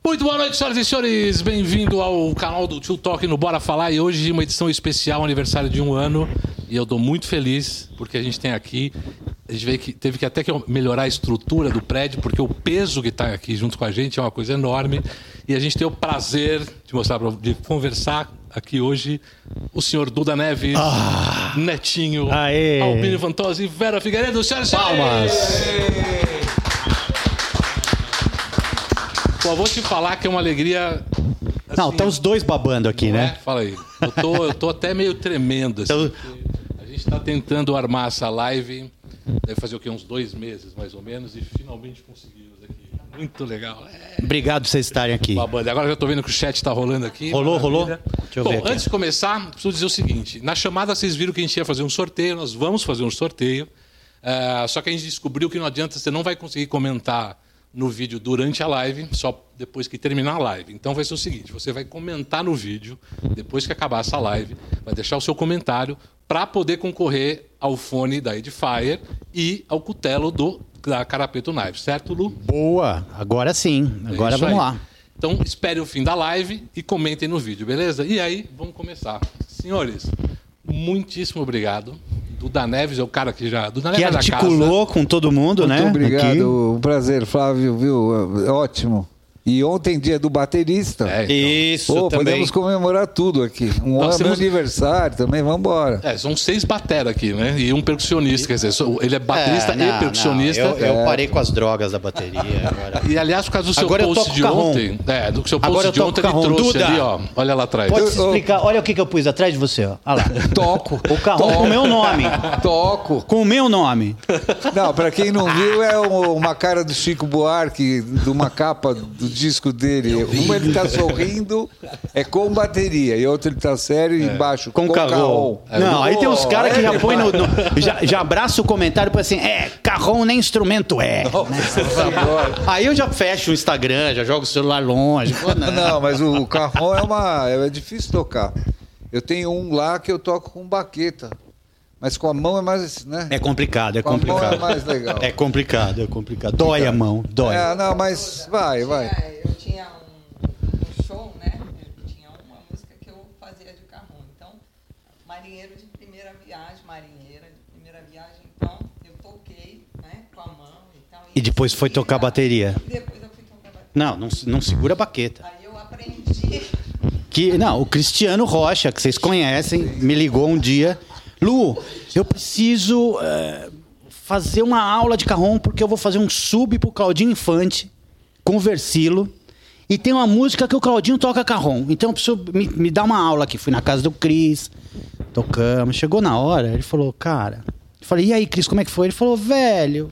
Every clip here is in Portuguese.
Muito boa noite, senhoras e senhores. Bem-vindo ao canal do Tio Talk no Bora Falar. E hoje uma edição especial, aniversário de 1 ano. E eu tô muito feliz porque a gente tem aqui... A gente vê que teve que até melhorar a estrutura do prédio, porque o peso que está aqui junto com a gente é uma coisa enorme. E a gente tem o prazer de mostrar, de conversar aqui hoje o senhor Duda Neves, Netinho, Albino Vantosi e Vera Figueiredo. Senhoras e senhores! Palmas! Pô, vou te falar que é uma alegria... Assim, não, tá os dois babando aqui, né? Fala aí. Eu tô até meio tremendo, assim. Então... A gente está tentando armar essa live... Deve fazer o quê? Uns 2 meses, mais ou menos, e finalmente conseguimos aqui. Muito legal. Obrigado por vocês estarem aqui. Agora já estou vendo que o chat está rolando aqui. Rolou? Deixa eu ver aqui. Antes de começar, preciso dizer o seguinte. Na chamada vocês viram que a gente ia fazer um sorteio, nós vamos fazer um sorteio. Só que a gente descobriu que não adianta, você não vai conseguir comentar no vídeo durante a live, só depois que terminar a live. Então vai ser o seguinte, você vai comentar no vídeo, depois que acabar essa live, vai deixar o seu comentário para poder concorrer ao fone da Edifier e ao cutelo da Carapeto Knives, certo, Lu? Boa, agora sim, agora vamos lá. Então espere o fim da live e comentem no vídeo, beleza? E aí, vamos começar. Senhores, muitíssimo obrigado. Duda Neves é o cara que já... Duda Neves que articulou com todo mundo, muito, né? Muito obrigado, aqui. Um prazer, Flávio, viu? Ótimo. E ontem, dia do baterista. Então. Isso, também. Podemos comemorar tudo aqui. Meu aniversário também, vamos embora. São 6 bateras aqui, né? E um percussionista, quer dizer, ele é baterista e percussionista. Eu parei com as drogas da bateria. Agora. E aliás, por causa do seu agora post de ontem... do seu post de ontem, ele trouxe Duda, ali, ó. Olha lá atrás. Pode se explicar? Olha o que eu pus atrás de você, ó. Olha lá. Toco. O carrão com o meu nome. Toco. Com o meu nome. Não, pra quem não viu, é uma cara do Chico Buarque, de uma capa do disco dele. Uma ele tá sorrindo, é com bateria, e outro ele tá sério, embaixo com carrão. Não, aí tem uns caras que já põem já abraça o comentário e põe assim, carrão nem instrumento é. Nossa, né? Aí eu já fecho o Instagram, já jogo o celular longe. Pô, não, mas o carrão é difícil tocar. Eu tenho um lá que eu toco com baqueta. Mas com a mão é mais, né? É complicado. Com a mão é mais legal. É complicado. Dói a mão, dói. Não, mas vai. Eu tinha um show, né? Eu tinha uma música que eu fazia de carrão. Então, marinheira de primeira viagem, então, eu toquei, né, com a mão e tal. E depois foi tocar bateria. Depois eu fui tocar bateria. Não segura a baqueta. Aí eu aprendi. O Cristiano Rocha, que vocês conhecem, me ligou um dia... Lu, eu preciso fazer uma aula de carrom porque eu vou fazer um sub pro Claudinho Infante com Versilo e tem uma música que o Claudinho toca carrom. Então eu preciso me dar uma aula aqui. Fui na casa do Cris, tocamos. Chegou na hora, ele falou, cara... Eu falei, e aí, Cris, como é que foi? Ele falou, velho...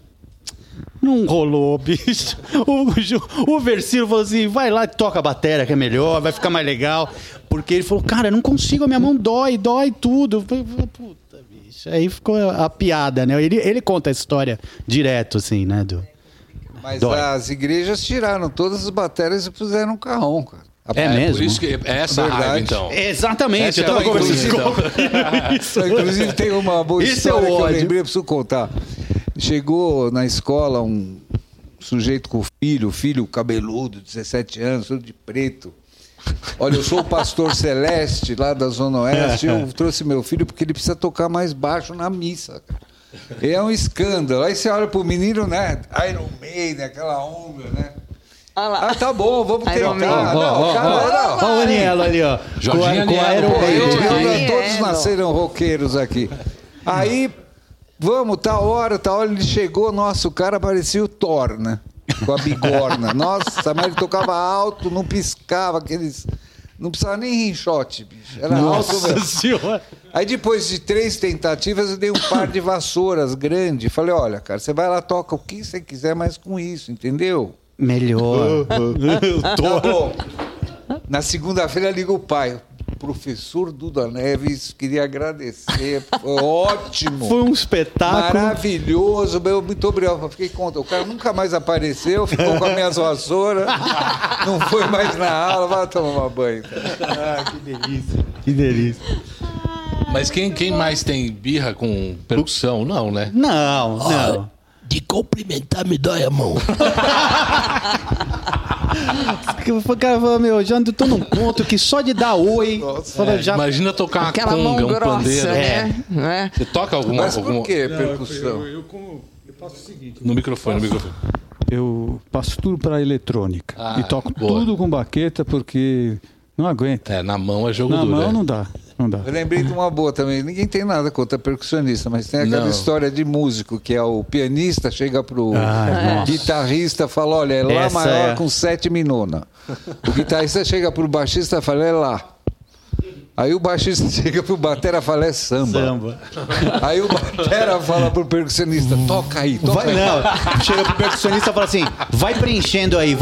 Não rolou, bicho. O Versilo falou assim, vai lá e toca a bateria que é melhor, vai ficar mais legal. Porque ele falou, cara, eu não consigo, a minha mão dói tudo. Eu falei, puta, bicho. Aí ficou a piada, né? Ele conta a história direto, assim, né? Mas as igrejas tiraram todas as baterias e puseram um carrão, cara. Mesmo? Por isso que é essa raiva, então. Exatamente, eu tava conversando com isso. Inclusive tem uma boa história que eu lembrei, eu preciso contar. Chegou na escola um sujeito com filho cabeludo, 17 anos, tudo de preto. Olha, eu sou o pastor Celeste, lá da Zona Oeste, eu trouxe meu filho porque ele precisa tocar mais baixo na missa. É um escândalo. Aí você olha pro menino, né? Iron Maiden, aquela onda, né? Tá bom, vamos tentar. Olha o Anielo ali, ó. Jorginho com a Iron Maiden. Todos nasceram roqueiros aqui. Aí... Vamos, tal hora, ele chegou, nossa, o cara parecia o Thor, né? Com a bigorna. Nossa, mas ele tocava alto, não piscava, não precisava nem rinchote, bicho. Era alto mesmo. Nossa Senhora! Aí depois de 3 tentativas, eu dei um par de vassouras grande. Falei, olha, cara, você vai lá, toca o que você quiser, mas com isso, entendeu? Melhor. Tá bom. Na segunda-feira liga o pai. Professor Duda Neves, queria agradecer, foi ótimo. Foi um espetáculo. Maravilhoso, muito obrigado. Fiquei conta, o cara nunca mais apareceu, ficou com as minhas vassouras, não foi mais na aula, vai tomar banho. Que delícia. Mas quem mais tem birra com percussão? Não, né? Não. De cumprimentar me dói a mão. O cara falou, meu, já tô num ponto que só de dar oi... já... Imagina tocar uma Aquela conga, mão um pandeiro. grossa, né? Você toca alguma... Mas por que percussão? Eu faço o seguinte. No microfone. Eu passo tudo para eletrônica. Ah, e toco boa. tudo com baqueta porque não aguento. Na mão é jogo Na duro. mão não dá. Eu lembrei de uma boa também. Ninguém tem nada contra percussionista, mas tem aquela Não. história de músico, que é o pianista chega pro guitarrista e fala, olha, é Lá Essa maior é. com 7 nona. O guitarrista chega pro baixista e fala, é Lá. Aí o baixista chega pro batera e fala, é samba. Aí o batera fala pro percussionista, toca aí, toca Vai, aí. não. Chega pro percussionista e fala assim, vai preenchendo aí.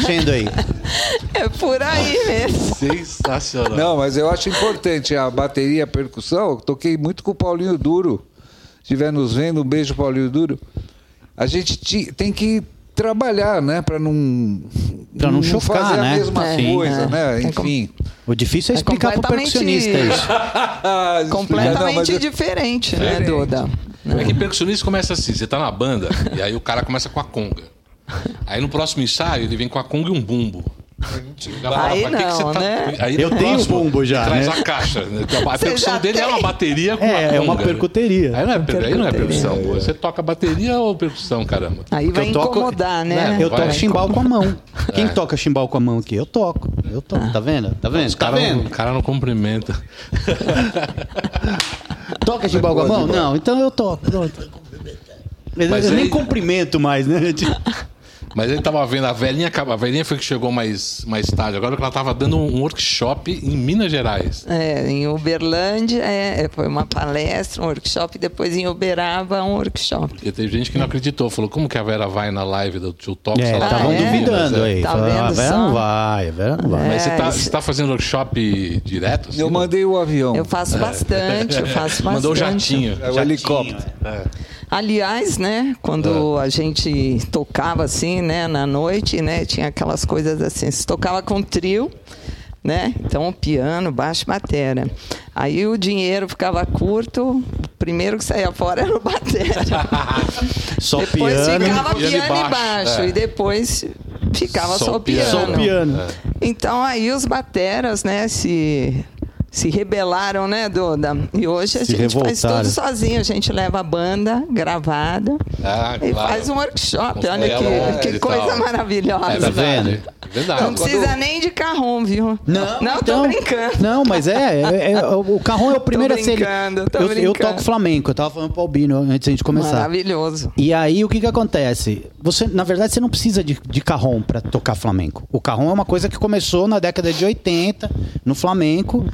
É por aí mesmo. Sensacional. Não, mas eu acho importante a bateria, a percussão. Eu toquei muito com o Paulinho Duro. Se estiver nos vendo, um beijo, Paulinho Duro. A gente tem que trabalhar, né? Para não chocar, fazer né? a mesma Sim, coisa, né? É Enfim. O difícil é explicar pro completamente- percussionista isso. Completamente diferente, né, Duda? É que percussionista começa assim, você tá na banda, e aí o cara começa com a conga. Aí no próximo ensaio ele vem com a conga e um bumbo. Aí não, né? Aí Eu no tenho próximo, bumbo já, ele traz né? a caixa. A Você percussão já dele é tem? uma bateria com uma conga. É uma percuteria. Aí não é percussão, pô. Você toca bateria ou percussão, caramba? Aí vai Eu toco- incomodar, né? Eu Vai. toco chimbal com a mão. Quem toca chimbal com a mão aqui? Eu toco. Tá vendo? O cara não cumprimenta. Toca chimbal com a mão? Não, então eu toco. Pronto. Mas Eu nem aí- cumprimento mais, né? Mas ele tava vendo, a velhinha foi que chegou mais tarde. Agora que ela tava dando um workshop em Minas Gerais. Em Uberlândia, foi uma palestra, um workshop, depois em Uberaba, um workshop. Porque teve gente que não acreditou. Falou, como que a Vera vai na live do Tio Talk? se ela Estavam tá em duvidando Minas, aí. Tá Falaram, vendo a Vera só? não vai, a Vera não vai. Mas isso- você tá fazendo workshop direto? Assim, Eu mandei o avião. Eu faço bastante, eu faço bastante. Mandou o jatinho. É o helicóptero. Aliás, né, quando a gente tocava assim, né, na noite, né, tinha aquelas coisas assim, se tocava com trio, né, então piano, baixo, batera. Aí o dinheiro ficava curto, o primeiro que saía fora era o batera. Só Depois piano. ficava piano e piano e baixo, baixo, é. e depois ficava Só só o o piano. Só o piano. Então aí os bateras, né, se rebelaram, né, Duda? E hoje a Se gente faz revoltaram. tudo sozinho. A gente leva a banda gravada e claro. faz um workshop. Com Olha ela que e coisa tal. maravilhosa. É verdade. vendo? É verdade. Não precisa nem de carrom, viu? Não, tô então- brincando. Não, mas o carrão é o primeiro a ser. brincando, tô Eu brincando. toco flamenco, eu tava falando pro Albino antes da gente começar. Maravilhoso. E aí o que acontece? Na verdade, você não precisa de carrom para tocar flamenco. O carrom é uma coisa que começou na década de 80 no flamenco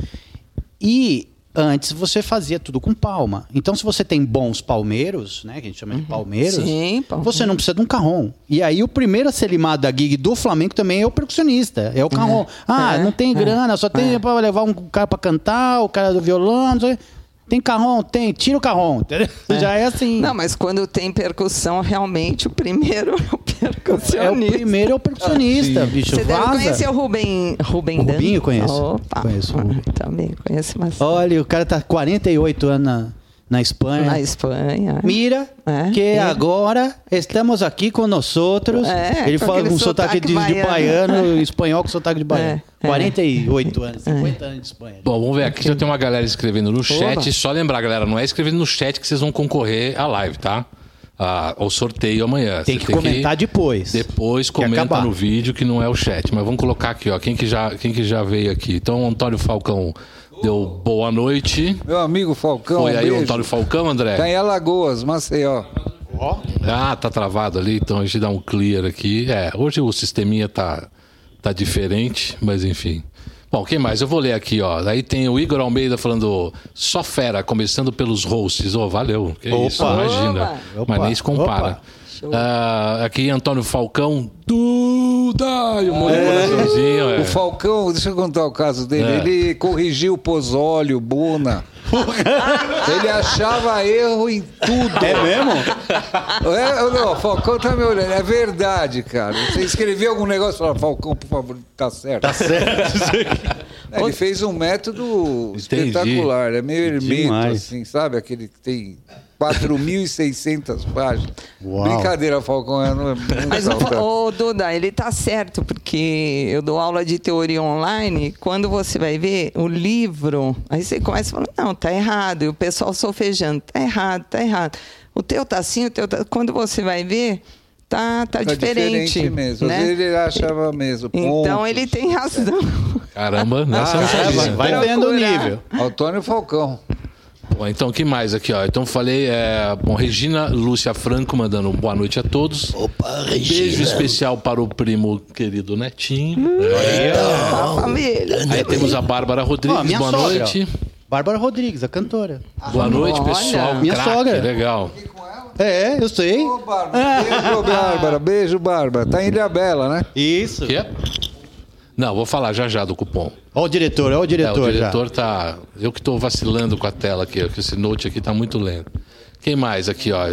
e antes você fazia tudo com palma. Então, se você tem bons palmeiros, né, que a gente chama de palmeiros, Sim, palmeiros. você não precisa de um carrom. E aí o primeiro a ser limado da gig do flamenco também é o percussionista, é o carrom. Não tem grana, só tem para levar um cara para cantar, o cara do violão, não sei. Tem carrom? Tem. Tira o carrom. Entendeu? Já é assim. Não, mas quando tem percussão, realmente o primeiro é o percussionista. É o percussionista, bicho. Você deve Vaza. conhecer o Rubem O Rubinho eu conheço. Opa, Conheço. Também conheço bastante. Olha, o cara tá 48 anos na Espanha. Na Espanha. Mira, que agora estamos aqui com nós outros. Ele com fala aquele com sotaque de baiano, espanhol com sotaque de baiano. 48 anos, 50 anos de Espanha. Bom, vamos ver. Aqui já tem uma galera escrevendo no chat. Só lembrar, galera, não é escrevendo no chat que vocês vão concorrer à live, tá? Ao sorteio amanhã. Tem que comentar depois. Depois comenta no vídeo que não é o chat. Mas vamos colocar aqui, ó. Quem que já veio aqui? Então, o Antônio Falcão deu boa noite. Meu amigo Falcão. Foi aí o beijo. Antônio Falcão, André? Tá em Alagoas, Maceió. Tá travado ali, então a gente dá um clear aqui. Hoje o sisteminha tá diferente, mas enfim. Bom, quem mais? Eu vou ler aqui, ó. Daí tem o Igor Almeida falando só fera, começando pelos hosts. Valeu. Que isso, imagina. Mas nem se compara. Aqui Antônio Falcão, Duda! E um monte de coraçãozinho. O Falcão, deixa eu contar o caso dele. Ele corrigiu o Pozzolio, Buna. Ele achava erro em tudo. É mesmo? Não, Falcão tá me olhando. É verdade, cara. Você escreveu algum negócio e falou, Falcão, por favor, tá certo. Tá certo. Ele fez um método espetacular. É meio ermito, Demais. assim, sabe? Aquele que tem 4.600 páginas. Uau. Brincadeira, Falcão. Mas o Duda, ele tá certo, porque eu dou aula de teoria online, quando você vai ver o livro, aí você começa falando, não, tá errado, e o pessoal solfejando, tá errado. O teu tá assim, o teu tá... Quando você vai ver, tá diferente mesmo. Né? Às vezes ele achava mesmo. Então pontos. ele tem razão. Caramba, nessa eu não sabia. Vai vendo o nível. Antônio Falcão. Bom, então, o que mais aqui, ó? Então, falei, Regina Lúcia Franco mandando boa noite a todos. Opa, Beijo especial para o primo querido Netinho. A família. Aí temos a Bárbara Rodrigues, Minha boa sogra, noite. Bárbara Rodrigues, a cantora. Boa noite, Olha. pessoal. Minha Craque, sogra. legal. É, eu sei. Ô, Bárbara. Beijo, Bárbara. Beijo, Bárbara. Tá em Ilha Bela, né? Isso. Que é? Não, vou falar já do cupom. Ó o diretor, O já. diretor tá... Eu que tô vacilando com a tela aqui, porque esse note aqui tá muito lento. Quem mais aqui, ó?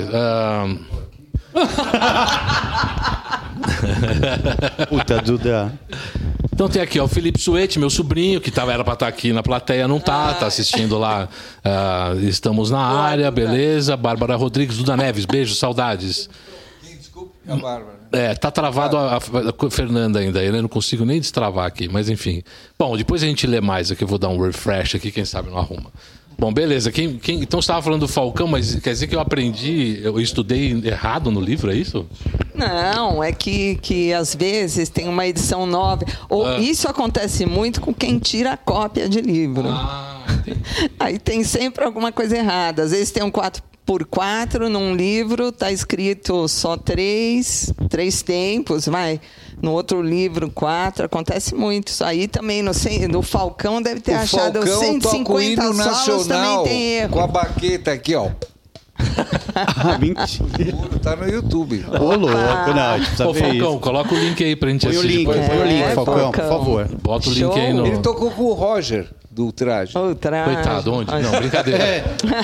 Puta, Duda. Então tem aqui, ó, o Felipe Suete, meu sobrinho, que era pra estar aqui na plateia, não tá assistindo lá. Estamos na área, beleza. Bárbara Rodrigues, Duda Neves, beijo, saudades. Desculpe, a Bárbara. Tá travado a Fernanda ainda, eu não consigo nem destravar aqui, mas enfim. Bom, depois a gente lê mais aqui, eu vou dar um refresh aqui, quem sabe não arruma. Bom, beleza. Então você estava falando do Falcão, mas quer dizer que eu estudei errado no livro, é isso? Não, é que às vezes tem uma edição nova. Isso acontece muito com quem tira a cópia de livro. Aí tem sempre alguma coisa errada. Às vezes tem um 4x4 num livro, tá escrito só 3 tempos, vai. No outro livro, 4, acontece muito. Isso aí também, no Falcão deve ter achado Falcão 150 solos, nacional, também tem erro. com a baqueta aqui, ó. Mentira. Tá no YouTube. Ô, louco, não, a gente precisa Ô, ver Falcão, isso. coloca o link aí pra gente Põe o assistir. link, depois. põe o link, Falcão, por Falcão. favor. Bota o link aí no... Ele tocou com o Roger, do traje. Outra. Coitado, onde? Não, brincadeira.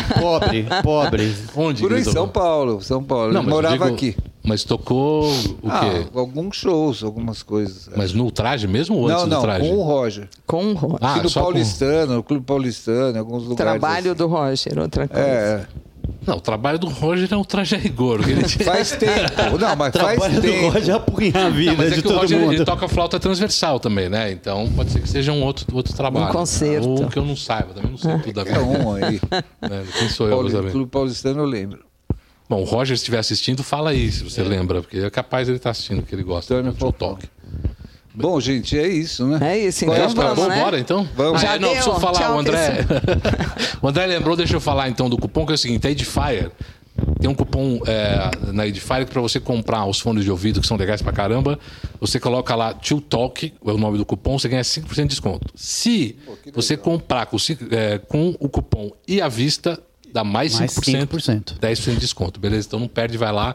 Pobre. Onde? Por ele em tocou? São Paulo. Não, Ele mas eu morava digo, aqui. Mas tocou o quê? Alguns shows, algumas coisas. Mas no traje mesmo ou antes não, do traje? com o Roger. Com o Roger. Ah, Aqui no só com- Paulistano, no Clube Paulistano, em alguns lugares. Trabalho do Roger, outra coisa. É, Não, o trabalho do Roger é o traje a rigor. Ele faz tempo. Não, mas faz Trabalho do tempo. Roger apunha a vida Não, mas é de que o todo Roger mundo. ele toca flauta transversal também, né? Então pode ser que seja um outro trabalho. Um concerto. Ou que eu não saiba, também não sei tudo da vida. É um aí. Né? Quem sou eu pra saber? Clube Paulistano eu lembro. Bom, o Roger, se estiver assistindo, fala aí, se você lembra, porque é capaz ele estar assistindo, que ele gosta Antônio do Tio Falcão. Talk. Bom, gente, é isso, né? É isso, Qual é então a vamos, Vamos né? embora, então? Vamos. Já não, deu. preciso falar, Tchau, o André... o André lembrou, deixa eu falar então do cupom, que é o seguinte, a Edifier tem um cupom na Edifier que para você comprar os fones de ouvido, que são legais pra caramba, você coloca lá Tio Talk, é o nome do cupom, você ganha 5% de desconto. Se você comprar com o cupom e à vista, dá mais 5%, 10% de desconto, beleza? Então não perde, vai lá,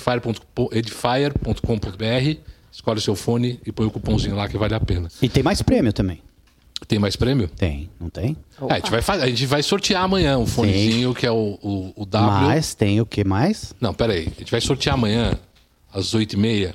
edifier.com.br, escolhe o seu fone e põe o cupomzinho lá que vale a pena. E tem mais prêmio também. Tem mais prêmio? Tem, não tem? A gente vai sortear amanhã um fonezinho que é o W. Mas tem o que mais? Não, peraí. A gente vai sortear amanhã, às 8h30.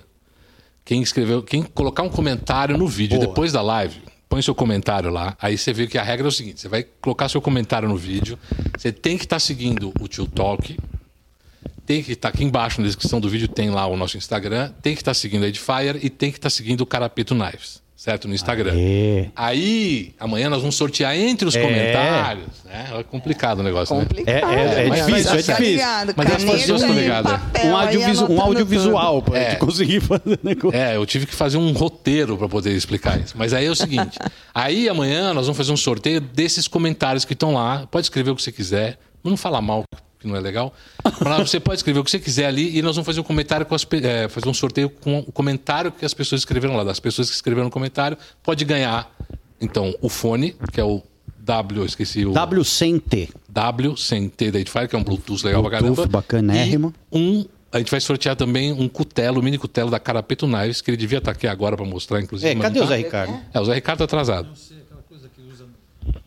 Quem colocar um comentário no vídeo Boa. depois da live, põe seu comentário lá. Aí você vê que a regra é o seguinte: você vai colocar seu comentário no vídeo, você tem que estar seguindo o Tio Talk. Tem que estar aqui embaixo na descrição do vídeo, tem lá o nosso Instagram. Tem que estar seguindo a Edifier e tem que estar seguindo o Carapeto Knives, certo? No Instagram. Aê. Aí, amanhã nós vamos sortear entre os comentários. Né? É complicado o negócio, né? É Mas difícil, mas é difícil. Ligado, Mas as pessoas estão ligadas. Um audiovisual pra gente conseguir fazer negócio. Eu tive que fazer um roteiro para poder explicar isso. Mas aí é o seguinte: aí amanhã nós vamos fazer um sorteio desses comentários que estão lá. Pode escrever o que você quiser, não falar mal, que não é legal. Mas você pode escrever o que você quiser ali e nós vamos fazer um comentário fazer um sorteio com o comentário que as pessoas escreveram lá. Das pessoas que escreveram no comentário, pode ganhar então o fone, que é o W, eu esqueci o W100T. W100T da Edifier, que é um Bluetooth legal pra caramba. Bluetooth bacanérrimo. E a gente vai sortear também um cutelo, um mini cutelo da Carapeto Knives, que ele devia estar aqui agora para mostrar, inclusive. mas Cadê não o tá. Zé Ricardo? O Zé Ricardo tá atrasado.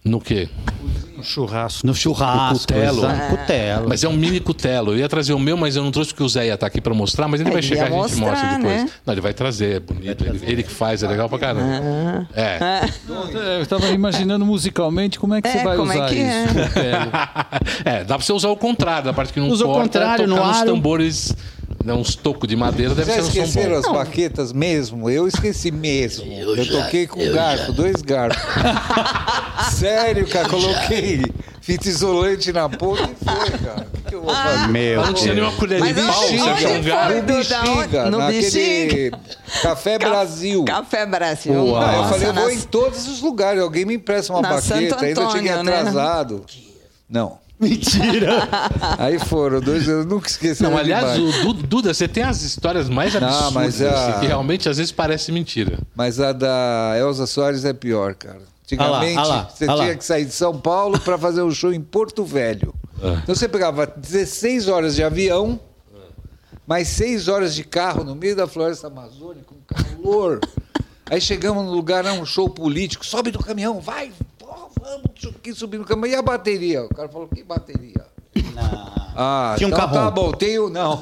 No quê? No churrasco. No churrasco. Cutelo. exato, cutelo. Mas é um mini cutelo. Eu ia trazer o meu, mas eu não trouxe porque o Zé ia estar aqui pra mostrar, mas ele vai Ele chegar e ia a gente mostra mostrar, depois. né? Não, ele vai trazer, é bonito. Ele que faz, é legal pra caramba. Eu estava imaginando musicalmente como é que você vai como é usar que isso. é? Cutelo. Dá pra você usar o contrário, da parte que não Usa o corta, contrário, tocar no nos aro. tambores, né, uns tocos de madeira, deve Já ser um som esqueceram bom. as baquetas mesmo? Eu esqueci mesmo. Eu toquei com garfo, 2 garfos. Sério, cara, coloquei fita isolante na ponta e foi, cara. O que eu vou fazer? Meu Mas não tinha nenhuma colher de Mas pau, onde você achou um foi? garfo? No Bexiga, No naquele Café Brasil. Café Brasil. Uau. Ah, eu Nossa, falei, eu vou na- em todos os lugares. Alguém me empresta uma Na Santo baqueta. Ainda eu cheguei Antônio, né? atrasado. Não. Mentira. Aí foram 2 anos, nunca esqueci. Não, aliás, o Duda, você tem as histórias mais absurdas, mas assim, que realmente às vezes parece mentira. Mas a da Elza Soares é pior, cara. Antigamente, você tinha que sair de São Paulo para fazer um show em Porto Velho. Então você pegava 16 horas de avião, mais 6 horas de carro no meio da floresta amazônica, com calor. Aí chegamos no lugar, um show político, sobe do caminhão, vai, porra, vamos subir no caminhão. E a bateria? O cara falou, que bateria? Ah, Tinha um então carrão. tá bom, tenho não.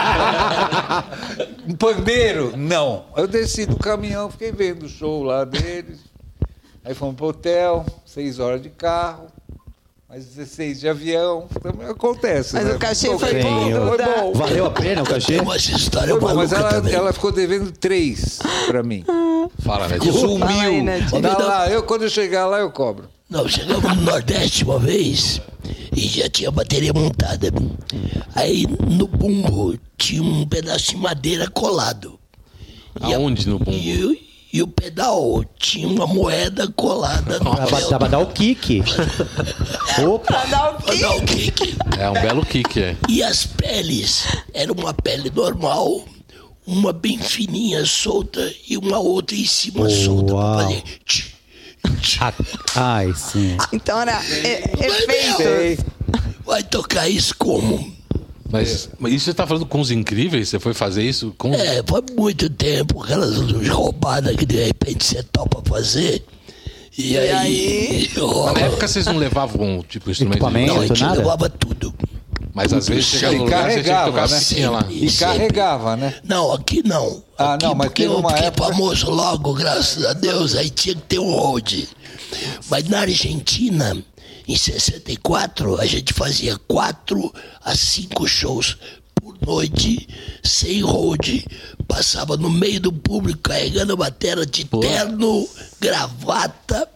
Um pandeiro? Não. Eu desci do caminhão, fiquei vendo o show lá deles. Aí fomos pro hotel, 6 horas de carro, mais 16 de avião. Também acontece. Mas né? o cachê Bom, foi bom, foi Duda. bom. Valeu a pena o cachê? Essa história Foi bom, mas maluca também. ela ficou devendo 3 pra mim. Fala, né? Sumiu. Fala aí, Netinho. Tá lá, quando eu chegar lá, eu cobro. Não, chegamos no Nordeste uma vez e já tinha a bateria montada. Aí no bumbo tinha um pedaço de madeira colado. Aonde no bumbo? E o pedal tinha uma moeda colada no pedal. Dá pra dar o kick. Opa. Pra dar o Pra quê? dar o kick. É um belo kick, é. E as peles, era uma pele normal, uma bem fininha, solta, e uma outra em cima solta pra Uau. fazer... tch, tch. Ai, sim. Então era efeito. Vai tocar isso como? Mas isso você tá falando com os incríveis? Você foi fazer isso com os... É, faz muito tempo, aquelas roubadas que de repente você topa fazer. E aí Na época vocês não levavam, tipo, instrumento Equipamento. não, a gente nada? levava tudo. Mas às vezes chegava no E lugar, você tinha que carregava, tocar né? a fitinha lá. E Sempre. carregava, né? Não, aqui não. Ah, Aqui não, mas porque teve eu uma fiquei época- famoso logo, graças a Deus, aí tinha que ter um hold. Mas na Argentina, em 64, a gente fazia 4 a 5 shows por noite, sem hold. Passava no meio do público carregando a bateria de terno, gravata,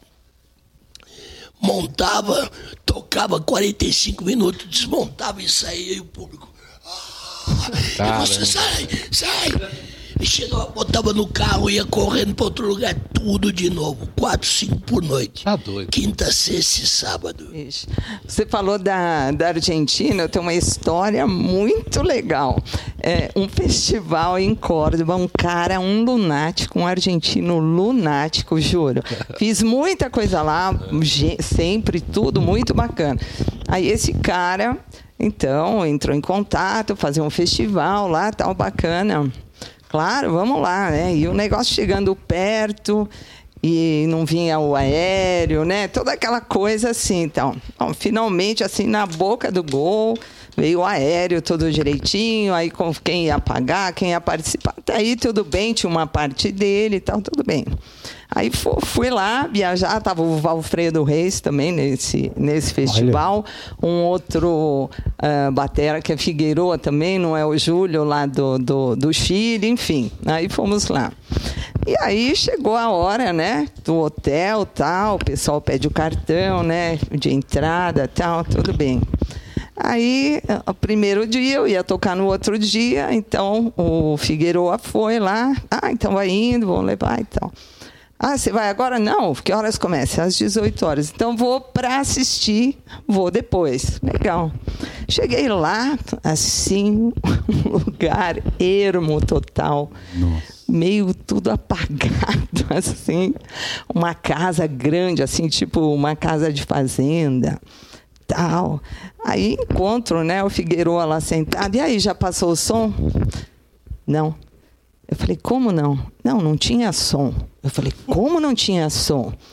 montava, tocava 45 minutos, desmontava e saía e o público... E você sai! E chegava, botava no carro, ia correndo para outro lugar, tudo de novo. 4, 5 por noite. Tá doido. Quinta, sexta e sábado. Ixi. Você falou da Argentina, eu tenho uma história muito legal. É, um festival em Córdoba, um lunático, um argentino lunático, juro. Fiz muita coisa lá, sempre, tudo muito bacana. Aí esse cara, então, entrou em contato, fazer um festival lá, tal, bacana. Claro, vamos lá, né? E o negócio chegando perto e não vinha o aéreo, né? Toda aquela coisa assim, então. Bom, finalmente, assim, na boca do gol, veio o aéreo todo direitinho, aí com quem ia pagar, quem ia participar, até aí tudo bem, tinha uma parte dele e tal, tudo bem. Aí fui lá viajar, estava o Valfredo Reis também nesse festival, um outro batera que é Figueroa também, não é o Júlio lá do Chile, enfim, aí fomos lá. E aí chegou a hora, né, do hotel, tal, o pessoal pede o cartão, né, de entrada, tal, tudo bem. Aí, o primeiro dia, eu ia tocar no outro dia, então o Figueroa foi lá, então vai indo, vou levar e tal. Ah, você vai agora? Não, que horas começa? Às 18 horas. Então, vou para assistir, vou depois. Legal. Cheguei lá, assim, um lugar ermo total. Nossa. Meio tudo apagado, assim. Uma casa grande, assim, tipo uma casa de fazenda, tal. Aí, encontro, né, o Figueroa lá sentado. E aí, já passou o som? Não. Eu falei, como não? Não tinha som. Eu falei, como não tinha som?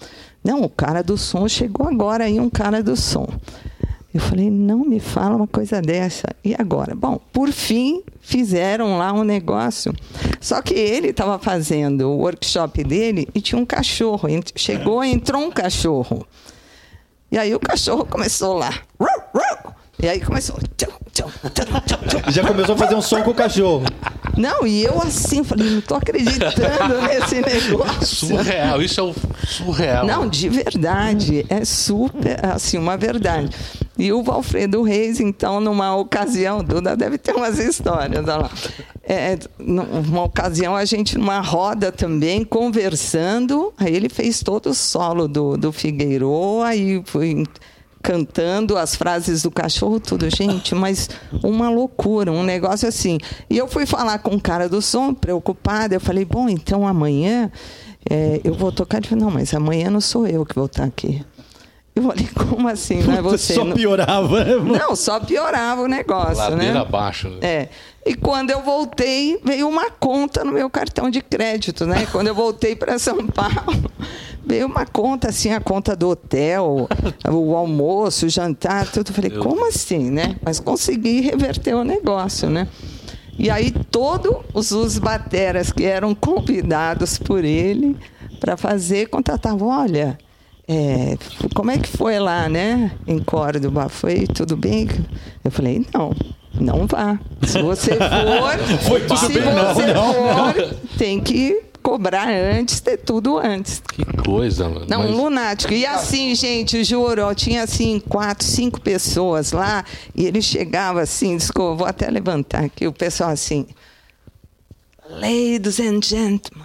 Não, o cara do som chegou agora aí, um cara do som. Eu falei, não me fala uma coisa dessa. E agora? Bom, por fim, fizeram lá um negócio. Só que ele estava fazendo o workshop dele e tinha um cachorro. Entrou um cachorro. E aí o cachorro começou lá. E aí começou. Já começou a fazer um som com o cachorro. Não, e eu assim, falei, não tô acreditando nesse negócio. Surreal, isso é o surreal. Não, de verdade, é super, assim, uma verdade. E o Valfredo Reis, então, numa ocasião, Duda deve ter umas histórias, olha lá. Numa ocasião, a gente numa roda também, conversando, aí ele fez todo o solo do Figueiró, aí foi cantando as frases do cachorro, tudo, gente, mas uma loucura, um negócio assim. E eu fui falar com o cara do som, preocupada, eu falei, bom, então amanhã eu vou tocar. Ele falou, não, mas amanhã não sou eu que vou estar aqui. Eu falei, como assim, não é você? Só piorava. Não, só piorava o negócio, ladeira né? abaixo. Né? E quando eu voltei, veio uma conta no meu cartão de crédito, né? Quando eu voltei para São Paulo, veio uma conta, assim, a conta do hotel, o almoço, o jantar, tudo. Eu falei, como assim, né? Mas consegui reverter o negócio, né? E aí todos os bateras que eram convidados por ele para fazer, contratavam, olha... como é que foi lá, né? Em Córdoba, foi tudo bem? Eu falei, não vá. Se você for, foi tudo se bem, você não. for, tem que cobrar antes, ter tudo antes. Que coisa, mano. Não, lunático. E assim, gente, juro, tinha assim 4, 5 pessoas lá, e ele chegava assim, desculpa, vou até levantar aqui, o pessoal assim, ladies and gentlemen,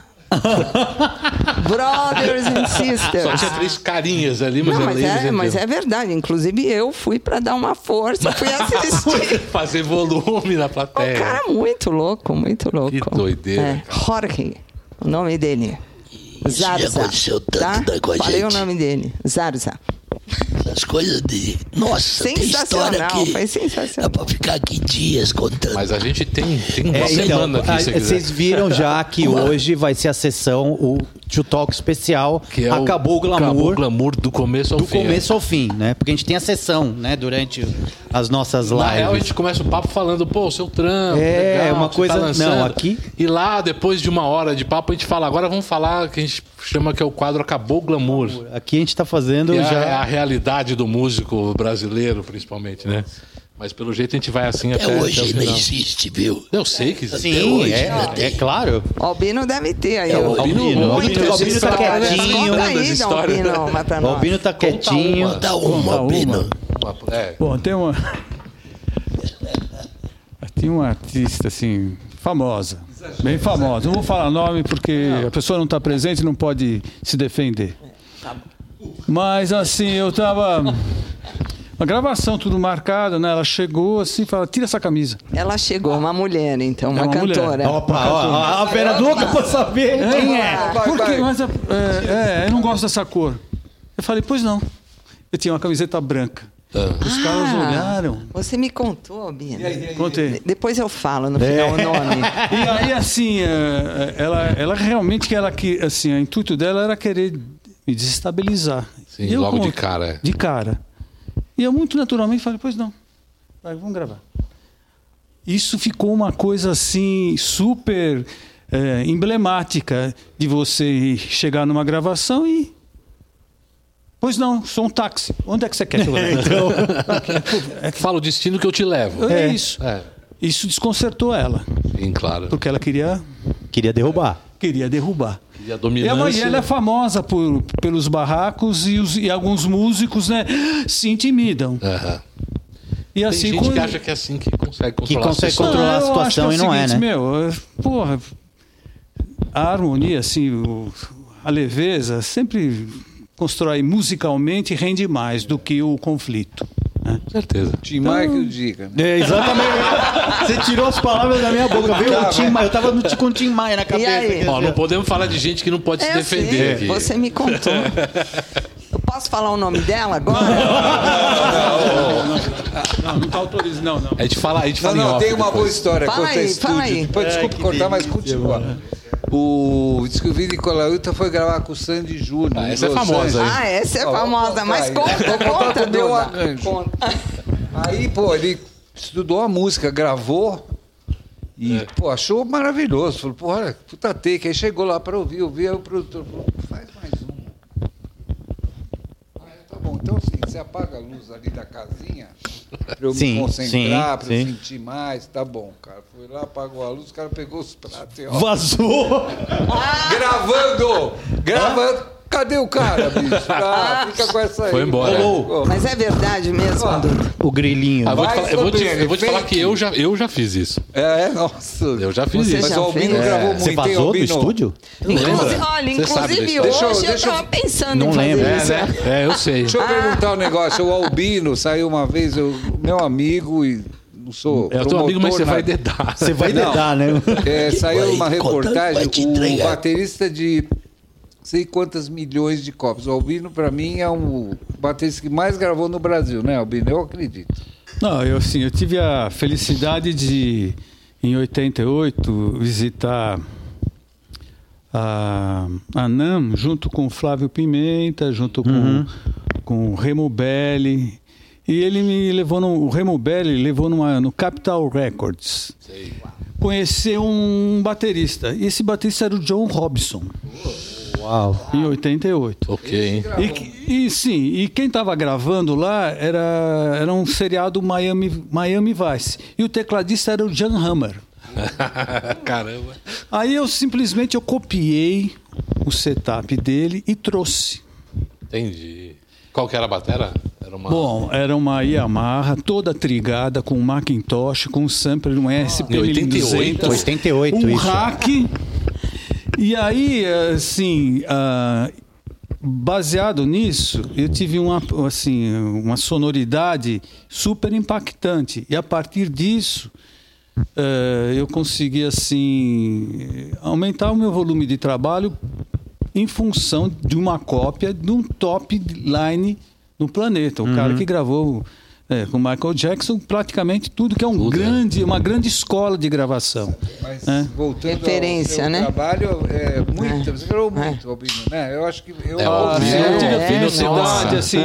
brothers and sisters. Só tinha 3 carinhas ali, mas não, mas é verdade. Inclusive eu fui para dar uma força, fui assistir. Fazer volume na plateia. Um cara muito louco, muito louco. Que doideira. Jorge, o nome dele. Zarza. Já aconteceu tanto, tá? né, com a Falei gente. o nome dele. Zarza. As coisas de... Nossa, tem história que... Foi sensacional. Dá pra ficar aqui dias contando. Mas a gente tem uma semana aqui, se quiser. Vocês viram já que hoje vai ser a sessão, o Tio Talk especial, que é Acabou o Glamour. Acabou o Glamour do começo ao fim. Do começo ao fim, né? Porque a gente tem a sessão, né? Durante as nossas lives. Na real, a gente começa o papo falando, pô, seu trampo, legal, uma coisa... tá lançando. Não, aqui... E lá, depois de uma hora de papo, a gente fala, agora vamos falar, que a gente chama que é o quadro Acabou o Glamour. Aqui a gente tá fazendo que já... É a realidade do músico brasileiro, principalmente, né? Mas pelo jeito a gente vai assim até hoje o final. não existe, viu? Eu sei que existe. Sim, hoje é claro. O Albino deve ter aí. O Albino tá quietinho. Conta aí, Albino, mas pra O nós. Albino tá quietinho. Dá uma, Albino. Bom, tem uma artista, assim, famosa. Bem famosa. Não vou falar nome porque a pessoa não está presente e não pode se defender. Mas, assim, eu tava... Uma gravação, tudo marcado, né? Ela chegou assim e falou, tira essa camisa. Ela chegou, uma mulher, então, uma cantora. Mulher. Opa, a Vera louca pra saber quem é. Porque, mas eu não gosto dessa cor. Eu falei, pois não. Eu tinha uma camiseta branca. Os caras olharam. Você me contou, Albino. Contei. Depois eu falo no final o nome. E aí, assim, ela realmente, assim, o intuito dela era querer me desestabilizar. Sim, e logo de cara. De cara. E eu muito naturalmente falei, pois não, vamos gravar. Isso ficou uma coisa assim super emblemática de você chegar numa gravação e... Pois não, sou um táxi. Onde é que você quer que eu leve? Fala o destino que eu te levo. É isso. Isso desconcertou ela. Sim, claro. Porque ela queria derrubar. Queria derrubar. E a dominância... E ela é famosa pelos barracos e alguns músicos, né, se intimidam. E assim, tem gente que acha que é assim que consegue controlar a situação e não é, né? Porra, a harmonia, assim, a leveza sempre constrói musicalmente e rende mais do que o conflito. Né? Com certeza. Tim Maia que o diga. Exatamente. Você tirou as palavras da minha boca. Eu tava com o Tim Maia na cabeça. Ó, não podemos falar de gente que não pode se defender aqui. Você me contou. Eu posso falar o nome dela agora? Não tá autorizado. Não. A gente fala em off tem uma depois. boa história. Fala aí. Desculpa cortar, mas continua. Diz que o Vini Colaiuta foi gravar com o Sandy Júnior. Essa é famosa, hein? Essa é famosa, mas conta, Duda. Conta. Aí, pô, ele estudou a música, gravou e, pô, achou maravilhoso. Falou, pô, olha, puta take. Aí chegou lá para ouvir, aí o produtor falou, faz mais um. Aí, tá bom, então assim, você apaga a luz ali da casinha para eu me concentrar, para eu sentir mais, tá bom, cara. Foi lá, apagou a luz, o cara pegou os pratos e ó. Vazou! Gravando. Cadê o cara, bicho? Fica com essa aí. Foi embora. Mas é verdade mesmo, Duda? O grilinho. Eu vou te falar que eu já fiz isso. Nossa. Eu já fiz isso. Mas o Albino gravou muito. Você vazou do estúdio? Inclusive hoje eu tava pensando em fazer isso. Eu sei. Deixa eu perguntar um negócio. O Albino saiu uma vez, meu amigo, e não sou É o teu amigo, mas você vai dedar. Você vai dedar, né? Saiu uma reportagem, te o entregar. baterista de sei quantas milhões de cópias. O Albino, para mim, é o baterista que mais gravou no Brasil, né, Albino? Eu acredito. Não, eu tive a felicidade de, em 88, visitar a NAMM junto com o Flávio Pimenta, junto com o Remo Belli. E ele me levou o Remo Belli levou no Capitol Records. Sei. Conhecer um baterista. E esse baterista era o John Robson. Uau. Em 88. Ok. E quem estava gravando lá era um seriado Miami Vice. E o tecladista era o Jan Hammer. Caramba. Aí eu simplesmente copiei o setup dele e trouxe. Entendi. Qual que era a batera? Bom, era uma Yamaha toda trigada com um Macintosh, com um sampler, um SP 1200. 88, um isso. rack. E aí, assim, baseado nisso, eu tive uma sonoridade super impactante. E a partir disso, eu consegui, assim, aumentar o meu volume de trabalho em função de uma cópia de um top line no planeta. O cara que gravou com Michael Jackson praticamente tudo, que é uma grande escola de gravação. Mas voltando referência, ao seu né? trabalho, você gravou muito, Albino, né? Eu acho que eu tive a felicidade, nossa. assim,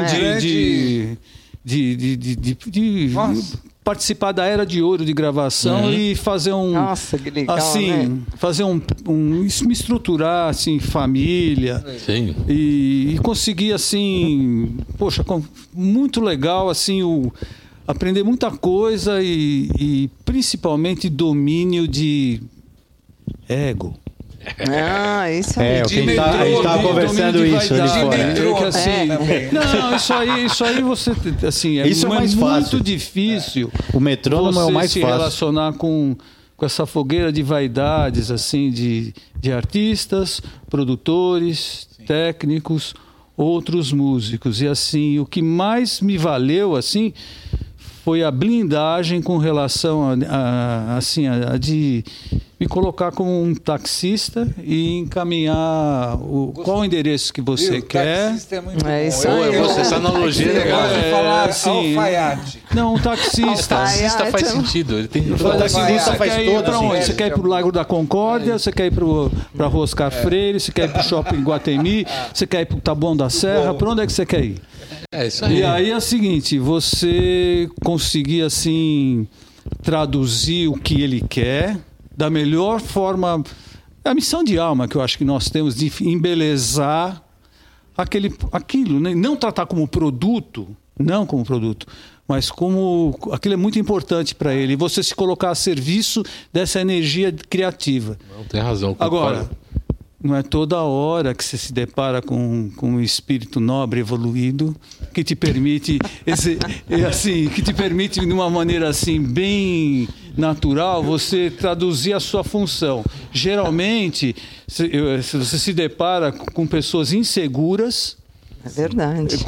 de participar da era de ouro de gravação e fazer Nossa, que legal, assim, né? fazer me estruturar assim, família. Sim. E conseguir assim, poxa, muito legal assim aprender muita coisa e principalmente domínio de ego. Isso aí. A gente estava conversando isso ali fora. Isso aí você, assim, Isso é mais muito fácil. Difícil. O metrônomo é o mais se fácil. relacionar com essa fogueira de vaidades, assim, de artistas, produtores, técnicos, outros músicos. E assim, o que mais me valeu, assim, foi a blindagem com relação a de me colocar como um taxista e encaminhar qual o endereço que você quer. Taxista é muito bom. Isso aí. Essa analogia é legal. Pode falar assim, alfaiate. Não, um taxista. Taxista faz sentido. Ele tem O taxista faz quer ir todo para onde? sentido. Você quer ir para o Lago da Concórdia, você quer ir para a Rua Oscar Freire, você quer ir para o Shopping Guatemi, você quer ir para o Taboão da Serra, para onde é que você quer ir? É isso aí. E aí é o seguinte, você conseguir assim traduzir o que ele quer da melhor forma, a missão de alma que eu acho que nós temos de embelezar aquilo, né? Não tratar como produto, mas como aquilo é muito importante para ele, você se colocar a serviço dessa energia criativa. Não, tem razão. Agora, não é toda hora que você se depara com um espírito nobre, evoluído, que te permite, que te permite de uma maneira assim bem natural você traduzir a sua função. Geralmente, se você se depara com pessoas inseguras, É verdade.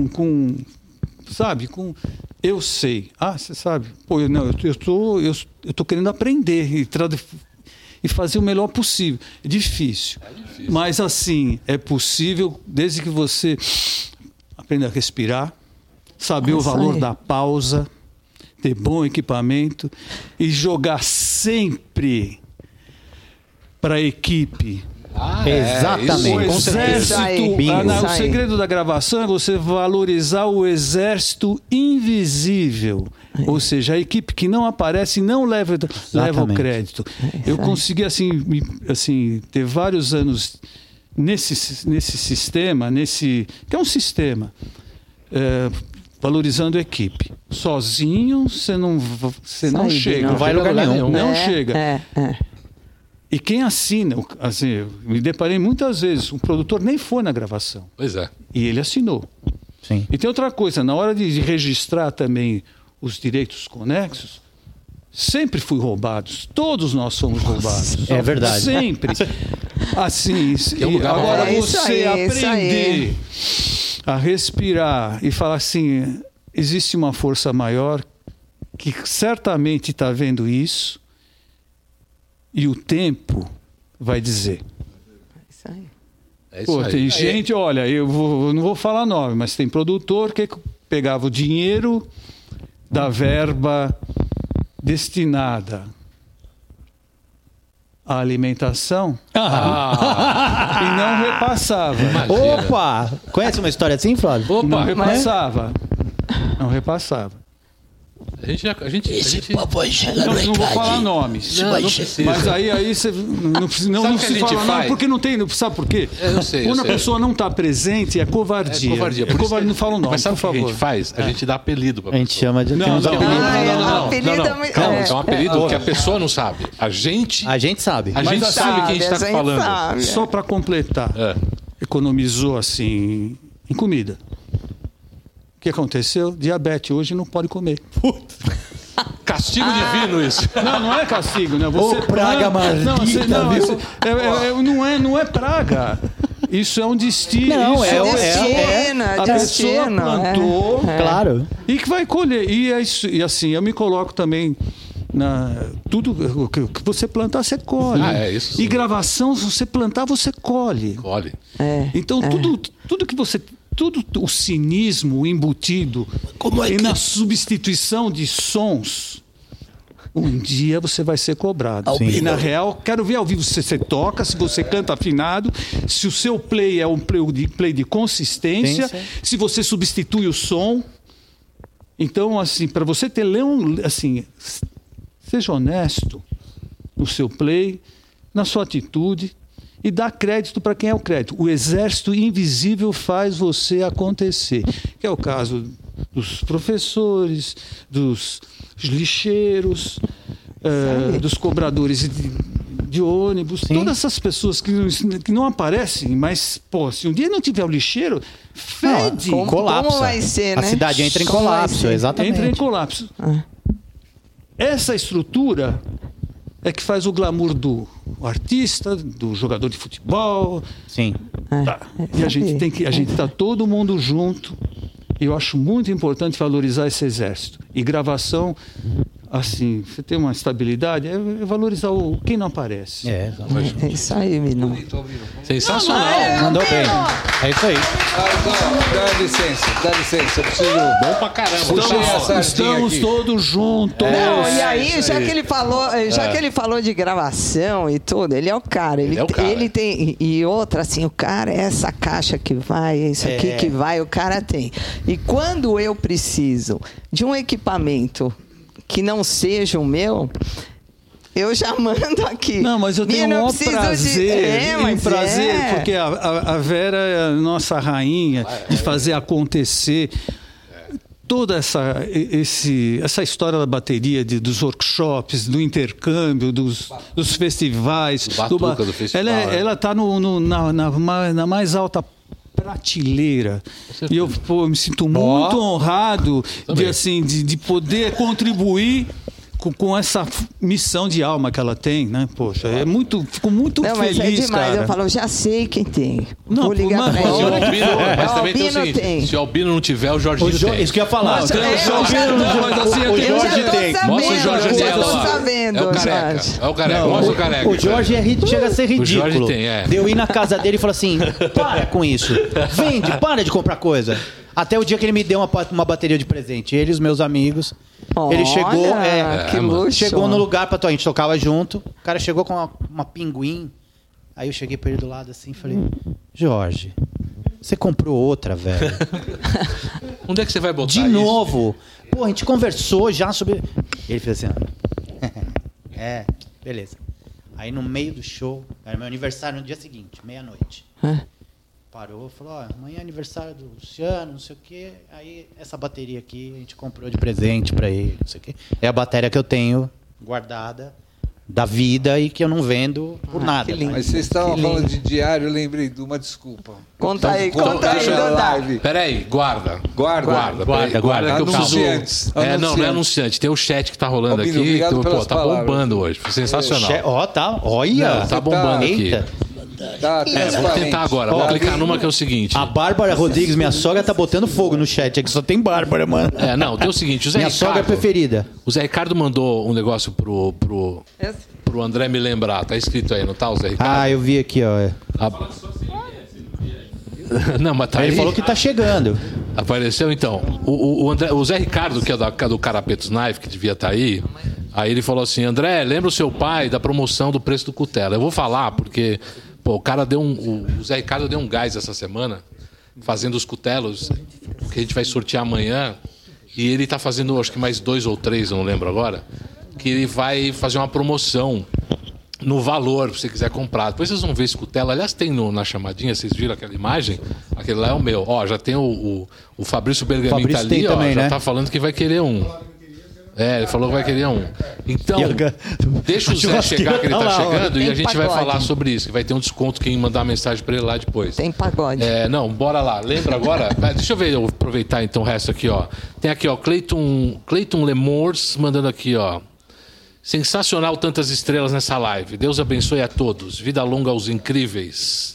sabe, eu sei. Você sabe? Pô, eu tô querendo aprender e fazer o melhor possível. É difícil. Mas assim, é possível desde que você aprenda a respirar, saber o valor da pausa, ter bom equipamento e jogar sempre para a equipe. Exatamente. O exército, Isso o segredo da gravação é você valorizar o exército invisível. Ou seja, a equipe que não aparece não leva o crédito. Eu consegui assim, ter vários anos nesse sistema, que é um sistema, valorizando a equipe. Sozinho você não chega. Não vai a lugar nenhum. Não chega. E quem assina, assim, eu me deparei muitas vezes, o produtor nem foi na gravação. Pois é. E ele assinou. Sim. E tem outra coisa, na hora de registrar também os direitos conexos, sempre fui roubados. Todos nós fomos roubados. É verdade. Sempre. Assim, agora você aprender a respirar e falar assim, existe uma força maior que certamente está vendo isso. E o tempo vai dizer. Isso aí. É isso aí. Tem gente, olha, eu não vou falar nome, mas tem produtor que pegava o dinheiro da verba destinada à alimentação e não repassava. Imagina. Opa! Conhece uma história assim, Flávio? Opa, Não repassava. Não repassava. A gente Esse papo vai chegar no Não vou ECAD. falar nomes. Não precisa. Mas aí você não que a se gente fala faz? não, porque não tem. Sabe por quê? Eu sei, Quando eu a sei. pessoa não está presente, é covardia. É covardia. Por isso covardia, que- não fala o nome, Mas sabe por o que a favor. gente faz? A gente dá apelido pra A gente chama de... tem uns não. apelidos. Apelido é muito- Calma, é. é um apelido que a pessoa não sabe. A gente sabe. sabe quem a gente está falando. sabe. Só para completar, economizou assim em comida. O que aconteceu? Diabetes, hoje não pode comer. Castigo divino isso. Não é castigo, né? Você Ô, praga maldita, viu? Não é praga. Isso é um destino. Não, isso destino, a destino, pessoa plantou Claro. e que vai colher. E é isso. E assim, eu me coloco também tudo que você plantar, você colhe. Isso sim. E gravação, se você plantar, você colhe. Olha. Então, tudo que você... Todo o cinismo embutido Como é e que- na substituição de sons, um dia você vai ser cobrado. Albino. E na real, quero ver ao vivo se você toca, se você canta afinado, se o seu play é um play de consistência, se você substitui o som. Então, assim, para você ter assim, seja honesto no seu play, na sua atitude. E dá crédito para quem é o crédito. O exército invisível faz você acontecer. Que é o caso dos professores, dos lixeiros, dos cobradores de ônibus. Todas essas pessoas que não aparecem, mas, pô, se um dia não tiver o lixeiro, fede. Colapsa. Como vai ser, né? A cidade entra em Como vai colapso, ser? exatamente. Entra em colapso. Essa estrutura é que faz o glamour do artista, do jogador de futebol. Sim. E a gente está todo mundo junto. E eu acho muito importante valorizar esse exército. E gravação, assim, você tem uma estabilidade, é valorizar quem não aparece. É isso aí, menino. Sensacional. Mandou bem. É isso aí. Dá licença. Eu preciso... Bom pra caramba. Puxei a sardinha Estamos aqui. todos juntos. Não, e aí, já que ele falou de gravação e tudo, ele é o cara. Ele tem. E outra, assim, o cara é essa caixa que vai, é isso aqui que vai, o cara tem. E quando eu preciso de um equipamento que não seja o meu, eu já mando aqui. Não, mas eu tenho Não um preciso prazer, porque a Vera é a nossa rainha de fazer acontecer. Toda essa história da bateria, dos workshops, do intercâmbio, dos festivais. Batuca do festival, ela está na mais alta prateleira. E eu me sinto muito honrado de poder contribuir com essa missão de alma que ela tem, né? Poxa, fico muito não, feliz, mas é demais. cara. Eu falo, já sei quem tem. Não, vou ligar mas- pra Se o ele. Albino, mas também tem o seguinte, tem. se o Albino não tiver, o Jorginho tem. Isso que eu ia falar. Mas, O eu já- Jorge Eu já tô tem. sabendo, Mostra o Jorge eu já Della tô lá. sabendo, É o careca. Jorge. É o careca. Mostra o careca. O Jorge chega a ser ridículo. Jorge tem, De eu ir na casa dele e falar assim, para com isso. Vende, para de comprar coisa. Até o dia que ele me deu uma bateria de presente. Ele e os meus amigos. Ele chegou... que luxo. Chegou no lugar pra... A gente tocava junto. O cara chegou com uma pinguim. Aí eu cheguei pra ele do lado assim e falei... Jorge, você comprou outra, velho. Onde é que você vai botar De isso? novo. Pô, a gente conversou já sobre... Ele fez assim... beleza. Aí no meio do show... Era meu aniversário no dia seguinte, meia-noite. Parou, falou, amanhã é aniversário do Luciano, não sei o quê. Aí essa bateria aqui a gente comprou de presente pra ele, não sei o quê. É a bateria que eu tenho guardada da vida e que eu não vendo por nada. que lindo. Mas vocês estavam falando de diário, eu lembrei de uma desculpa. Conta aí, Dodá. Peraí, guarda. Guarda Que eu preciso... Anunciantes. Não é anunciante. Tem o chat que tá rolando Albino, aqui. obrigado pelas Tá palavras. bombando hoje. Foi sensacional. Tá. Olha. Não, tá bombando aqui. Eita. Tá, Vou tentar agora. Vou clicar numa que é o seguinte. A Bárbara Rodrigues, minha sogra, tá botando fogo no chat. É que só tem Bárbara, mano. Não, tem o seguinte. O Zé Minha Ricardo, sogra preferida. O Zé Ricardo mandou um negócio pro André me lembrar. Tá escrito aí, não tá, o Zé Ricardo? Eu vi aqui, ó. Não, mas tá Ele aí. falou que tá chegando. Apareceu, então. O Zé Ricardo, que é do Carapetos Knife, que devia estar aí ele falou assim, André, lembra o seu pai da promoção do preço do cutelo? Eu vou falar, porque o cara o Zé Ricardo deu um gás essa semana, fazendo os cutelos, que a gente vai sortear amanhã, e ele tá fazendo, acho que mais 2 ou 3, eu não lembro agora, que ele vai fazer uma promoção no valor, se você quiser comprar. Depois vocês vão ver esse cutelo. Aliás, tem na chamadinha, vocês viram aquela imagem? Aquele lá é o meu. Já tem o Fabrício Bergamin tá ali, também, já né? tá falando que vai querer um. Ele falou que vai querer um. Então, deixa o Zé chegar, que ele tá chegando, e a gente vai falar sobre isso. Que vai ter um desconto quem mandar mensagem pra ele lá depois. Tem pagode. Não, bora lá. Lembra agora? Deixa eu ver, eu vou aproveitar então o resto aqui, ó. Tem aqui, ó, Cleiton Lemors mandando aqui, ó. Sensacional tantas estrelas nessa live. Deus abençoe a todos. Vida longa aos incríveis.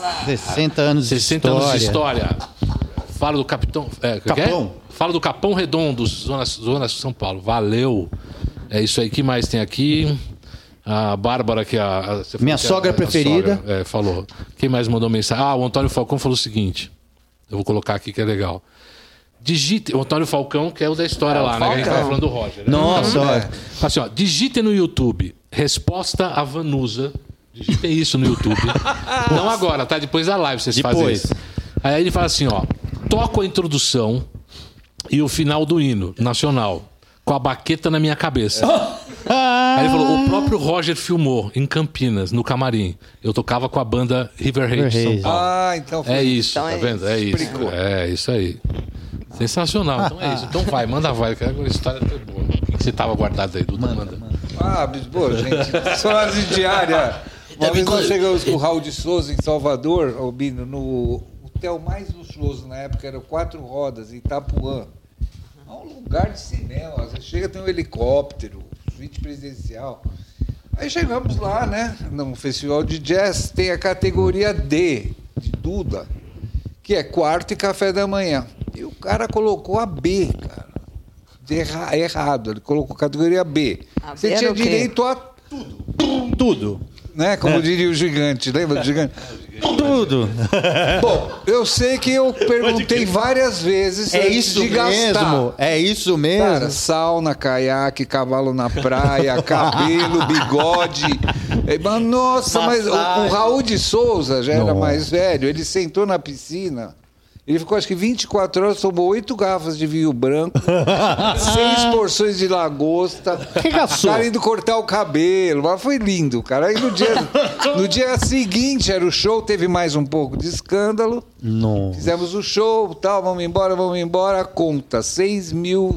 60 anos de 60 anos de história. Fala do Capitão... Capão. Fala do Capão Redondo, Zona São Paulo. Valeu. É isso aí. O que mais tem aqui? A Bárbara, que minha sogra preferida. Sogra, falou. Quem mais mandou mensagem? O Antônio Falcão falou o seguinte. Eu vou colocar aqui que é legal. Digite, o Antônio Falcão, que é o da história lá, né? Que a gente tava falando do Roger. Né? Nossa, Assim, ó, digitem no YouTube. Resposta a Vanusa. Digitem isso no YouTube. Não agora, tá? Depois da live vocês fazem isso. Aí ele fala assim, ó. Toco a introdução e o final do hino nacional. Com a baqueta na minha cabeça. Aí ele falou, o próprio Roger filmou em Campinas, no camarim. Eu tocava com a banda River Rage São Paulo. Então foi. É isso, então tá vendo? É isso. É isso aí. Sensacional, então é isso. Então manda vai, que a história foi boa. O que você tava guardado aí, Dudu? Manda. Pô, gente, só as de diária. Uma vez nós chegamos com o Raul de Souza em Salvador, Albino, no hotel mais luxuoso na época, era 4 rodas, em Itapuã. É um lugar de cinema. Você chega, tem um helicóptero, suíte presidencial. Aí chegamos lá, né? No festival de jazz, tem a categoria D, de Duda, que é quarto e café da manhã. E o cara colocou a B, cara. Errado. Ele colocou categoria B. Você tinha direito a tudo. Né? Como diria o gigante. Lembra do gigante? Tudo. Bom, eu sei que eu perguntei várias vezes antes de gastar. É isso mesmo. Cara, sauna, caiaque, cavalo na praia, cabelo, bigode. Nossa, mas o Raul de Souza já era mais velho. Ele sentou na piscina. Ele ficou, acho que 24 horas, tomou 8 garrafas de vinho branco, 6 porções de lagosta. Regaçou. O cara indo cortar o cabelo. Mas foi lindo, cara. Aí no dia seguinte era o show, teve mais um pouco de escândalo. Não. Fizemos o show, tal, vamos embora. A conta, $6.000.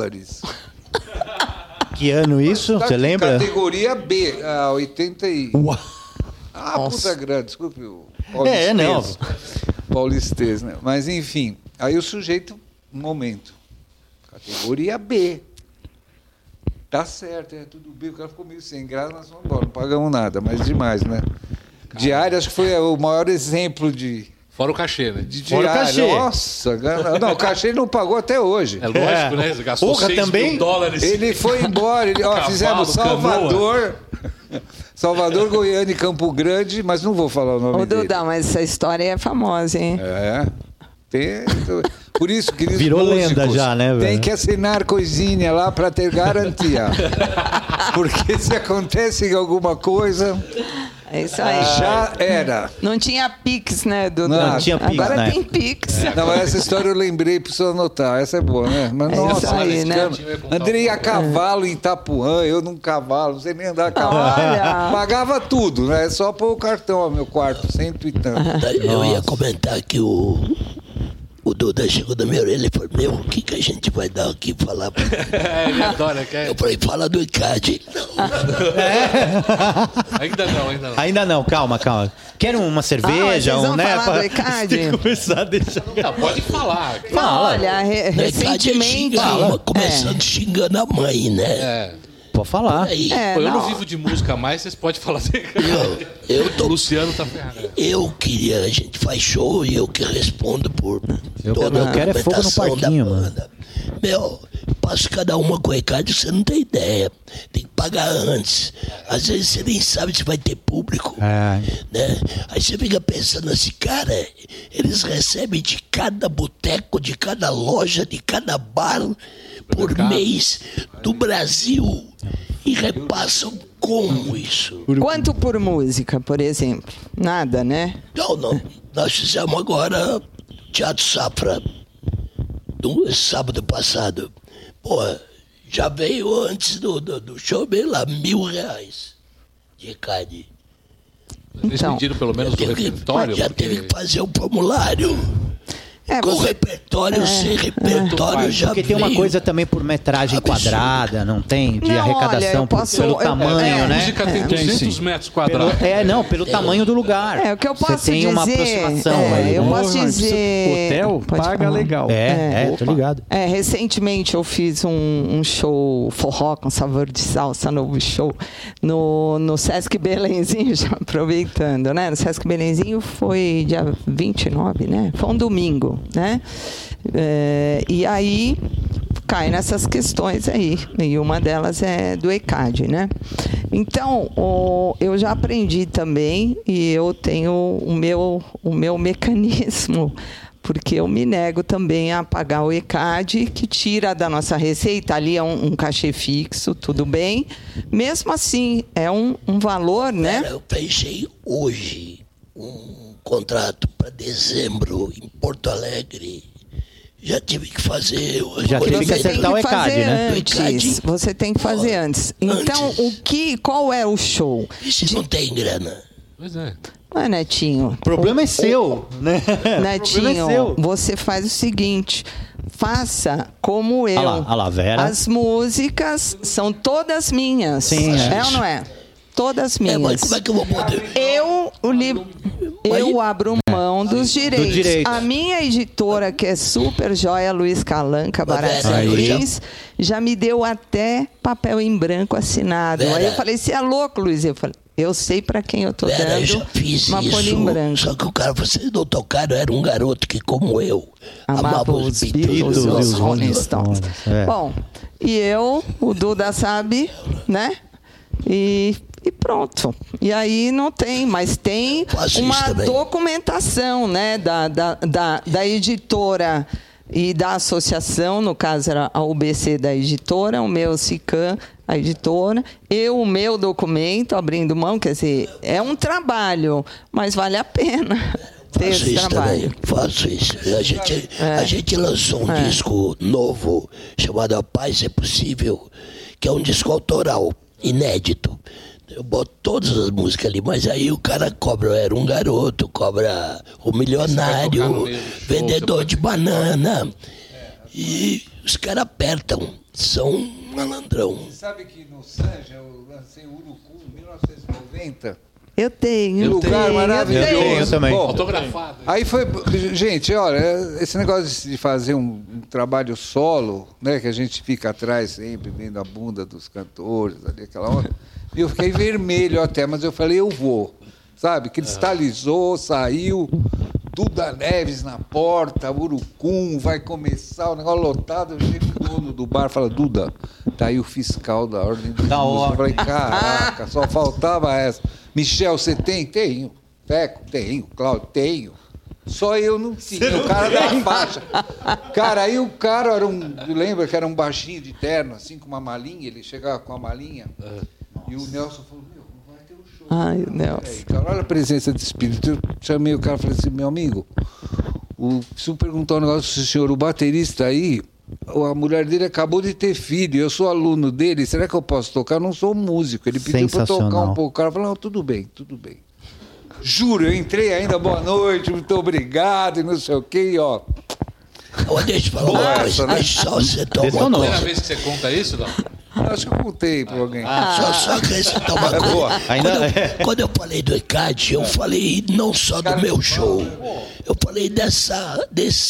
Que ano isso? Você lembra? Categoria B, 80 e... puta grande, desculpe o paulistês, né? Mas enfim, aí o sujeito, um momento, categoria B, tá certo, tudo bem, o cara ficou meio sem graça, nós vamos embora, não pagamos nada, mas demais, né? Diária, acho que foi o maior exemplo de... Fora o cachê, né? De diária. Fora o cachê. Nossa, não, o cachê ele não pagou até hoje. É lógico, né? Você gastou $6.000. Ele foi embora, fizemos Salvador... Salvador, Goiânia e Campo Grande, mas não vou falar o nome dele. Duda, mas essa história é famosa, hein? Por isso, queridos Virou músicos, lenda já, né, velho? tem que assinar coisinha lá para ter garantia. Porque se acontece alguma coisa, É isso aí. já era. Não tinha Pix, né, Dudu? Não tinha Pix, Agora né? tem Pix. Não, essa história eu lembrei, preciso anotar. Essa é boa, né? Mas, É nossa, isso aí, né? Andrei a cavalo em Itapuã, eu num cavalo, não sei nem andar a cavalo. Olha. Pagava tudo, né? Só pôr o cartão ao meu quarto, 100 e tanto. Daí eu ia comentar que o Duda chegou na minha orelha e falou: meu, o que a gente vai dar aqui falar? Ele adora, quer? Eu falei: fala do ICAD. Ainda não. Ainda não, calma. Quer uma cerveja? vocês vão né? falar do ECAD? Tem que começar a deixar. Não, pode falar. Não, olha, recentemente... Começando xingando a mãe, né? É. Pode falar. Aí, Pô, eu não não. vivo de música mais, vocês podem falar assim. O Luciano tá ferrado. a gente faz show e eu que respondo por toda eu quero é fogo no documentação parquinho, da mano. banda. Meu, passo cada uma com o ECAD, você não tem ideia. Tem que pagar antes. Às vezes você nem sabe se vai ter público. É. Né? Aí você fica pensando assim, cara, eles recebem de cada boteco, de cada loja, de cada bar por mês do Brasil e repassam como isso? Quanto por música, por exemplo? Nada, né? Não. Nós fizemos agora Teatro Safra, sábado passado. Pô, já veio antes do show, veio lá R$1.000 de ECAD. Vocês pediram pelo menos o repertório? Já teve que fazer um formulário. Com repertório, sem repertório, já Porque tem uma veio. coisa também por metragem Absurdo. quadrada, não tem? De Não, arrecadação olha, eu posso- pelo eu- tamanho, A né? música tem 200 metros quadrados. Pelo tamanho do lugar. O que eu posso Você tem dizer... uma aproximação aí. eu né? posso dizer... Hotel Pode paga falar. legal. Tô ligado. Recentemente eu fiz um show forró com sabor de salsa, novo show, no Sesc Belenzinho, já aproveitando, né? No Sesc Belenzinho foi dia 29, né? Foi um domingo, né? E aí cai nessas questões aí, e uma delas é do ECAD, né? Então, eu já aprendi também, e eu tenho o meu mecanismo, porque eu me nego também a pagar o ECAD, que tira da nossa receita, ali é um cachê fixo, tudo bem. Mesmo assim, é um valor, né? Eu fechei hoje um contrato para dezembro em Porto Alegre. Já tive que fazer... Já teve que Você tem acertar o que ECAD, fazer né? antes. Você tem que fazer antes. Então, qual é o show? E se não tem grana? Pois é. Não é, Netinho? O problema é seu, né? O problema é Netinho, seu. você faz o seguinte, faça como eu. Olha lá, Vera. As músicas são todas minhas. Sim, é ou não é? Todas minhas. Mas como é que eu vou poder? Eu abro mão dos direitos. direito. A minha editora, que é super joia, Luiz Calanca, Baratos Vera, Luiz, já me deu até papel em branco assinado. Vera. Aí eu falei, você é louco, Luiz? Eu falei, eu sei pra quem eu tô Vera, eu já dando fiz uma folha em branco. isso. Só que o cara, vocês não tocaram, era um garoto que, como eu, amava os Beatles e os Rolling Rolling Stones. É. Bom, e eu, o Duda sabe, né? E pronto. E aí não tem, mas tem Faço uma isso também. documentação, né, da editora e da associação, no caso era a UBC da editora, o meu SICAM, a editora, o meu documento, abrindo mão, quer dizer, é um trabalho, mas vale a pena ter Faço esse isso trabalho. também, faço isso. A gente lançou um disco novo chamado A Paz é Possível, que é um disco autoral, inédito. Eu boto todas as músicas ali, mas aí o cara cobra, era um garoto, cobra o milionário, vendedor de banana. E os caras apertam, são um malandrão. Você sabe que no Sanja eu lancei o Urucu em 1990? Eu tenho. Um lugar maravilhoso. Eu tenho também. Bom, Autografado. aí foi... Gente, olha, esse negócio de fazer um trabalho solo, né, que a gente fica atrás sempre, vendo a bunda dos cantores, ali, aquela onda, eu fiquei vermelho até, mas eu falei, eu vou. Sabe? Cristalizou, saiu, Duda Neves na porta, Urucum, vai começar o negócio lotado. Eu chego no dono do bar e falo, Duda, tá aí o fiscal da ordem do músico. Eu falei, caraca, só faltava essa. Michel, você tem? Tenho. Teco? Tenho. Cláudio? Tenho. Só eu não tinha, o cara da faixa. Cara, aí o cara era lembra que era um baixinho de terno, assim, com uma malinha, ele chegava com a malinha, e o Nelson falou, não vai ter um show. Ai, o Nelson. Cara, olha a presença de espírito. Eu chamei o cara e falei assim, meu amigo, preciso perguntar um negócio pro senhor, o baterista aí, a mulher dele acabou de ter filho, eu sou aluno dele, será que eu posso tocar? Eu não sou músico. Ele pediu para tocar um pouco. O cara falou, não, tudo bem. Juro, eu entrei ainda, boa noite, muito obrigado, e não sei o quê, e ó. Deixa eu falar uma coisa, deixa só você tomar uma coisa. Primeira vez que você conta isso, não? Acho que eu contei para alguém. Só acrescentar uma coisa. Quando eu falei do ECAD, eu falei não só do meu show. Eu falei dessa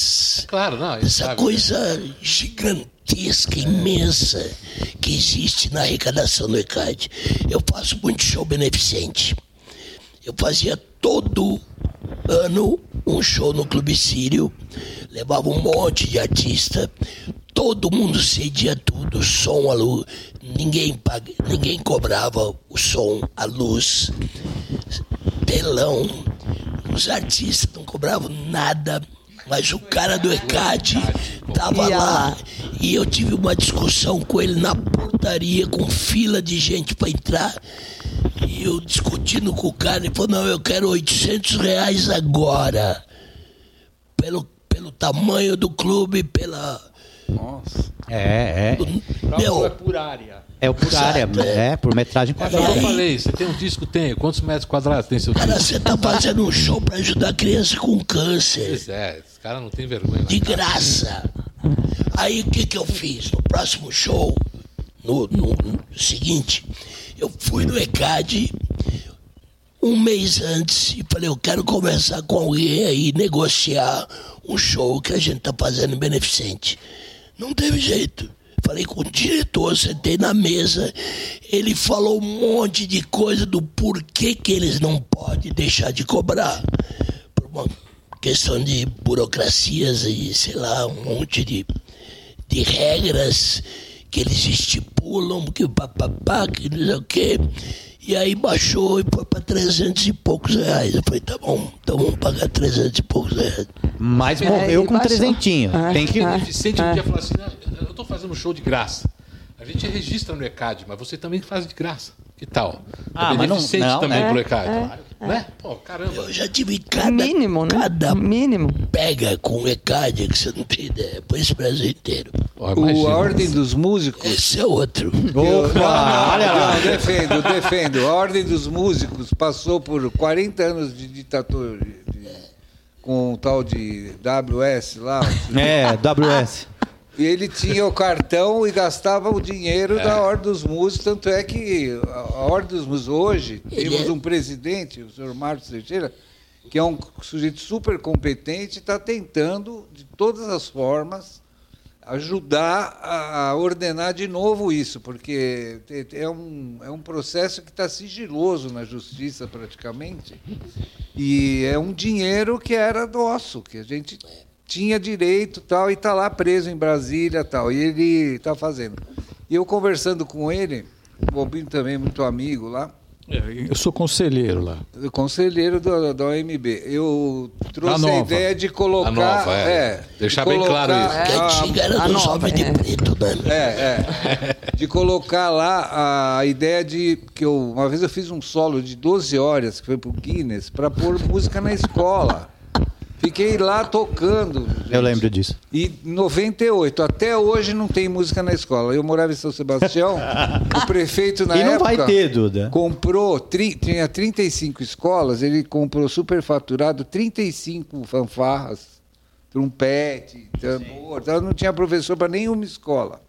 coisa gigantesca, imensa, que existe na arrecadação do ECAD. Eu faço muito show beneficente. Eu fazia todo ano um show no Clube Sírio, levava um monte de artista, todo mundo cedia tudo, som, a luz, ninguém cobrava o som, a luz, telão, os artistas não cobravam nada, mas o cara do ECAD tava lá e eu tive uma discussão com ele na portaria, com fila de gente para entrar. E eu discutindo com o cara, ele falou, não, eu quero R$800 agora. Pelo tamanho do clube, pela... Nossa. É por área. É por área, por metragem quadrada. Eu falei, você tem um disco? Tem. Quantos metros quadrados tem seu disco? Cara, você tá fazendo um show pra ajudar criança com câncer. Pois é, esse cara não tem vergonha. De graça. Aí o que eu fiz? No próximo show, no seguinte, eu fui no ECAD um mês antes e falei, eu quero conversar com alguém aí, negociar um show que a gente tá fazendo beneficente. Não teve jeito. Falei com o diretor, sentei na mesa, ele falou um monte de coisa do porquê que eles não podem deixar de cobrar. Por uma questão de burocracias e, sei lá, um monte de regras que eles estipulam, que papapá, que não sei o quê. E aí baixou e foi para 300 e poucos reais. Eu falei, tá bom, então vamos pagar 300 e poucos reais. Mas morreu com trezentinho. Tem que... O beneficente um dia falou assim, eu estou fazendo um show de graça. A gente registra no ECAD, mas você também faz de graça. Que tal? Ah, mas não, também né? pro ECAD. Né? Pô, caramba. Eu já tive cada mínimo. pega com o ECAD que você não tem ideia. Foi esse Brasil inteiro. Pô, A imagina. Ordem dos Músicos... Esse é outro. Olha lá. Eu defendo. A Ordem dos Músicos passou por 40 anos de ditadura com o tal de WS lá. WS. E ele tinha o cartão e gastava o dinheiro da Ordem dos Músicos. Tanto é que a Ordem dos Músicos, hoje, temos um presidente, o senhor Marcos Teixeira, que é um sujeito super competente e está tentando, de todas as formas, ajudar a ordenar de novo isso, porque é um processo que está sigiloso na justiça, praticamente, e é um dinheiro que era nosso, que a gente... tinha direito tal, e está lá preso em Brasília tal, e ele está fazendo. E eu conversando com ele, o Bobinho também, muito amigo lá. Eu sou conselheiro lá. Conselheiro da OMB. Eu trouxe a ideia de colocar... A nova, deixar bem claro isso. Que a antiga era dos homens de preto, né? De colocar lá a ideia de... uma vez eu fiz um solo de 12 horas, que foi pro Guinness, para pôr música na escola. Fiquei lá tocando. Gente. Eu lembro disso. E em 98, até hoje não tem música na escola. Eu morava em São Sebastião, o prefeito na época... E não vai ter, Duda. Comprou, tinha 35 escolas, ele comprou superfaturado 35 fanfarras, trompete, tambor, não tinha professor para nenhuma escola.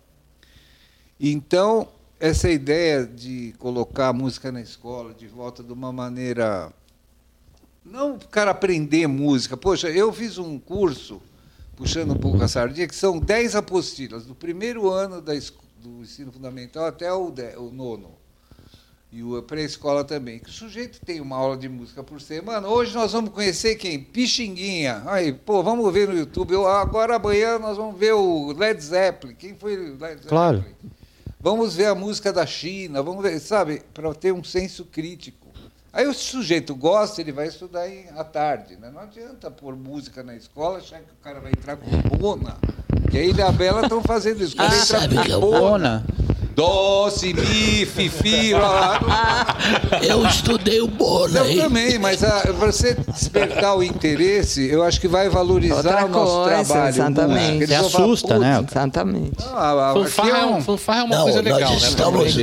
Então, essa ideia de colocar a música na escola de volta de uma maneira... Não o cara aprender música. Poxa, eu fiz um curso, puxando um pouco a sardinha, que são 10 apostilas, do primeiro ano do ensino fundamental até o 9º. E a pré-escola também. Que o sujeito tem uma aula de música por semana. Hoje nós vamos conhecer quem? Pixinguinha. Aí, vamos ver no YouTube. Agora amanhã nós vamos ver o Led Zeppelin. Quem foi o Led Zeppelin? Claro. Vamos ver a música da China. Vamos ver, sabe, para ter um senso crítico. Aí o sujeito gosta, ele vai estudar à tarde. Né? Não adianta pôr música na escola, achar que o cara vai entrar com bona. E aí da Bela estão fazendo isso. O cara entra com bona. Dó, si, mi, fi, fi, lá. Eu estudei o bona, hein? Eu também, mas para você despertar o interesse, eu acho que vai valorizar o nosso trabalho. Exatamente. Você assusta, né? Exatamente. Fanfarra é uma coisa legal, nós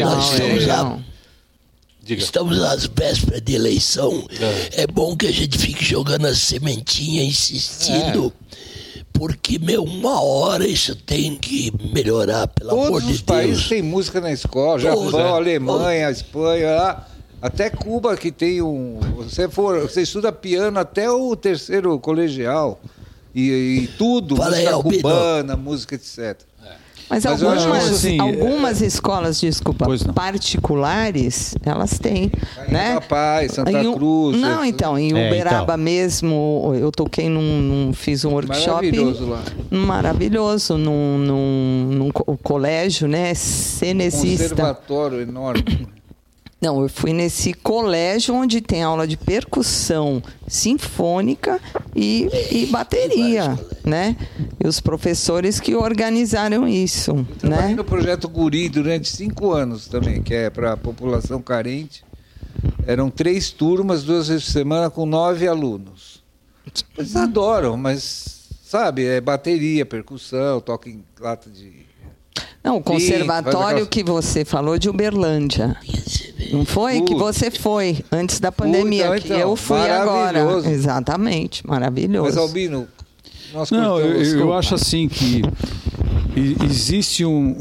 estamos às vésperas de eleição. É bom que a gente fique jogando a sementinha, insistindo. Porque, uma hora isso tem que melhorar, pelo amor de Deus. Todos os países têm música na escola. Japão, Alemanha, Espanha, até Cuba que tem Você estuda piano até o 3º colegial. E tudo, música cubana, música etc. Mas algumas escolas, particulares, elas têm, né? Papai, Santa Cruz. Não, então, em Uberaba mesmo, eu toquei fiz um workshop maravilhoso num colégio, né? Cenezista. Conservatório enorme. Não, eu fui nesse colégio onde tem aula de percussão sinfônica e bateria, né? E os professores que organizaram isso, né? Trabalhei no projeto Guri durante 5 anos também, que é para a população carente. Eram 3 turmas, 2 vezes por semana, com 9 alunos. Eles adoram, mas, sabe, é bateria, percussão, toca em lata de... Não, o conservatório que você falou de Uberlândia. Não foi? Que você foi antes da pandemia, que eu fui agora. Exatamente, maravilhoso. Mas, Albino, nós não, eu acho assim que existe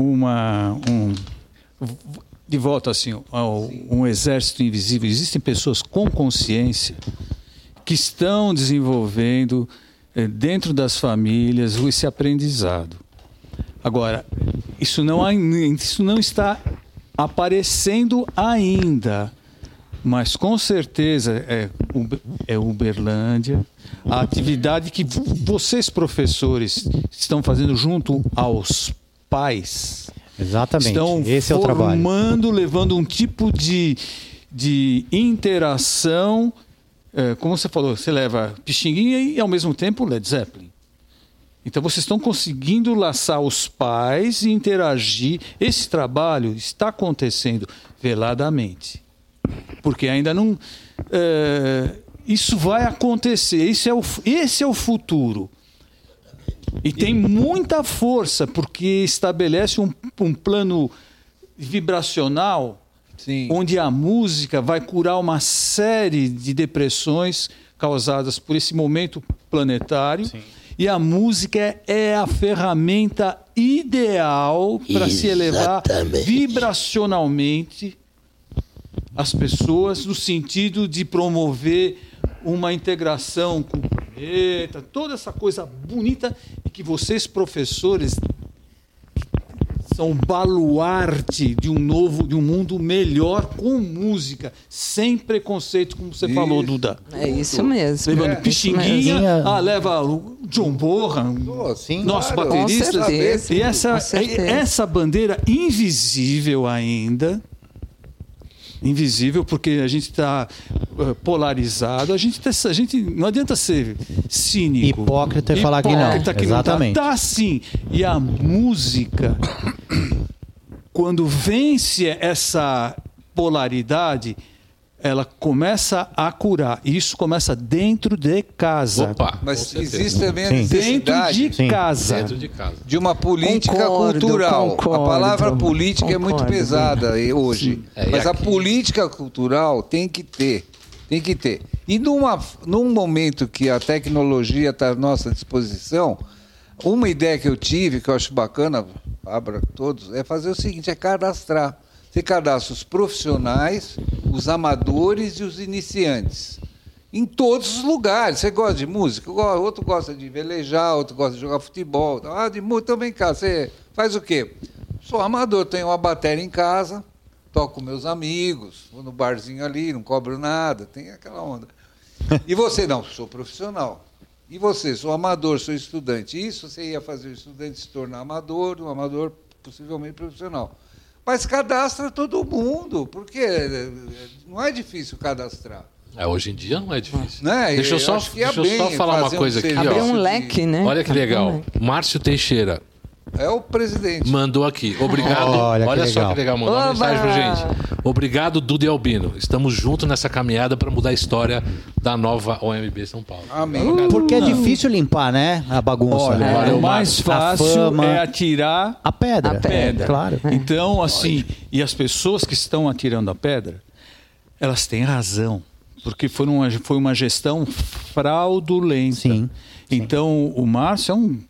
de volta assim, um exército invisível. Existem pessoas com consciência que estão desenvolvendo dentro das famílias esse aprendizado. Agora, isso não está aparecendo ainda, mas com certeza é Uberlândia. A atividade que vocês, professores, estão fazendo junto aos pais. Exatamente. Estão Esse é o trabalho. formando, levando um tipo de interação. Como você falou, você leva Pixinguinha e, ao mesmo tempo, Led Zeppelin. Então, vocês estão conseguindo laçar os pais e interagir. Esse trabalho está acontecendo veladamente. Porque ainda não... isso vai acontecer. Esse é o futuro. E tem muita força, porque estabelece um plano vibracional. Sim. Onde a música vai curar uma série de depressões causadas por esse momento planetário. Sim. E a música é a ferramenta ideal para se elevar vibracionalmente as pessoas, no sentido de promover uma integração com o planeta, toda essa coisa bonita, e que vocês, professores, são baluarte de um mundo melhor com música, sem preconceito, como você falou, Duda. É isso mesmo. Levando Pixinguinha, leva o John Bonham, nosso baterista. E essa bandeira invisível ainda, invisível, porque a gente está polarizado, a gente não adianta ser cínico. Hipócrita e falar que não. Exatamente. Tá sim. E a música, quando vence essa polaridade, ela começa a curar. E isso começa dentro de casa. Opa, mas existe também a necessidade dentro de casa. De uma política cultural. A palavra política é muito pesada hoje. Mas a política cultural tem que ter. Tem que ter. E num momento que a tecnologia está à nossa disposição, uma ideia que eu tive, que eu acho bacana, abra todos, é fazer o seguinte, é cadastrar. Você cadastra os profissionais, os amadores e os iniciantes. Em todos os lugares. Você gosta de música? Outro gosta de velejar, outro gosta de jogar futebol. De música, então vem cá, você faz o quê? Sou amador, tenho uma bateria em casa, toco com meus amigos, vou no barzinho ali, não cobro nada, tem aquela onda. E você? Não, sou profissional. E você? Sou amador, sou estudante. Isso você ia fazer o estudante se tornar amador, um amador possivelmente profissional. Mas cadastra todo mundo, porque não é difícil cadastrar. Hoje em dia não é difícil. Né? Deixa eu só falar uma coisa aqui. Abrir um leque, né? Olha que legal. Márcio Teixeira É o presidente. mandou aqui. Obrigado. Olha só que legal. Mandou uma mensagem pra gente. Obrigado, Duda e Albino. Estamos juntos nessa caminhada para mudar a história da nova OMB São Paulo. Amém. Porque é difícil limpar, né? A bagunça. Olha, o mais fácil fama. é atirar A pedra. A pedra. Claro. Então, assim, e as pessoas que estão atirando a pedra, elas têm razão, porque foi uma gestão fraudulenta. Sim. Então, o Márcio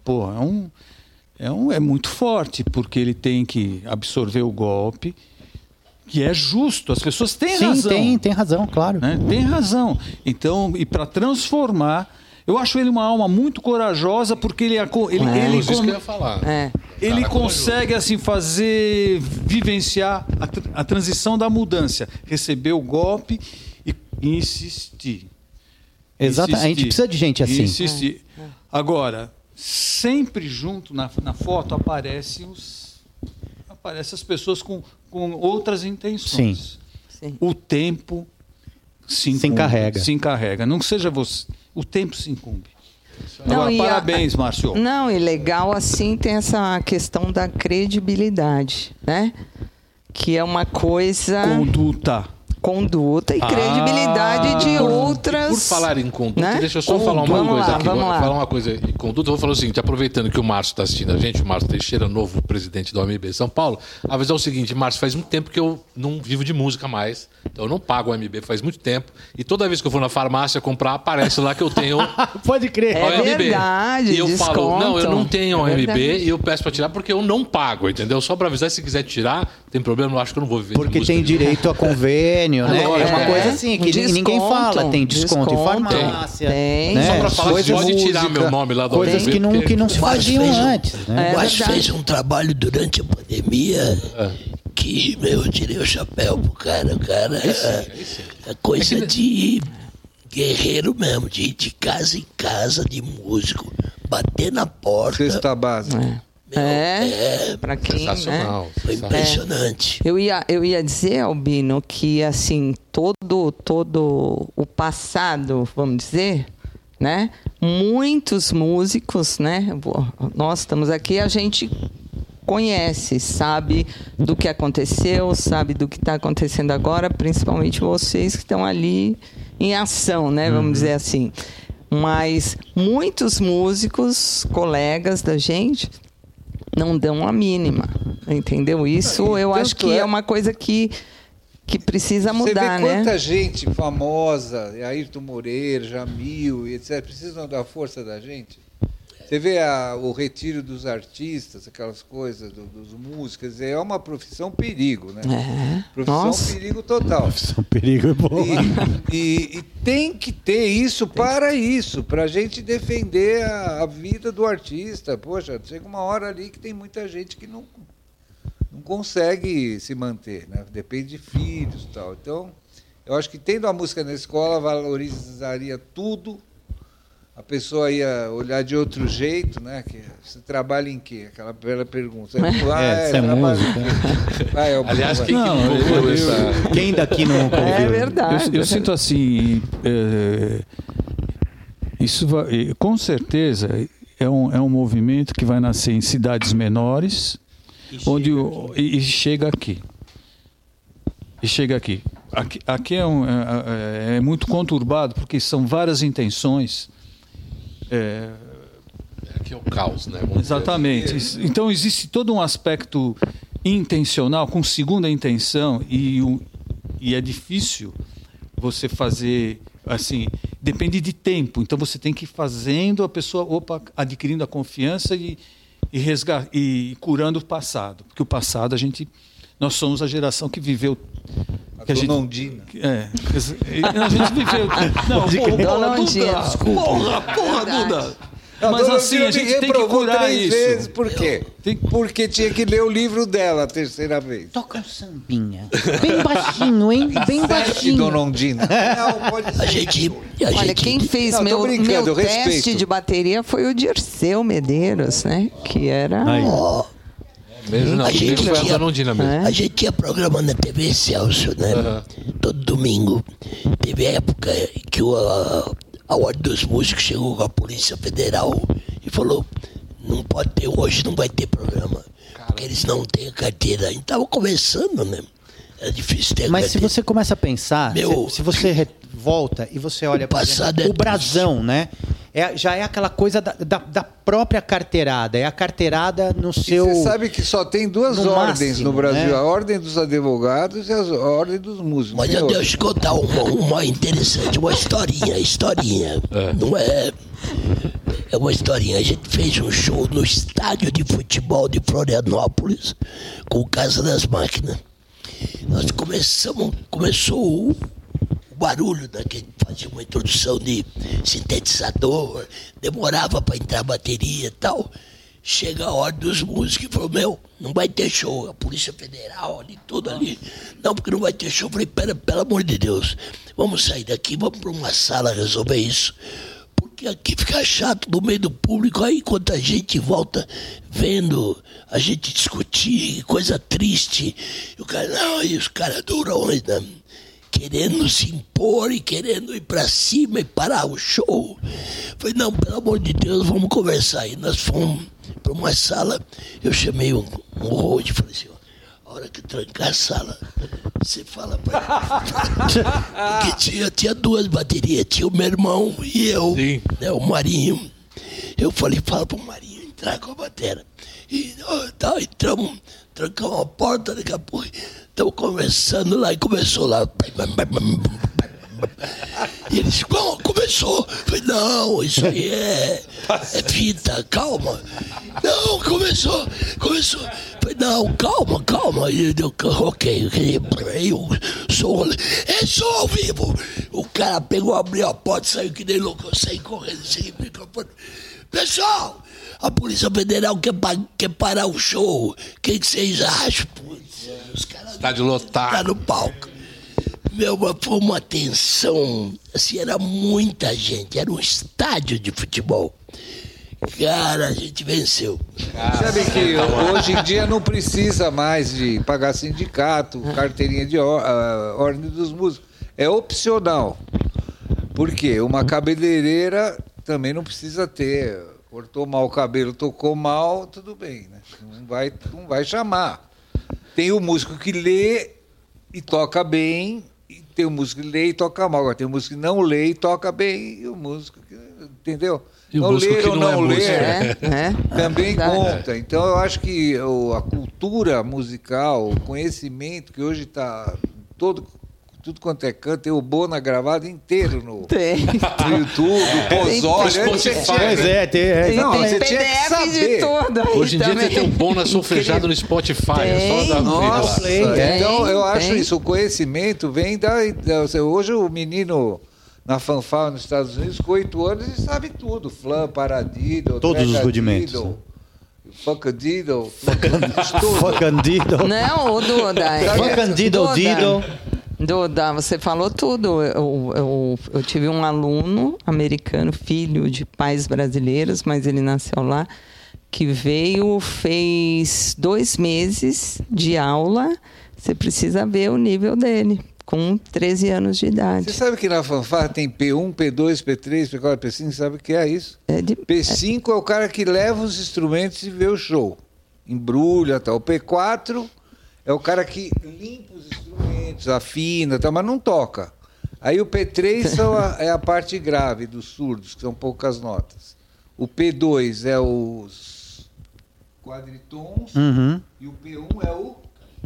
é muito forte, porque ele tem que absorver o golpe, que é justo. As pessoas têm razão. Sim, tem razão, claro. Né? Tem razão. Então, e para transformar, eu acho ele uma alma muito corajosa, porque ele Isso que eu ia falar. ele Cara, consegue assim vivenciar a transição da mudança, receber o golpe e insistir. Exatamente. A gente precisa de gente assim. Insistir. Agora, sempre junto na foto aparecem as pessoas com outras intenções. Sim. O tempo se encarrega. Não seja você. O tempo se incumbe. Não, Agora, e parabéns, Márcio. Não, e legal assim tem essa questão da credibilidade, né? Que é uma coisa... Conduta e credibilidade de outras... Por falar em conduta, né? deixa eu só falar uma coisa aqui. Vamos Vou lá. falar uma coisa em conduta. Eu vou falar o seguinte, aproveitando que o Márcio está assistindo a gente, o Márcio Teixeira, novo presidente da OMB São Paulo, avisar o seguinte, Márcio, faz muito tempo que eu não vivo de música mais, então eu não pago o OMB faz muito tempo, e toda vez que eu vou na farmácia comprar, aparece lá que eu tenho Pode crer. É OMB. verdade, E eu falo, não, eu não descontam. tenho É OMB, verdade. e eu peço para tirar porque eu não pago, entendeu? Só para avisar, se quiser tirar, tem problema, eu acho que eu não vou viver de Porque música tem de novo. direito a convênio, né? Lógico, É uma é. coisa assim que Desconto, ninguém fala. Tem desconto em farmácia. Tem. Né? Só para falar, Coisas- pode tirar meu nome lá do Coisas OMB, que não, porque- que não se Mas faziam fez antes. Né? Mas verdade. fez um trabalho durante a pandemia que, eu tirei o chapéu pro cara. O cara é coisa de guerreiro mesmo, de ir de casa em casa, de músico, bater na porta. Cesta básica. Para quem, né? Sensacional. Foi impressionante. Eu ia dizer, Albino, que assim, todo o passado, vamos dizer, né? Muitos músicos, né? Nós estamos aqui, a gente conhece, sabe do que aconteceu, sabe do que está acontecendo agora, principalmente vocês que estão ali em ação, né? Vamos dizer assim. Mas muitos músicos, colegas da gente, não dão a mínima, entendeu? Isso eu acho que é uma coisa que precisa mudar, Você vê né? quanta gente famosa, Ayrton Moreira, Jamil, etc., precisam da força da gente. Você vê o retiro dos artistas, aquelas coisas dos músicos, é uma profissão perigo, né? Profissão Nossa. perigo total. O perigo é bom. E tem que ter isso para a gente defender a vida do artista. Poxa, chega uma hora ali que tem muita gente que não consegue se manter, né? Depende de filhos e tal. Então, eu acho que tendo a música na escola valorizaria tudo. A pessoa ia olhar de outro jeito, né? Que você trabalha em quê? Aquela bela pergunta. Você é trabalho músico. em quê? Aliás, quem Não, que concluiu essa... Quem daqui não ouviu? É verdade. Eu sinto assim, isso vai, com certeza é um movimento que vai nascer em cidades menores, e chega aqui. E chega aqui. Aqui é muito conturbado, porque são várias intenções. Aqui é o caos, né? Vamos Exatamente. Então existe todo um aspecto intencional, com segunda intenção, e é difícil você fazer assim, depende de tempo. Então você tem que ir fazendo a pessoa adquirindo a confiança e curando o passado. Porque o passado nós somos a geração que viveu. A Donondina. A gente viveu. Não, Donondina. Porra, Duda. Mas assim, a gente tem que curar 3 isso. vezes. Por quê? Porque tinha que ler o livro dela a terceira vez. Toca um sambinha. Bem baixinho, hein? Bem baixinho. Donondina. Não, pode ser. A gente Olha, quem fez Não, tô meu brincando, eu teste respeito. de bateria foi o Dirceu Medeiros, né? Que era... Mesmo não, A gente mesmo foi tinha- a Londrina mesmo. A gente tinha programa na TV Excelsior, né? Todo domingo. Teve época que a Ordem dos Músicos chegou com a Polícia Federal e falou: não pode ter hoje, não vai ter programa. Porque eles não têm a carteira. A gente estava começando, né? Era difícil ter a Mas se carteira. você começa a pensar, Meu- se você volta e você olha, por Passado exemplo, é o brasão, né? Já é aquela coisa da própria carteirada. É a carteirada no seu... Você sabe que só tem duas no ordens máximo, no Brasil: né? a ordem dos advogados e a ordem dos músicos. Mas Tem outra. deixa eu contar uma interessante, uma historinha. Não é... É uma historinha. A gente fez um show no estádio de futebol de Florianópolis com o Casa das Máquinas. Nós começou o barulho, né, que a gente fazia uma introdução de sintetizador, demorava para entrar a bateria e tal. Chega a hora dos músicos e falou: meu, não vai ter show. A Polícia Federal ali, tudo ali. Não, porque não vai ter show. Eu falei: pelo amor de Deus, vamos sair daqui, vamos para uma sala resolver isso. Porque aqui fica chato no meio do público, aí quando a gente volta vendo a gente discutir, coisa triste. E o cara, não, e os caras durões, né? Querendo se impor e querendo ir pra cima e parar o show. Falei: não, pelo amor de Deus, vamos conversar aí. Nós fomos para uma sala, eu chamei um road e falei assim: ó, a hora que trancar a sala, você fala pra ele. Porque tinha duas baterias, tinha o meu irmão e eu, Sim. né, o Marinho. Eu falei: fala pro Marinho entrar com a bateria. E tá, entramos, trancamos a porta, daqui a pouco estamos conversando lá e começou lá. E eles: bom, começou. Eu falei: não, isso aí é fita, calma. Não, começou. Eu falei: não, calma. E eu, ok, eu sou, é só ao vivo. O cara pegou, abriu a porta, saiu que nem louco, eu saí correndo, segui o microfone. Pessoal, a Polícia Federal quer parar o show. O que vocês acham? Putz, os caras Estádio lotado. tá no palco. Meu, mas foi uma tensão, assim, era muita gente, era um estádio de futebol. Cara, a gente venceu. Sabe que hoje em dia não precisa mais de pagar sindicato, carteirinha de ordem dos músicos. É opcional. Por quê? Uma cabeleireira também não precisa ter. Cortou mal o cabelo, tocou mal, tudo bem, né? Não vai chamar. Tem o músico que lê e toca bem, e tem o músico que lê e toca mal. Agora tem o músico que não lê e toca bem, e o músico que... Entendeu? E o não músico ler que ou não é não músico. ler também Verdade. conta. Então eu acho que a cultura musical, o conhecimento que hoje está tudo quanto é canto, tem o Bona gravado inteiro no YouTube, Pozzoli. No Spotify. Pois é, Não, Tem você tinha que PDF saber. de tudo aí Hoje em dia também. você tem um bom na solfejado no Spotify. É só dar Nossa, Play, então eu acho tem. isso, o conhecimento vem hoje o menino na fanfarra nos Estados Unidos, com 8 anos, ele sabe tudo. Flam, paradiddle, Todos os tracadiddle, rudimentos. Funkadiddle, Fuckandiddle. Não, o Duda. Fuckandiddle. Duda, você falou tudo. Eu tive um aluno americano, filho de pais brasileiros, mas ele nasceu lá, que veio, fez 2 meses de aula. Você precisa ver o nível dele, com 13 anos de Você idade. sabe que na fanfarra tem P1, P2, P3, P4, P5? Sabe o que é isso? P5 é o cara que leva os instrumentos e vê o show. Embrulha, tal. O P4 é o cara que limpa os instrumentos, afina, tal, mas não toca. Aí o P3 é a parte grave dos surdos, que são poucas notas. O P2 é os quadritons e o P1 é o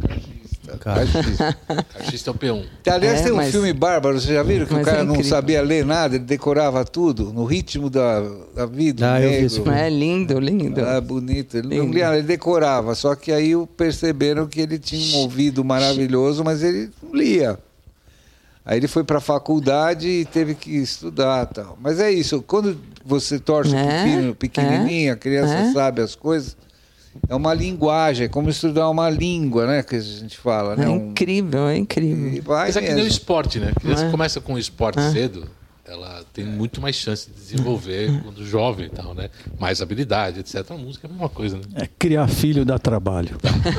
caixista. Caixista é o P1. Aliás, tem um mas- filme bárbaro, vocês já viram? Que o mas cara é não incrível. sabia ler nada, ele decorava tudo, no ritmo da vida, Ah, eu vi negro. esse filme. É lindo, lindo. Ah, bonito. Ele não Lindo. lia, ele decorava, só que aí perceberam que ele tinha um ouvido maravilhoso, mas ele não lia. Aí ele foi para a faculdade e teve que estudar, tal. Mas é isso, quando você torce o pequenininho, a criança sabe as coisas, é uma linguagem, é como estudar uma língua, né, que a gente fala, né? É incrível, é incrível. E vai Mas é que nem o mesmo. esporte, né? A criança começa com o esporte cedo, ela tem muito mais chance de desenvolver quando jovem e tal, né? Mais habilidade, etc. A música é a mesma coisa, né? Criar filho dá trabalho.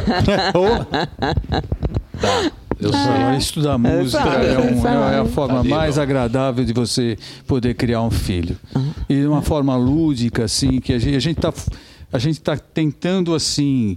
Eu sei. Estudar música é a forma mais agradável de você poder criar um filho. E de uma forma lúdica, assim, que a gente tá tentando, assim,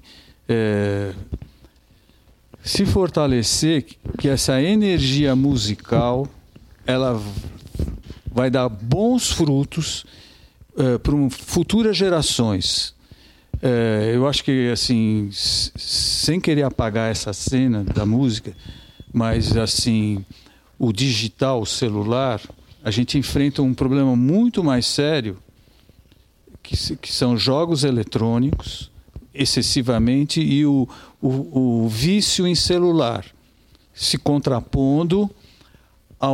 se fortalecer, que essa energia musical, ela vai dar bons frutos para futuras gerações. Eu acho que, assim, sem querer apagar essa cena da música, mas, assim, o digital, o celular, a gente enfrenta um problema muito mais sério, que são jogos eletrônicos, excessivamente, e o vício em celular, se contrapondo à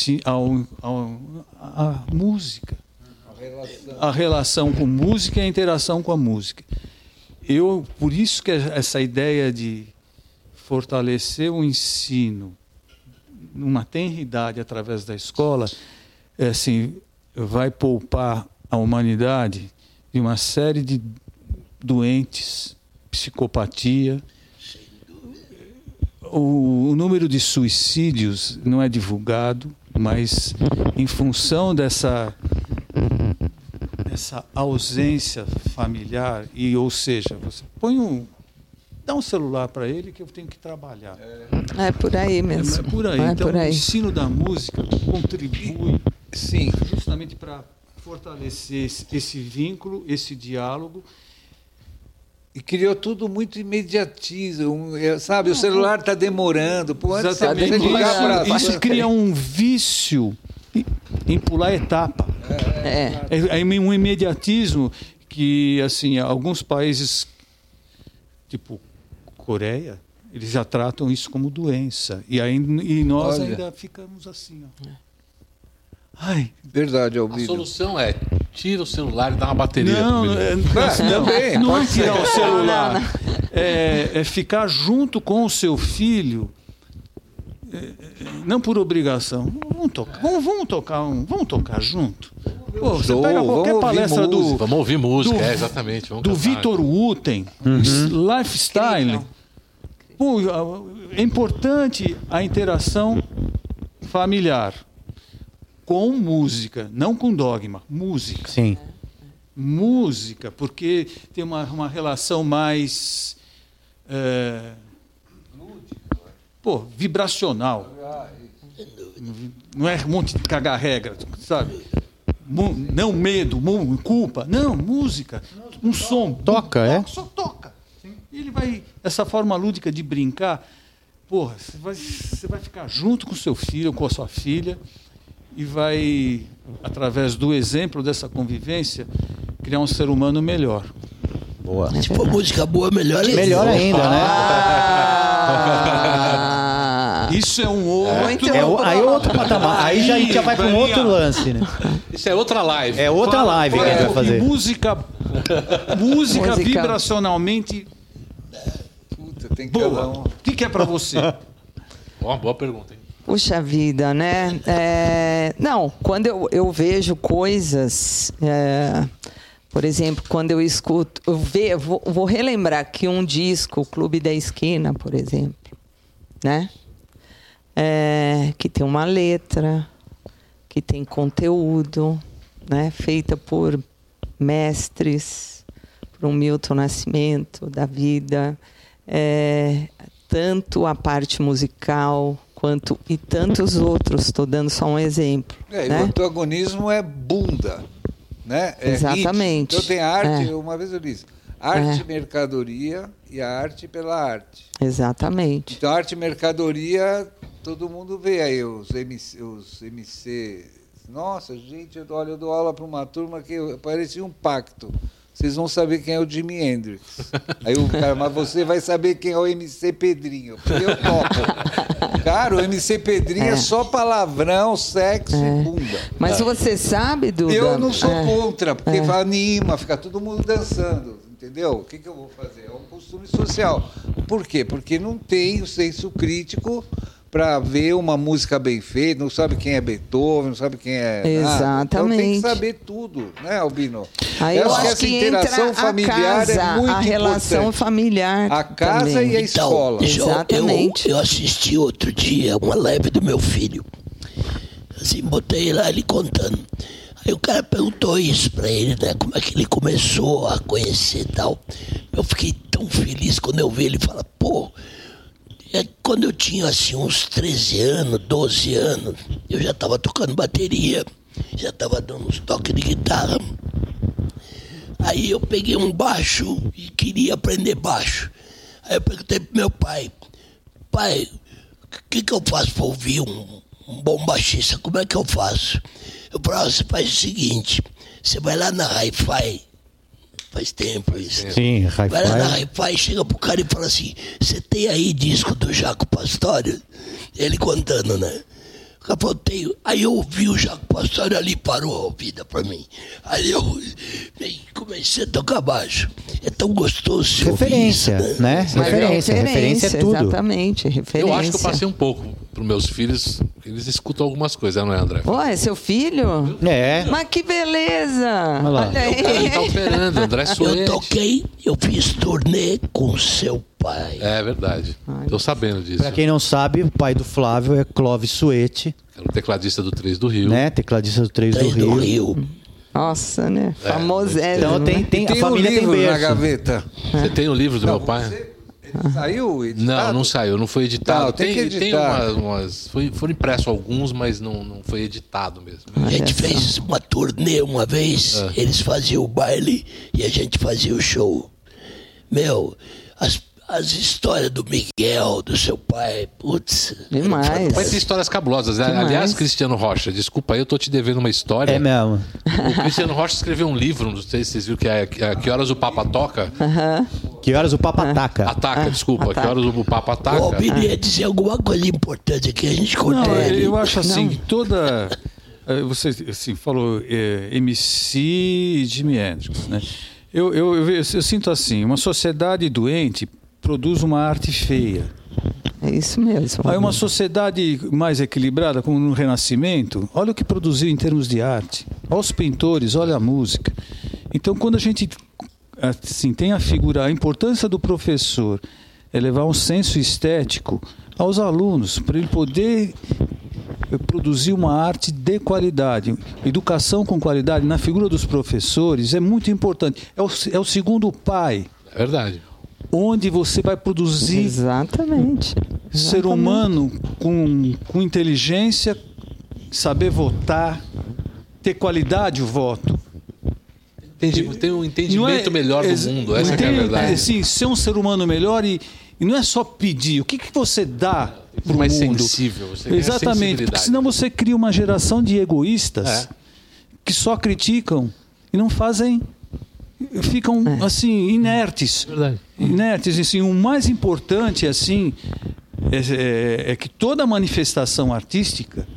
música. A relação com música e a interação com a música. Por isso que essa ideia de fortalecer o ensino numa tenridade através da escola, assim, vai poupar a humanidade de uma série de doentes, psicopatia. O número de suicídios não é divulgado, mas em função dessa ausência familiar, ou seja, você dá um celular para ele que eu tenho que trabalhar. É por aí mesmo. É por aí. Então, o ensino da música contribui justamente para fortalecer esse vínculo, esse diálogo. E criou tudo muito imediatismo, sabe? O celular está demorando. Pô, exatamente. Isso cria um vício em pular etapa. É um imediatismo que, assim, alguns países, tipo Coreia, eles já tratam isso como doença. E nós ainda ficamos assim, ó. Ai. Verdade, Albino. A solução é tira o celular e dá uma bateria. Não é tirar o celular. É ficar junto com o seu filho, não por obrigação. Vamos tocar junto. Pô, você pega qualquer palestra Vamos ouvir música, exatamente. Do Victor Wooten, Lifestyle. Pô, é importante a interação familiar. Com música, não com dogma, música. Sim. Música, porque tem uma relação mais vibracional. Não é um monte de cagar regra, sabe? Não medo, culpa. Não, música. Um som. Toca, Só toca. Ele vai. Essa forma lúdica de brincar, porra, você vai ficar junto com seu filho, com a sua filha. E vai, através do exemplo dessa convivência, criar um ser humano melhor. Boa. Se for música boa, melhor ainda. Melhor ainda, né? Isso é um outro... Aí é outro patamar. Aí a gente já vai para um outro lance, né? Isso é outra live. É outra live que a gente vai fazer. Música vibracionalmente... Puta, tem boa. O que é para você? Boa pergunta, hein? Puxa vida, né? Não, quando eu vejo coisas, por exemplo, quando eu escuto, vou relembrar aqui um disco, o Clube da Esquina, por exemplo, né? Que tem uma letra, que tem conteúdo, né? Feita por mestres, por um Milton Nascimento da vida, tanto a parte musical e tantos outros, estou dando só um exemplo. Né? Né? O antagonismo é bunda, né? Exatamente. Então tem arte, uma vez eu disse, arte, mercadoria e a arte pela arte. Exatamente. Então arte e mercadoria, todo mundo vê aí, os MC. Nossa, gente, eu dou aula para uma turma que parecia um pacto. Vocês vão saber quem é o Jimi Hendrix. Aí o cara, mas você vai saber quem é o MC Pedrinho. Porque eu toco. Cara, o MC Pedrinho é só palavrão, sexo e bunda. Mas você sabe, Duda? Eu não sou contra, porque anima, fica todo mundo dançando. Entendeu? O que eu vou fazer? É um costume social. Por quê? Porque não tem o senso crítico para ver uma música bem feita, não sabe quem é Beethoven, não sabe quem é nada. Então tem que saber tudo, né, Albino? Aí eu acho que interação familiar é muito importante. A relação familiar. A casa também. E a escola. Exatamente. Eu assisti outro dia uma live do meu filho. Assim, botei lá ele contando. Aí o cara perguntou isso pra ele, né? Como é que ele começou a conhecer e tal. Eu fiquei tão feliz quando eu vi ele falar, pô, quando eu tinha assim uns 13 anos, 12 anos, eu já estava tocando bateria, já estava dando uns toques de guitarra. Aí eu peguei um baixo e queria aprender baixo. Aí eu perguntei pro meu pai, o que eu faço para ouvir um bom baixista? Como é que eu faço? Eu falei, você faz o seguinte, você vai lá na Hi-Fi. Faz tempo isso. Sim, Hi-Fi. Vai lá na Hi-Fi, chega pro cara e fala assim, você tem aí disco do Jaco Pastorius? Ele contando, né? O cara falou, tenho. Aí eu ouvi o Jaco Pastorius ali, parou a vida pra mim. Aí eu comecei a tocar baixo. É tão gostoso. Referência, isso, né? Referência é tudo. Exatamente, referência. Eu acho que eu passei um pouco pros meus filhos, eles escutam algumas coisas, não é, André? Ué, é seu filho? É. Mas que beleza! Olha aí. O cara ele tá operando, André Suete. Eu fiz turnê com seu pai. É verdade. Tô sabendo disso. Pra quem não sabe, o pai do Flávio é Clóvis Suete. Era o tecladista do 3 do Rio. Né? Tecladista do 3 do Rio. Nossa, né? Famosésimo. Então tem a família tem livro berço. na gaveta. Você tem o livro do meu pai? Saiu editado? Não saiu, não foi editado. Não, tem que tem editar. foram impressos alguns, mas não foi editado mesmo. A gente fez uma turnê uma vez, eles faziam o baile e a gente fazia o show. Meu, as histórias do Miguel, do seu pai, putz. Demais. Mas tem histórias cabulosas. Né? Aliás, Cristiano Rocha, desculpa aí, eu tô te devendo uma história. É mesmo. O Cristiano Rocha escreveu um livro, não sei se vocês viram, que é Que Horas o Papa Toca? Que horas o Papa ataca? Ataca, desculpa. Que Horas o Papa Ataca? O Albino ia dizer alguma coisa importante aqui, a gente contou. Não, eu acho assim, que toda... Você assim, falou MC e Jimi Hendrix, né? Eu sinto assim, uma sociedade doente produz uma arte feia. É isso mesmo. Aí uma sociedade mais equilibrada, como no Renascimento, olha o que produziu em termos de arte. Olha os pintores, olha a música. Então, quando a gente assim, tem a figura, a importância do professor é levar um senso estético aos alunos, para ele poder produzir uma arte de qualidade. Educação com qualidade na figura dos professores é muito importante. É o segundo pai. É verdade. Onde você vai produzir Exatamente. ser humano com inteligência, saber votar, ter qualidade o voto. Tem um entendimento melhor do mundo, essa que é a verdade. Sim, ser um ser humano melhor e não é só pedir. O que você dá para o mais mundo? Sensível. Você ganha Exatamente, porque senão você cria uma geração de egoístas que só criticam e não fazem... Ficam assim inertes. Verdade. Inertes. Assim, o mais importante assim é que toda manifestação artística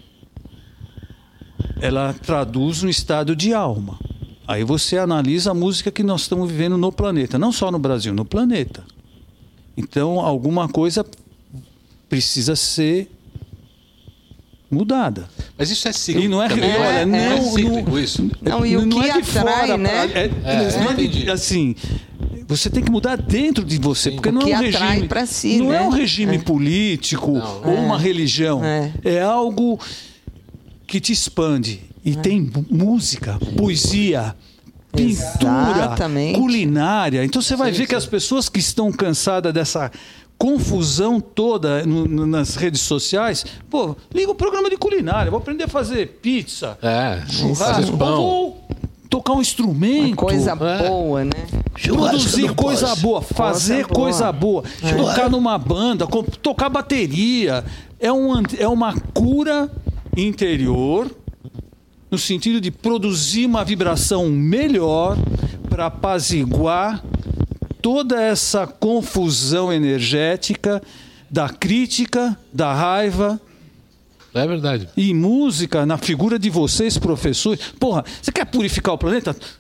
ela traduz um estado de alma. Aí você analisa a música que nós estamos vivendo no planeta, não só no Brasil, no planeta. Então alguma coisa precisa ser mudada. Mas isso é cíclico. E não é, também, olha, não é cíclico isso. Não, e o que atrai, né? Entendi. Assim, você tem que mudar dentro de você, porque O não que é um atrai regime, pra si, não né? é um regime político ou uma religião. É algo que te expande. E tem música, poesia, pintura, Exatamente. culinária. Então você vai ver que as pessoas que estão cansadas dessa confusão toda nas redes sociais, pô, liga o programa de culinária, vou aprender a fazer pizza, fazer pão. vou tocar um instrumento. Uma coisa boa, né? Produzir coisa boa, fazer coisa boa, tocar numa banda, tocar bateria. É uma cura interior, no sentido de produzir uma vibração melhor para apaziguar toda essa confusão energética da crítica, da raiva. É verdade. E música, na figura de vocês, professores. Porra, você quer purificar o planeta?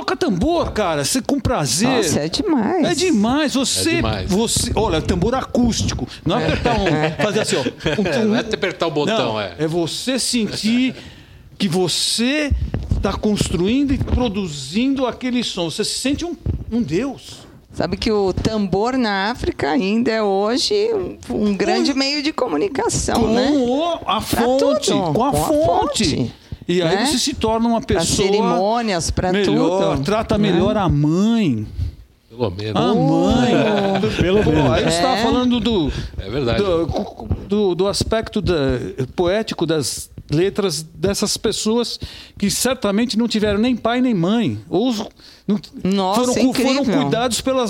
toca tambor, cara, você com prazer. Nossa, é demais. É demais. Você, É demais. olha, tambor acústico. Não é apertar fazer assim, ó. Não é apertar o botão, Não, é você sentir que você está construindo e produzindo aquele som. Você se sente um deus. Sabe que o tambor na África ainda é hoje um grande meio de comunicação, Com né? a fonte. tudo. Com a Com a fonte. fonte. E aí Né? você se torna uma Para pessoa cerimônias, para melhor, tudo. trata melhor a mãe. Pelo menos. A mãe. Pelo Pô, menos. aí você estava falando É verdade. do aspecto poético das letras dessas pessoas que certamente não tiveram nem pai nem mãe. Ou Nossa, foram incrível. cuidados pelos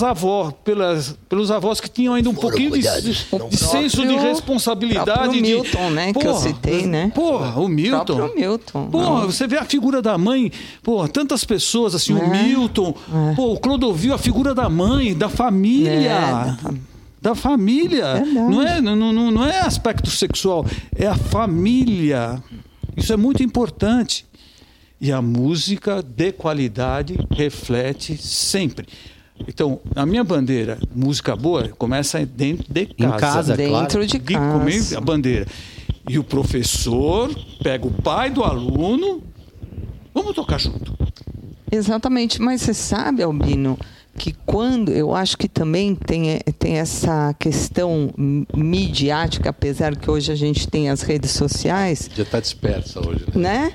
avós que tinham ainda um Foram pouquinho de cuidados. senso de próprio responsabilidade. Milton, né, que eu citei, né? Porra, o Milton. próprio Milton. Porra, você vê a figura da mãe, porra, tantas pessoas, assim, o Milton, pô, o Clodovil, a figura da mãe, da família. Da família. Verdade. Não é aspecto sexual, é a família. Isso é muito importante. E a música de qualidade reflete sempre. Então, a minha bandeira, música boa, começa dentro de casa. Em casa, Dentro de casa. A bandeira. E o professor pega o pai do aluno, vamos tocar junto. Exatamente, mas você sabe, Albino, que quando eu acho que também tem essa questão midiática, apesar que hoje a gente tem as redes sociais, Já está dispersa hoje, né?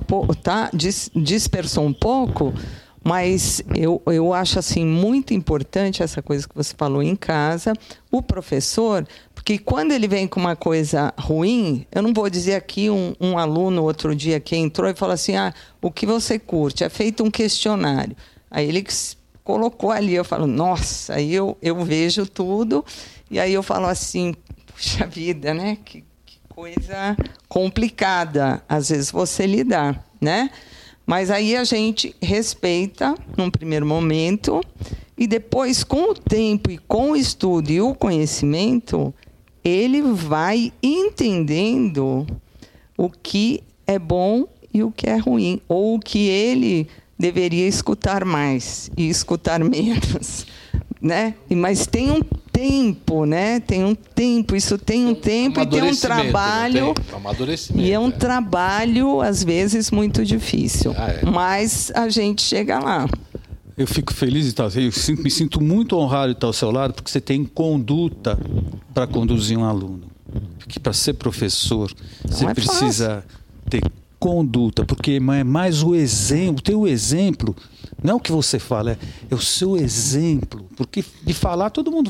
dispersou um pouco, mas eu acho assim muito importante essa coisa que você falou em casa, o professor, porque quando ele vem com uma coisa ruim, eu não vou dizer aqui um aluno outro dia que entrou e falou assim, o que você curte? É feito um questionário. Aí ele colocou ali, eu falo, nossa, aí eu vejo tudo, e aí eu falo assim, puxa vida, né? Que coisa complicada, às vezes, você lidar, né? Mas aí a gente respeita num primeiro momento, e depois, com o tempo e com o estudo e o conhecimento, ele vai entendendo o que é bom e o que é ruim, ou o que ele deveria escutar mais e escutar menos, né? Mas tem um tempo, né? Tem um tempo, isso tem um tempo e tem um trabalho. Amadurecimento. E é um trabalho, às vezes, muito difícil. Mas a gente chega lá. Eu fico feliz de estar, me sinto muito honrado de estar ao seu lado, porque você tem conduta para conduzir um aluno. Porque para ser professor, você precisa ter conduta, porque é mais o exemplo, o teu exemplo, não é o que você fala, é o seu exemplo. Porque de falar, todo mundo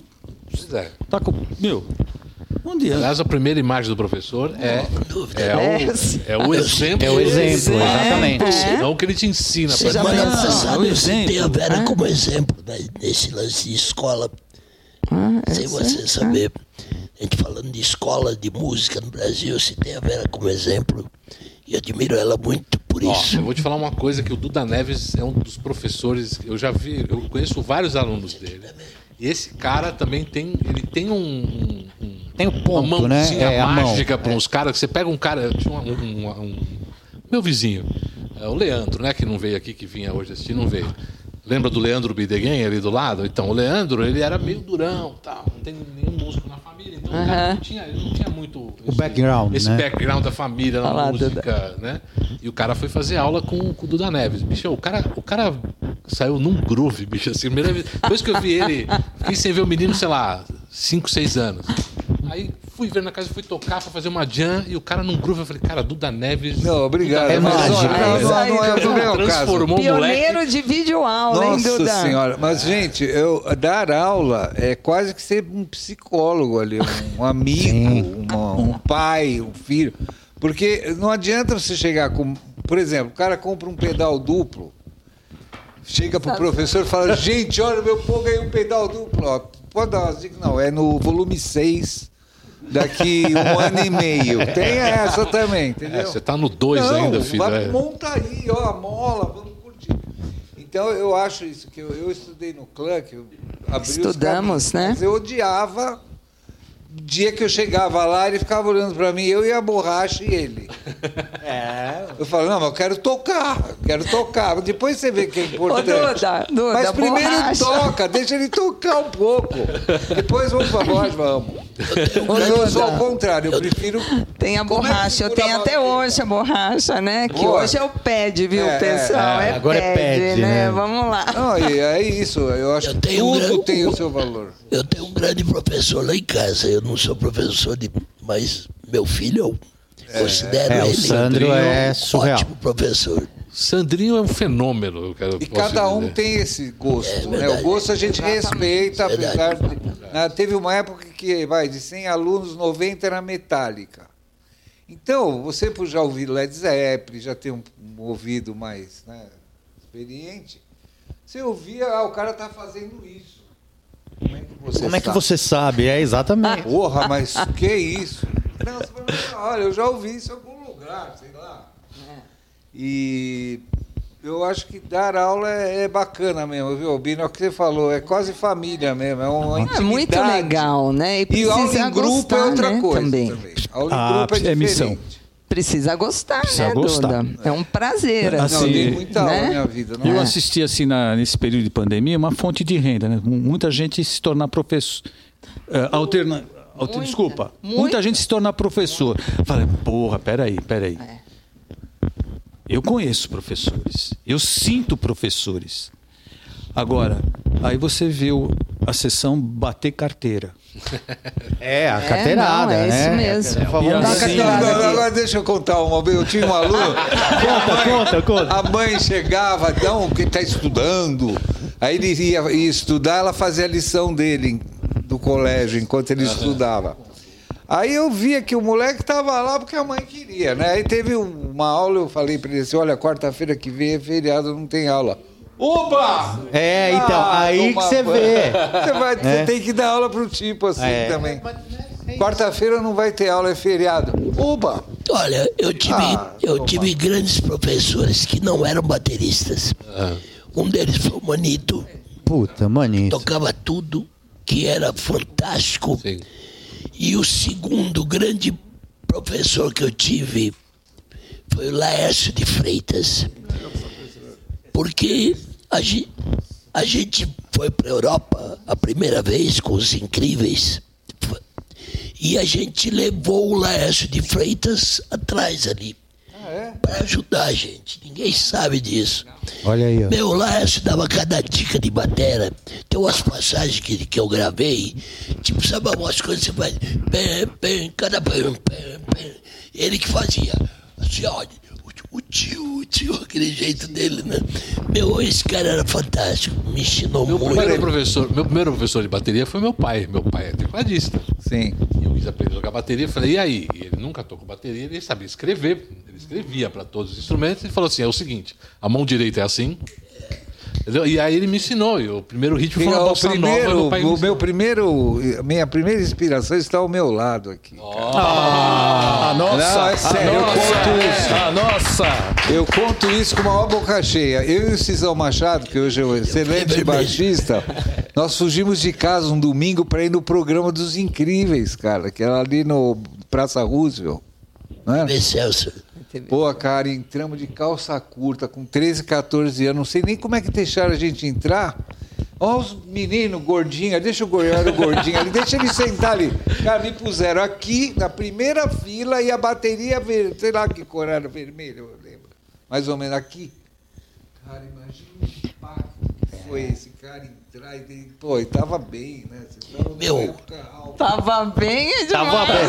tá com... Bom dia. Aliás, a primeira imagem do professor é o exemplo. É o exemplo, exatamente. Não o que ele te ensina. Semana passada eu exemplo. citei a Vera como exemplo, né, nesse lance de escola. Sem você saber. A gente falando de escola de música no Brasil, eu citei a Vera como exemplo. E admiro ela muito por isso. Eu vou te falar uma coisa, que o Duda Neves é um dos professores, eu conheço vários alunos dele. E esse cara também tem Tem o ponto, uma mãozinha né? mágica para uns caras, que você pega um cara, eu tinha meu vizinho, o Leandro, né, que não veio aqui, que vinha hoje assistir, não veio. Lembra do Leandro Bideguem ali do lado? Então, o Leandro, ele era meio durão, tal, não tem nenhum músico na família, então o cara ele não tinha muito esse background da família na música, né? E o cara foi fazer aula com o Duda Neves. Bicho, o cara saiu num groove, bicho, assim. Depois que eu vi ele, fiquei sem ver o menino, sei lá, 5, 6 anos. Aí fui ver na casa, fui tocar pra fazer uma jam e o cara num groove, eu falei, cara, Duda Neves... Não, obrigado. É mágico. Não é o caso. Transformou o Pioneiro moleque. de videoaula, hein, Duda? Nossa senhora, mas gente, dar aula é quase que ser um psicólogo ali, um amigo, um pai, um filho. Porque não adianta você chegar com... Por exemplo, o cara compra um pedal duplo, chega pro professor e fala, gente, olha, meu pô, ganhei um pedal duplo. Ó, pode dar umas dicas? Não, é no volume 6, daqui 1 ano e meio. Tem essa também, entendeu? Você tá no 2 ainda, filho. Monta aí, ó, a mola, vamos curtir. Então, eu acho isso, que eu estudei no Cluck, Estudamos, né? Mas eu odiava o dia que eu chegava lá, ele ficava olhando pra mim, eu e a borracha e ele. Eu falei, não, mas eu quero tocar. Quero tocar. Depois você vê que é importante. Duda, Mas primeiro borracha. toca, deixa ele tocar um pouco. Depois vamos pra voz, vamos. Eu sou ao contrário, eu prefiro... Tem a borracha, eu tenho até hoje a borracha, né? Que Boa. hoje é o pad, viu, pessoal? É agora pad, é pad, né? Vamos lá. Não, e é isso, eu acho que tudo tem o seu valor. Eu tenho um grande professor lá em casa. Eu não sou professor, mas meu filho, eu considero ele o Sandro é um surreal. ótimo professor. Sandrinho é um fenômeno. E cada um tem esse gosto, né? O gosto a gente respeita, apesar de... Teve uma época que, de 100 alunos, 90 era metálica. Então, você por já ouvir Led Zeppelin, já ter um ouvido mais experiente, você ouvia, o cara tá fazendo isso. Como é que você sabe? É, exatamente. Porra, mas que isso? Não, você fala, olha, eu já ouvi isso em algum lugar, sei lá. E eu acho que dar aula é bacana mesmo, viu, Bino? É o que você falou, é quase família mesmo, é uma intimidade. É muito legal, né? E aula em grupo gostar, é outra né, coisa também. Aula em grupo é diferente. missão. Precisa gostar, Precisa né, gostar. Duda? É um prazer. Assim, Não, eu dei muita aula né? na minha vida. Não Eu é? assisti assim nesse período de pandemia uma fonte de renda, né? Muita gente se tornar professor, muita gente se tornar professor. Falei, porra, peraí. Eu conheço professores, eu sinto professores. Agora, aí você vê a sessão bater carteira. A carteirada, não, é né? isso mesmo. Vamos E dar uma assim, carteirada aqui. Agora deixa eu contar uma vez. Eu tinha um aluno. Conta. A mãe chegava, então, que está estudando. Aí ele ia estudar, ela fazia a lição dele do colégio, enquanto ele estudava. Aí eu via que o moleque estava lá porque a mãe queria, né? Aí teve uma aula, eu falei para ele assim, olha, quarta-feira que vem é feriado, não tem aula. Oba! Então, aí que você vê. Você tem que dar aula pro tipo assim também. Quarta-feira não vai ter aula, é feriado. Oba! Olha, eu tive grandes professores que não eram bateristas. Um deles foi o Manito. Puta, Manito. Tocava tudo, que era fantástico. Sim. E o segundo grande professor que eu tive foi o Laércio de Freitas. Porque a gente foi para a Europa a primeira vez com os Incríveis e a gente levou o Laércio de Freitas atrás ali para ajudar a gente. Ninguém sabe disso. Olha aí, ó. Meu, o Laércio dava cada dica de batera. Tem umas passagens que eu gravei, tipo, sabe umas coisas que você faz, cada ele que fazia, assim, olha, o tio, aquele jeito dele, né? Meu, esse cara era fantástico, me ensinou Meu muito. primeiro professor de bateria foi meu pai. Meu pai é tecladista. Sim. E eu quis aprender a tocar bateria. Falei, e aí? E ele nunca tocou bateria, ele sabia escrever. Ele escrevia para todos os instrumentos. Ele falou assim: é o seguinte, a mão direita é assim. Entendeu? E aí ele me ensinou. E o primeiro ritmo foi uma bossa nova. Minha primeira inspiração está ao meu lado aqui. Nossa! Não, é sério, eu conto isso. Eu conto isso com a maior boca cheia. Eu e o Cisão Machado, que hoje é um excelente baixista, nós fugimos de casa um domingo para ir no programa dos Incríveis, cara, que era ali no Praça Roosevelt. Não é? Excelsior. Pô, cara, entramos de calça curta, com 13, 14 anos, não sei nem como é que deixaram a gente entrar. Olha os meninos gordinhos, deixa o gordinho ali, deixa ele sentar ali. Cara, me puseram aqui na primeira fila e a bateria, sei lá que cor era, vermelha, eu lembro. Mais ou menos aqui. Cara, imagina o impacto que foi esse cara entrar e... Pô, e tava bem, né? Você tava Meu... Tava bem, é demais. Tava bem.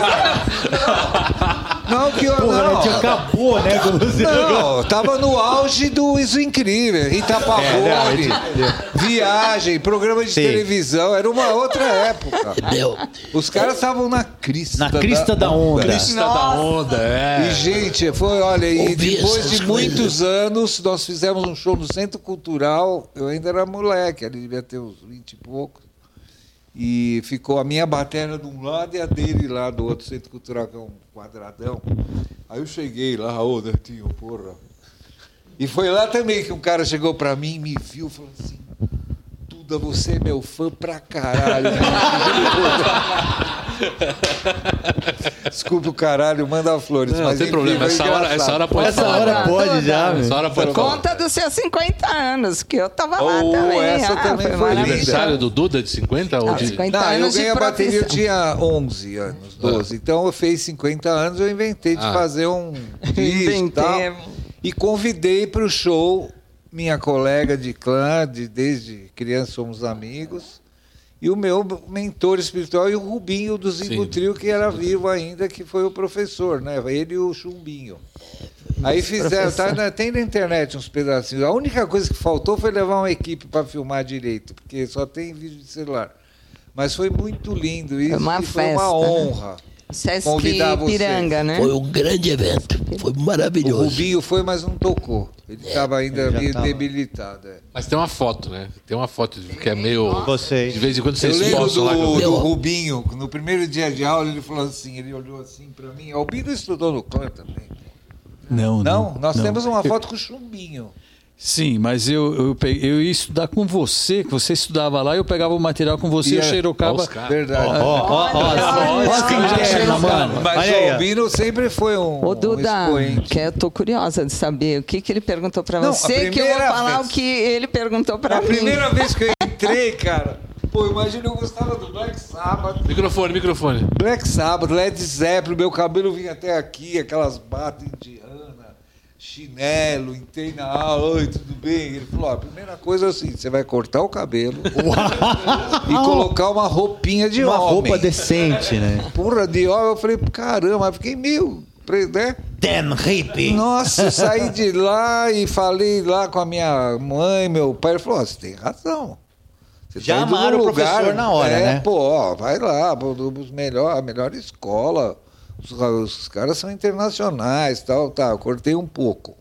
Não, que eu Porra, não. a gente acabou, né? Com você. Não, tava no auge do Isso Incrível. Rita Pavone, Viagem, programa de televisão. Era uma outra época. Meu, Os caras estavam na crista. Na crista da onda. Crista da onda, E, gente, foi, olha, e Ouvi depois essas de muitos coisas. anos, nós fizemos um show no Centro Cultural. Eu ainda era moleque, ali devia ter uns 20 e poucos. E ficou a minha bateria de um lado e a dele lá do outro, Centro Cultural, que é um quadradão. Aí eu cheguei lá, ô Netinho, porra. E foi lá também que um cara chegou pra mim, me viu e falou assim: Duda, você é meu fã pra caralho. Desculpa o caralho, manda flores. Não, mas tem enfim, problema. foi Essa hora pode Essa falar. hora pode já, meu. Essa hora pode falar. Conta dos seus 50 anos, que eu tava lá também. essa também foi maravilhoso. Aniversário do Duda de 50? Ou de... 50 Não, eu anos de ganhei a bateria, eu profissão. tinha 11 anos, 12. Então eu fiz 50 anos, eu inventei de fazer um disco e tal. E convidei para o show minha colega de clã, desde criança somos amigos, e o meu mentor espiritual e o Rubinho do Zico Trio, que era vivo ainda, que foi o professor, né? Ele e o Chumbinho. Aí fizeram, tem na internet uns pedacinhos. A única coisa que faltou foi levar uma equipe para filmar direito, porque só tem vídeo de celular. Mas foi muito lindo isso, foi uma honra. Sesc convidar você. Piranga, né? Foi um grande evento. Foi O maravilhoso. Rubinho foi, mas não tocou. Ele estava ainda meio debilitado. Mas tem uma foto, né? Tem uma foto que é meio... Vocês. De vez em quando Eu vocês lembro postam lá. do Rubinho, no primeiro dia de aula, ele falou assim, ele olhou assim para mim. O Albino estudou no clã também. Não. Nós temos uma foto com o Chumbinho. Sim, mas eu ia estudar com você, que você estudava lá, eu pegava o material com você e o Xerocaba. Verdade. Ó, que interna, mano. Mas Olha o aí, ó. Albino sempre foi um Duda, expoente. que eu tô curiosa de saber o que ele perguntou pra Não, você, a que eu vou primeira falar vez. o que ele perguntou pra A mim. primeira vez que eu entrei, cara, pô, imagina, eu gostava do Black Sabbath. Microfone. Black Sabbath, Led Zeppelin, meu cabelo vinha até aqui, aquelas batas indianas, chinelo, entrei na aula, oi, tudo bem? Ele falou, a primeira coisa é assim, você vai cortar o cabelo e colocar uma roupinha de Uma homem. roupa decente, né? Porra, de homem, eu falei, caramba, fiquei meio, né? Damn hippie. Nossa, eu saí de lá e falei lá com a minha mãe, meu pai, ele falou, você tem razão. Você Já tá indo num amaram o professor na hora, né? Pô, ó, vai lá, a melhor escola. Os caras são internacionais, tal, tá. Eu cortei um pouco.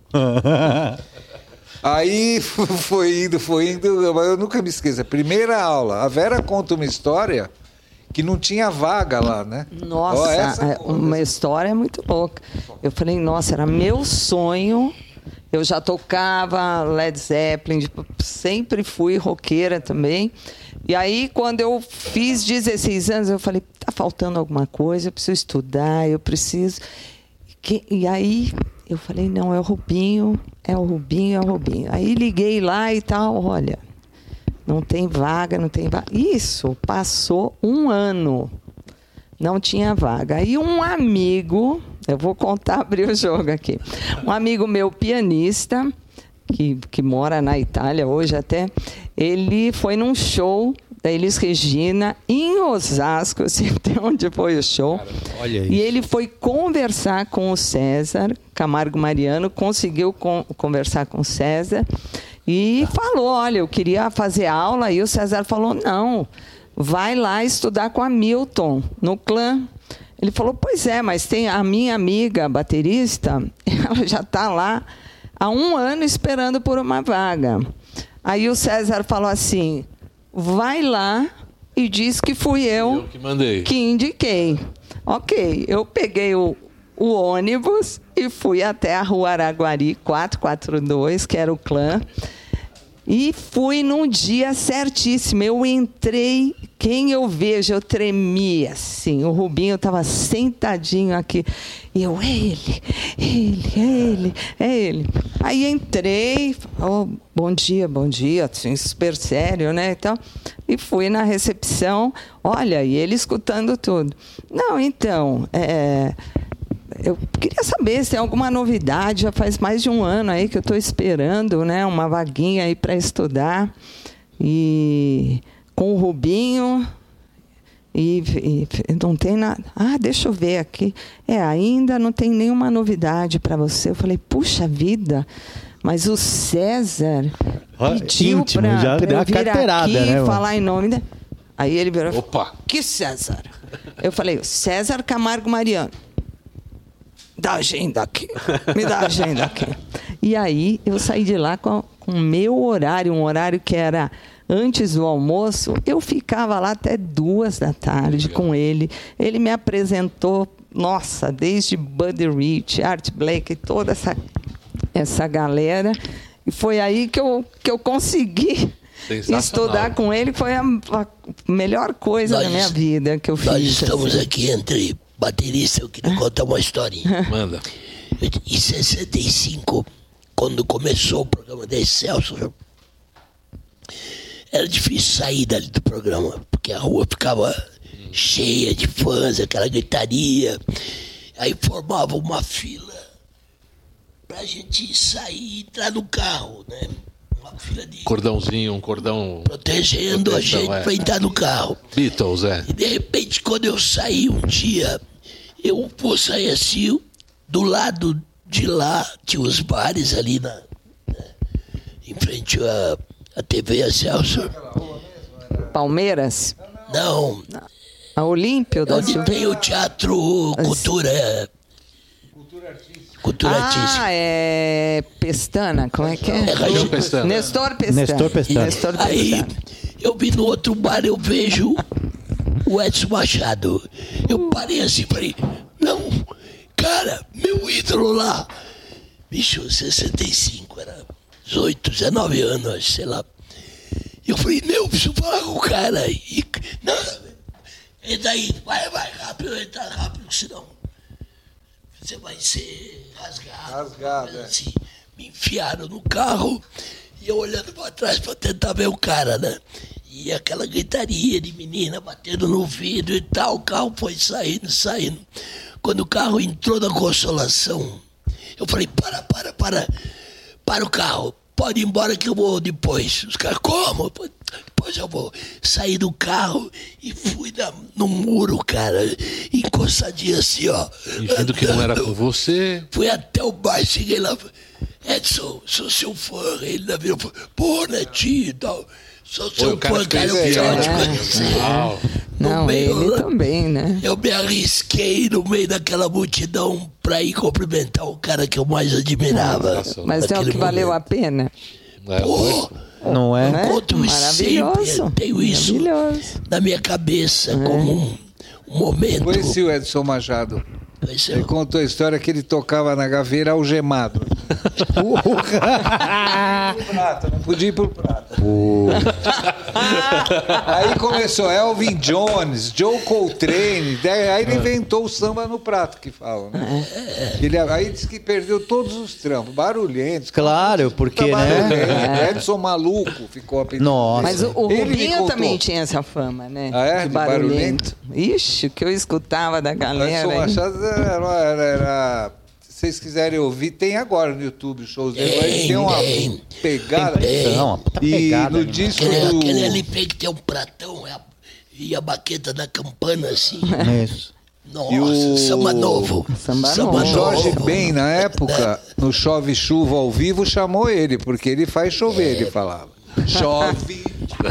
Aí foi indo, mas eu nunca me esqueço. A primeira aula, a Vera conta uma história que não tinha vaga lá, né? Nossa, uma história muito louca. Eu falei, nossa, era meu sonho. Eu já tocava Led Zeppelin, sempre fui roqueira também. E aí, quando eu fiz 16 anos, eu falei, tá faltando alguma coisa, eu preciso estudar, eu preciso... E aí, eu falei, não, é o Rubinho. Aí liguei lá e tal, olha, não tem vaga. Isso, passou um ano, não tinha vaga. Aí um amigo, eu vou abrir o jogo aqui, um amigo meu pianista, que mora na Itália hoje até, ele foi num show da Elis Regina em Osasco, eu sei até onde foi o show. Cara, olha isso. E ele foi conversar com o César Camargo Mariano, conseguiu conversar com o César e falou, olha, eu queria fazer aula, e o César falou, não, vai lá estudar com a Milton, no clã. Ele falou, pois é, mas tem a minha amiga baterista, ela já está lá há 1 ano esperando por uma vaga. Aí o César falou assim, vai lá e diz que fui eu que mandei. Que indiquei. Ok, eu peguei o ônibus e fui até a Rua Araguari 442, que era o clã, e fui num dia certíssimo. Eu entrei, quem eu vejo, eu tremia assim. O Rubinho estava sentadinho aqui. E eu, é ele. Aí entrei, oh, bom dia, assim, super sério, né? Então, e fui na recepção, olha, e ele escutando tudo. Não, então, eu queria saber se tem alguma novidade. Já faz mais de 1 ano aí que eu estou esperando, né, uma vaguinha aí para estudar. E com o Rubinho, e não tem nada. Ah, deixa eu ver aqui. Ainda não tem nenhuma novidade para você. Eu falei, puxa vida, mas o César pediu para eu vir aqui, né, falar em nome dele. Aí ele virou, opa, que César? Eu falei, César Camargo Mariano. Dá a agenda aqui. Me dá a agenda aqui. E aí eu saí de lá com o meu horário, um horário que era antes do almoço. Eu ficava lá até 2 da tarde com ele. Ele me apresentou, nossa, desde Buddy Rich, Art Blakey, toda essa galera. E foi aí que eu consegui Sensacional. Estudar com ele foi a melhor coisa da minha vida que eu fiz. Nós estamos assim. aqui entre baterista, eu queria contar uma historinha. Manda. Em 65, quando começou o programa da Excelsior, era difícil sair dali do programa, porque a rua ficava cheia de fãs, aquela gritaria. Aí formava uma fila pra gente sair e entrar no carro, né? Uma fila de Cordãozinho, um cordão... protegendo proteção, a gente é. pra entrar no carro. Beatles, é. E de repente, quando eu saí um dia, eu vou sair assim, do lado de lá, tinha os bares ali em frente à TV Excelsior. Palmeiras? Não, A Olímpio da onde Silva? tem o Teatro Cultura Artística. Ah, é Pestana, como é que é? Rajão Pestana. Nestor Pestana. Nestor Pestana. Nestor Aí Pestana. eu vi no outro bar, eu vejo o Edson Machado. Eu parei assim e falei, não, cara, meu ídolo lá. Bicho, 65, era 18, 19 anos, sei lá. Eu falei, meu, preciso falar com o cara. E, não, e daí, vai rápido, entra rápido, senão você vai ser rasgado. Assim, me enfiaram no carro e eu olhando para trás para tentar ver o cara, né? E aquela gritaria de menina batendo no vidro e tal, o carro foi saindo. Quando o carro entrou na Consolação, eu falei, para o carro, pode ir embora que eu vou depois. Os caras, como? Depois eu vou. Saí do carro e fui no muro, cara, encostadinho assim, ó. Fingindo que não era com você. Fui até o bar, cheguei lá, Edson, sou seu fã. Ele na vida falou, pô, Netinho e tal. Sou seu o cara fã, que cara, eu fez quero isso, te né? conhecer. Uau. Não, ele também, né? Eu me arrisquei no meio daquela multidão pra ir cumprimentar o cara que eu mais admirava. Mas é o naquele que valeu a momento. pena. É, Pô, Não é? Né? conto sempre, Maravilhoso. tenho isso Maravilhoso. na minha cabeça como um momento. Conheci o Edson Machado. Vai ser Ele contou a história que ele tocava na gaveira algemado. Prata, não podia ir pro prata. Aí começou Elvin Jones, Joe Coltrane, aí ele inventou o samba no prato, que falam, né? Aí disse que perdeu todos os trampos, barulhentos. Claro, porque, né? Edson Maluco ficou apelidado. Nossa. Mas o Ele me Rubinho contou. também tinha essa fama, né? Ah, é? De De barulhento. Ixi, o que eu escutava da galera. Edson hein? Machado era. Se vocês quiserem ouvir, tem agora no YouTube os shows dele. Ele tem uma pegada. Não, uma puta E pegada, no animal. disco aquele do. LP que tem um pratão e a baqueta da campana assim. Isso. Nossa, E o- samba novo. Samba novo. O Jorge Ben, na época, no Chove Chuva ao vivo, chamou ele, porque ele faz chover, ele falava. Chove,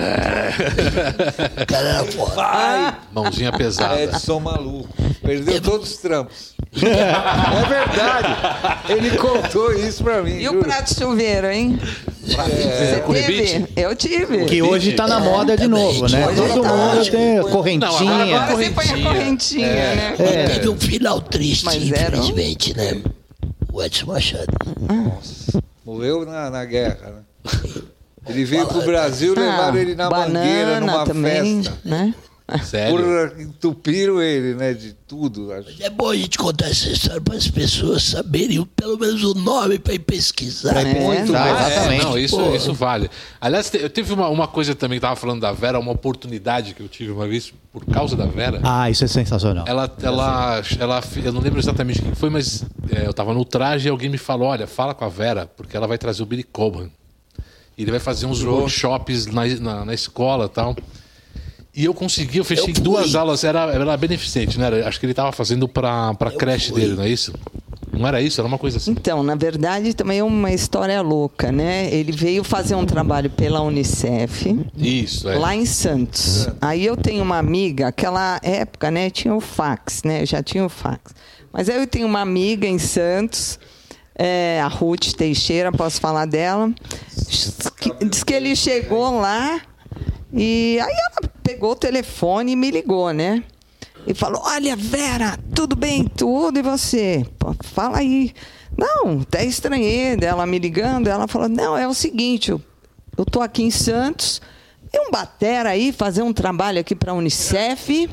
O cara era foda. Mãozinha pesada. Edson Maluco. Perdeu todos os trampos. É verdade. Ele contou isso pra mim. E o juro. prato de chuveiro, hein? Você com teve? rebite? Eu tive. Que hoje tá na moda de novo, né? Hoje Todo tá mundo ótimo. tem Não, correntinha. Agora você põe a correntinha. correntinha, né? Teve um final triste, Mas era um- infelizmente, né? O Edson Machado. Morreu na guerra, né? Ele veio pro Brasil, levaram ele na banana Mangueira, numa também, festa. né? Sério? Porra, entupiram ele, né? De tudo. É bom a gente contar essa história para as pessoas saberem pelo menos o nome para ir pesquisar. Muito Ah, é, exatamente. não, isso vale. Aliás, eu teve uma coisa também que tava falando da Vera, uma oportunidade que eu tive uma vez por causa da Vera. Ah, isso é sensacional. Eu não lembro exatamente o que foi, mas eu tava no traje e alguém me falou, olha, fala com a Vera, porque ela vai trazer o Billy Cobham. E ele vai fazer uns workshops na escola e tal. E eu consegui, eu fechei Eu fui. 2 aulas, era beneficente, né? Acho que ele tava fazendo pra creche fui. dele, não é isso? Não era isso? Era uma coisa assim. Então, na verdade, também é uma história louca, né? Ele veio fazer um trabalho pela Unicef, Isso, é. lá em Santos. Aí eu tenho uma amiga, aquela época, né, tinha o fax, né? Já tinha o fax. Mas aí eu tenho uma amiga em Santos, a Ruth Teixeira, posso falar dela. Diz que ele chegou lá e aí ela pegou o telefone e me ligou, né? E falou, olha, Vera, tudo bem? Tudo, e você? Pô, fala aí. Não, até estranhei dela me ligando. Ela falou, não, é o seguinte, o eu tô aqui em Santos, tem um batera aí, fazer um trabalho aqui para a Unicef.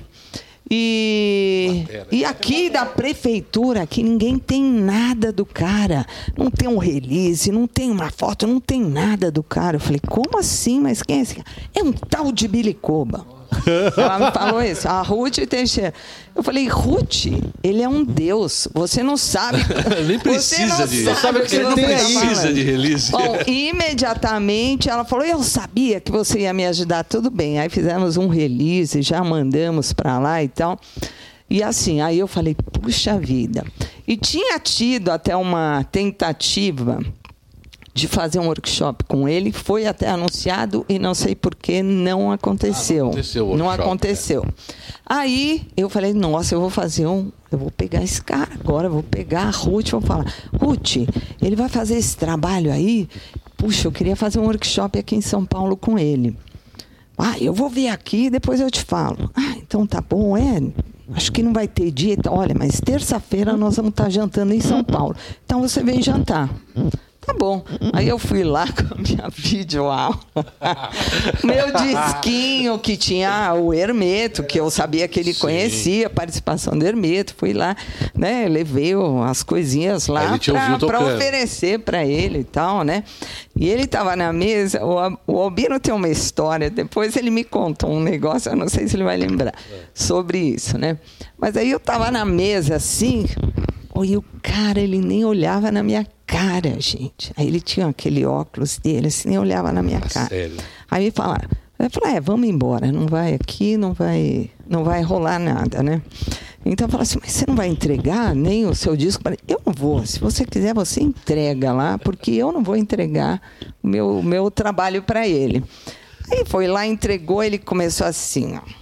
E aqui da prefeitura, aqui ninguém tem nada do cara. Não tem um release, não tem uma foto, não tem nada do cara. Eu falei, como assim? Mas quem é esse cara? É um tal de Bilicoba. Ela me falou isso, a Ruth Teixeira. Eu falei, Ruth, ele é um deus. Você não sabe. Nem precisa de. Você sabe que não precisa de release. Bom, imediatamente ela falou, eu sabia que você ia me ajudar. Tudo bem. Aí fizemos um release, já mandamos para lá e tal. E assim, aí eu falei, puxa vida. E tinha tido até uma tentativa de fazer um workshop com ele, foi até anunciado e não sei por que não aconteceu. Não aconteceu. Aí eu falei, nossa, eu vou pegar esse cara agora, eu vou pegar a Ruth, vou falar, Ruth, ele vai fazer esse trabalho aí, puxa, eu queria fazer um workshop aqui em São Paulo com ele. Eu vou vir aqui e depois eu te falo. Então tá bom, acho que não vai ter dia. Olha, mas terça-feira nós vamos estar jantando em São Paulo. Então você vem jantar. Tá bom. Aí eu fui lá com a minha videoaula, meu disquinho que tinha o Hermeto, que eu sabia que ele conhecia, a participação do Hermeto. Fui lá, né? Levei as coisinhas lá para oferecer para ele e tal, né? E ele estava na mesa, o Albino tem uma história, depois ele me contou um negócio, eu não sei se ele vai lembrar, sobre isso, né? Mas aí eu estava na mesa assim, e o cara, ele nem olhava na minha cara, gente. Aí ele tinha aquele óculos dele, assim, nem olhava na minha cara. Sério? Aí eu falei, vamos embora, não vai aqui, não vai rolar nada, né? Então eu falei assim, mas você não vai entregar nem o seu disco? Eu não vou, se você quiser, você entrega lá, porque eu não vou entregar o meu trabalho para ele. Aí foi lá, entregou, ele começou assim, ó.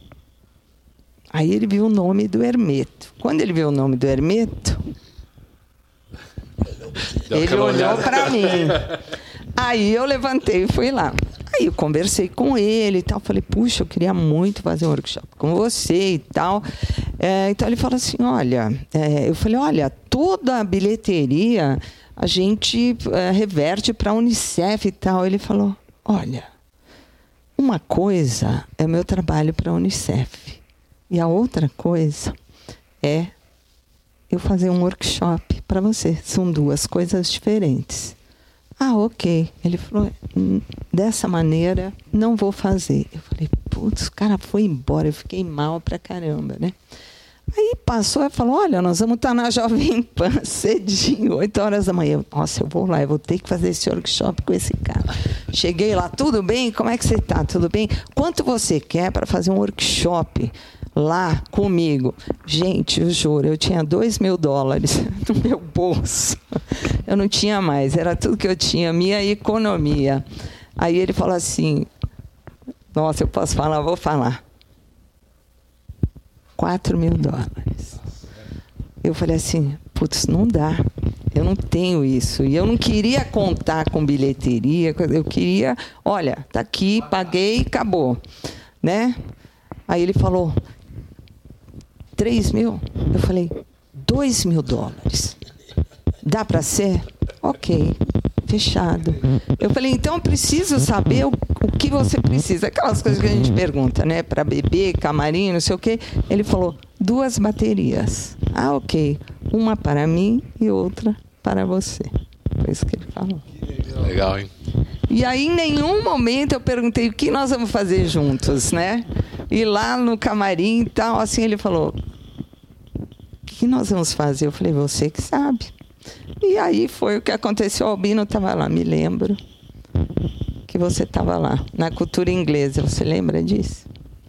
Aí ele viu o nome do Hermeto. Quando ele viu o nome do Hermeto, ele olhou para mim. Aí eu levantei e fui lá. Aí eu conversei com ele e tal. Falei, puxa, eu queria muito fazer um workshop com você e tal. Então ele falou assim, olha... eu falei, olha, toda a bilheteria a gente reverte para a Unicef e tal. Ele falou, olha, uma coisa é o meu trabalho para a Unicef. E a outra coisa é eu fazer um workshop para você. São duas coisas diferentes. Ok. Ele falou, dessa maneira, não vou fazer. Eu falei, putz, o cara foi embora. Eu fiquei mal pra caramba, né? Aí passou e falou, olha, nós vamos estar na Jovem Pan cedinho, 8 horas da manhã. Nossa, eu vou lá, eu vou ter que fazer esse workshop com esse cara. Cheguei lá, tudo bem? Como é que você está? Tudo bem? Quanto você quer para fazer um workshop lá comigo? Gente, eu juro, eu tinha $2.000 no meu bolso. Eu não tinha mais, era tudo que eu tinha, minha economia. Aí ele falou assim, nossa, eu posso falar? Vou falar. $4.000. Eu falei assim, putz, não dá. Eu não tenho isso. E eu não queria contar com bilheteria. Eu queria, olha, tá aqui, paguei, acabou. Né? Aí ele falou, 3.000? Eu falei, $2.000. Dá para ser? Ok. Fechado. Eu falei, então eu preciso saber o que você precisa. Aquelas coisas que a gente pergunta, né? Para beber, camarim, não sei o quê. Ele falou, 2 baterias. Ok. Uma para mim e outra para você. Foi isso que ele falou. Legal, hein? E aí, em nenhum momento, eu perguntei o que nós vamos fazer juntos, né? E lá no camarim e tal, assim, ele falou, o que nós vamos fazer? Eu falei, você que sabe. E aí foi o que aconteceu. O Albino estava lá, me lembro que você estava lá, na cultura inglesa. Você lembra disso?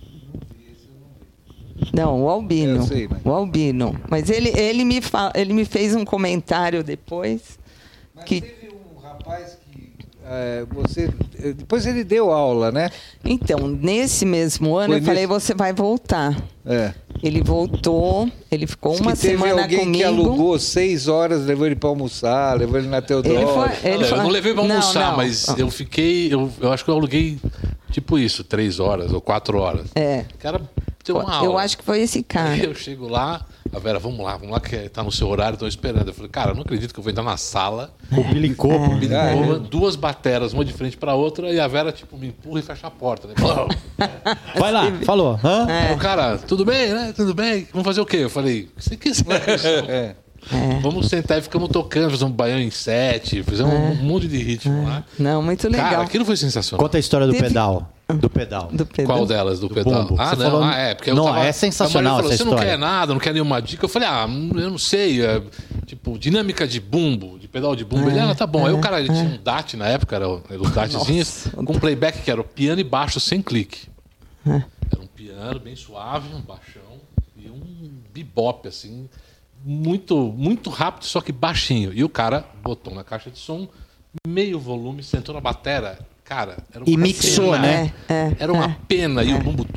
Não, o Albino. Eu sei, mas... O Albino. Mas ele me fez um comentário depois. Mas que... teve um rapaz que... depois ele deu aula, né? Então, nesse mesmo ano, falei, você vai voltar. Ele voltou, ele ficou uma semana comigo. Teve alguém que alugou 6 horas, levou ele para almoçar, levou ele na Teodoro. Eu não levei para almoçar, mas eu fiquei... Eu acho que eu aluguei tipo isso, 3 horas ou 4 horas. O cara deu uma aula. Eu acho que foi esse cara. Aí eu chego lá, A Vera, vamos lá, que tá no seu horário, estão esperando. Eu falei, cara, eu não acredito que eu vou entrar na sala. O Billy Cobo. Duas bateras, uma de frente pra outra, e a Vera, tipo, me empurra e fecha a porta. Né? Vai lá, falou. Hã? O cara, tudo bem, né? Tudo bem? Vamos fazer o quê? Eu falei, o que você quiser. Vamos sentar e ficamos tocando, fizemos um baião em 7, fizemos um monte de ritmo lá. Não, muito legal. Cara, aquilo foi sensacional. Conta a história do pedal. Do pedal. Qual delas? Do pedal? bumbo. Ah, Você não. falou... Porque não, eu tava... é sensacional falou, essa você história. Você não quer nada, não quer nenhuma dica. Eu falei, eu não sei. Tipo, dinâmica de bumbo, de pedal de bumbo. Ele, tá bom. Aí o cara, ele tinha um DAT na época, eram os DATzinhos, com playback que era o piano e baixo sem clique. Era um piano bem suave, um baixão e um bebop, assim, muito, muito rápido, só que baixinho. E o cara botou na caixa de som, meio volume, sentou na batera. Cara, era uma mixou, pena, né? Era uma pena. E o bumbo...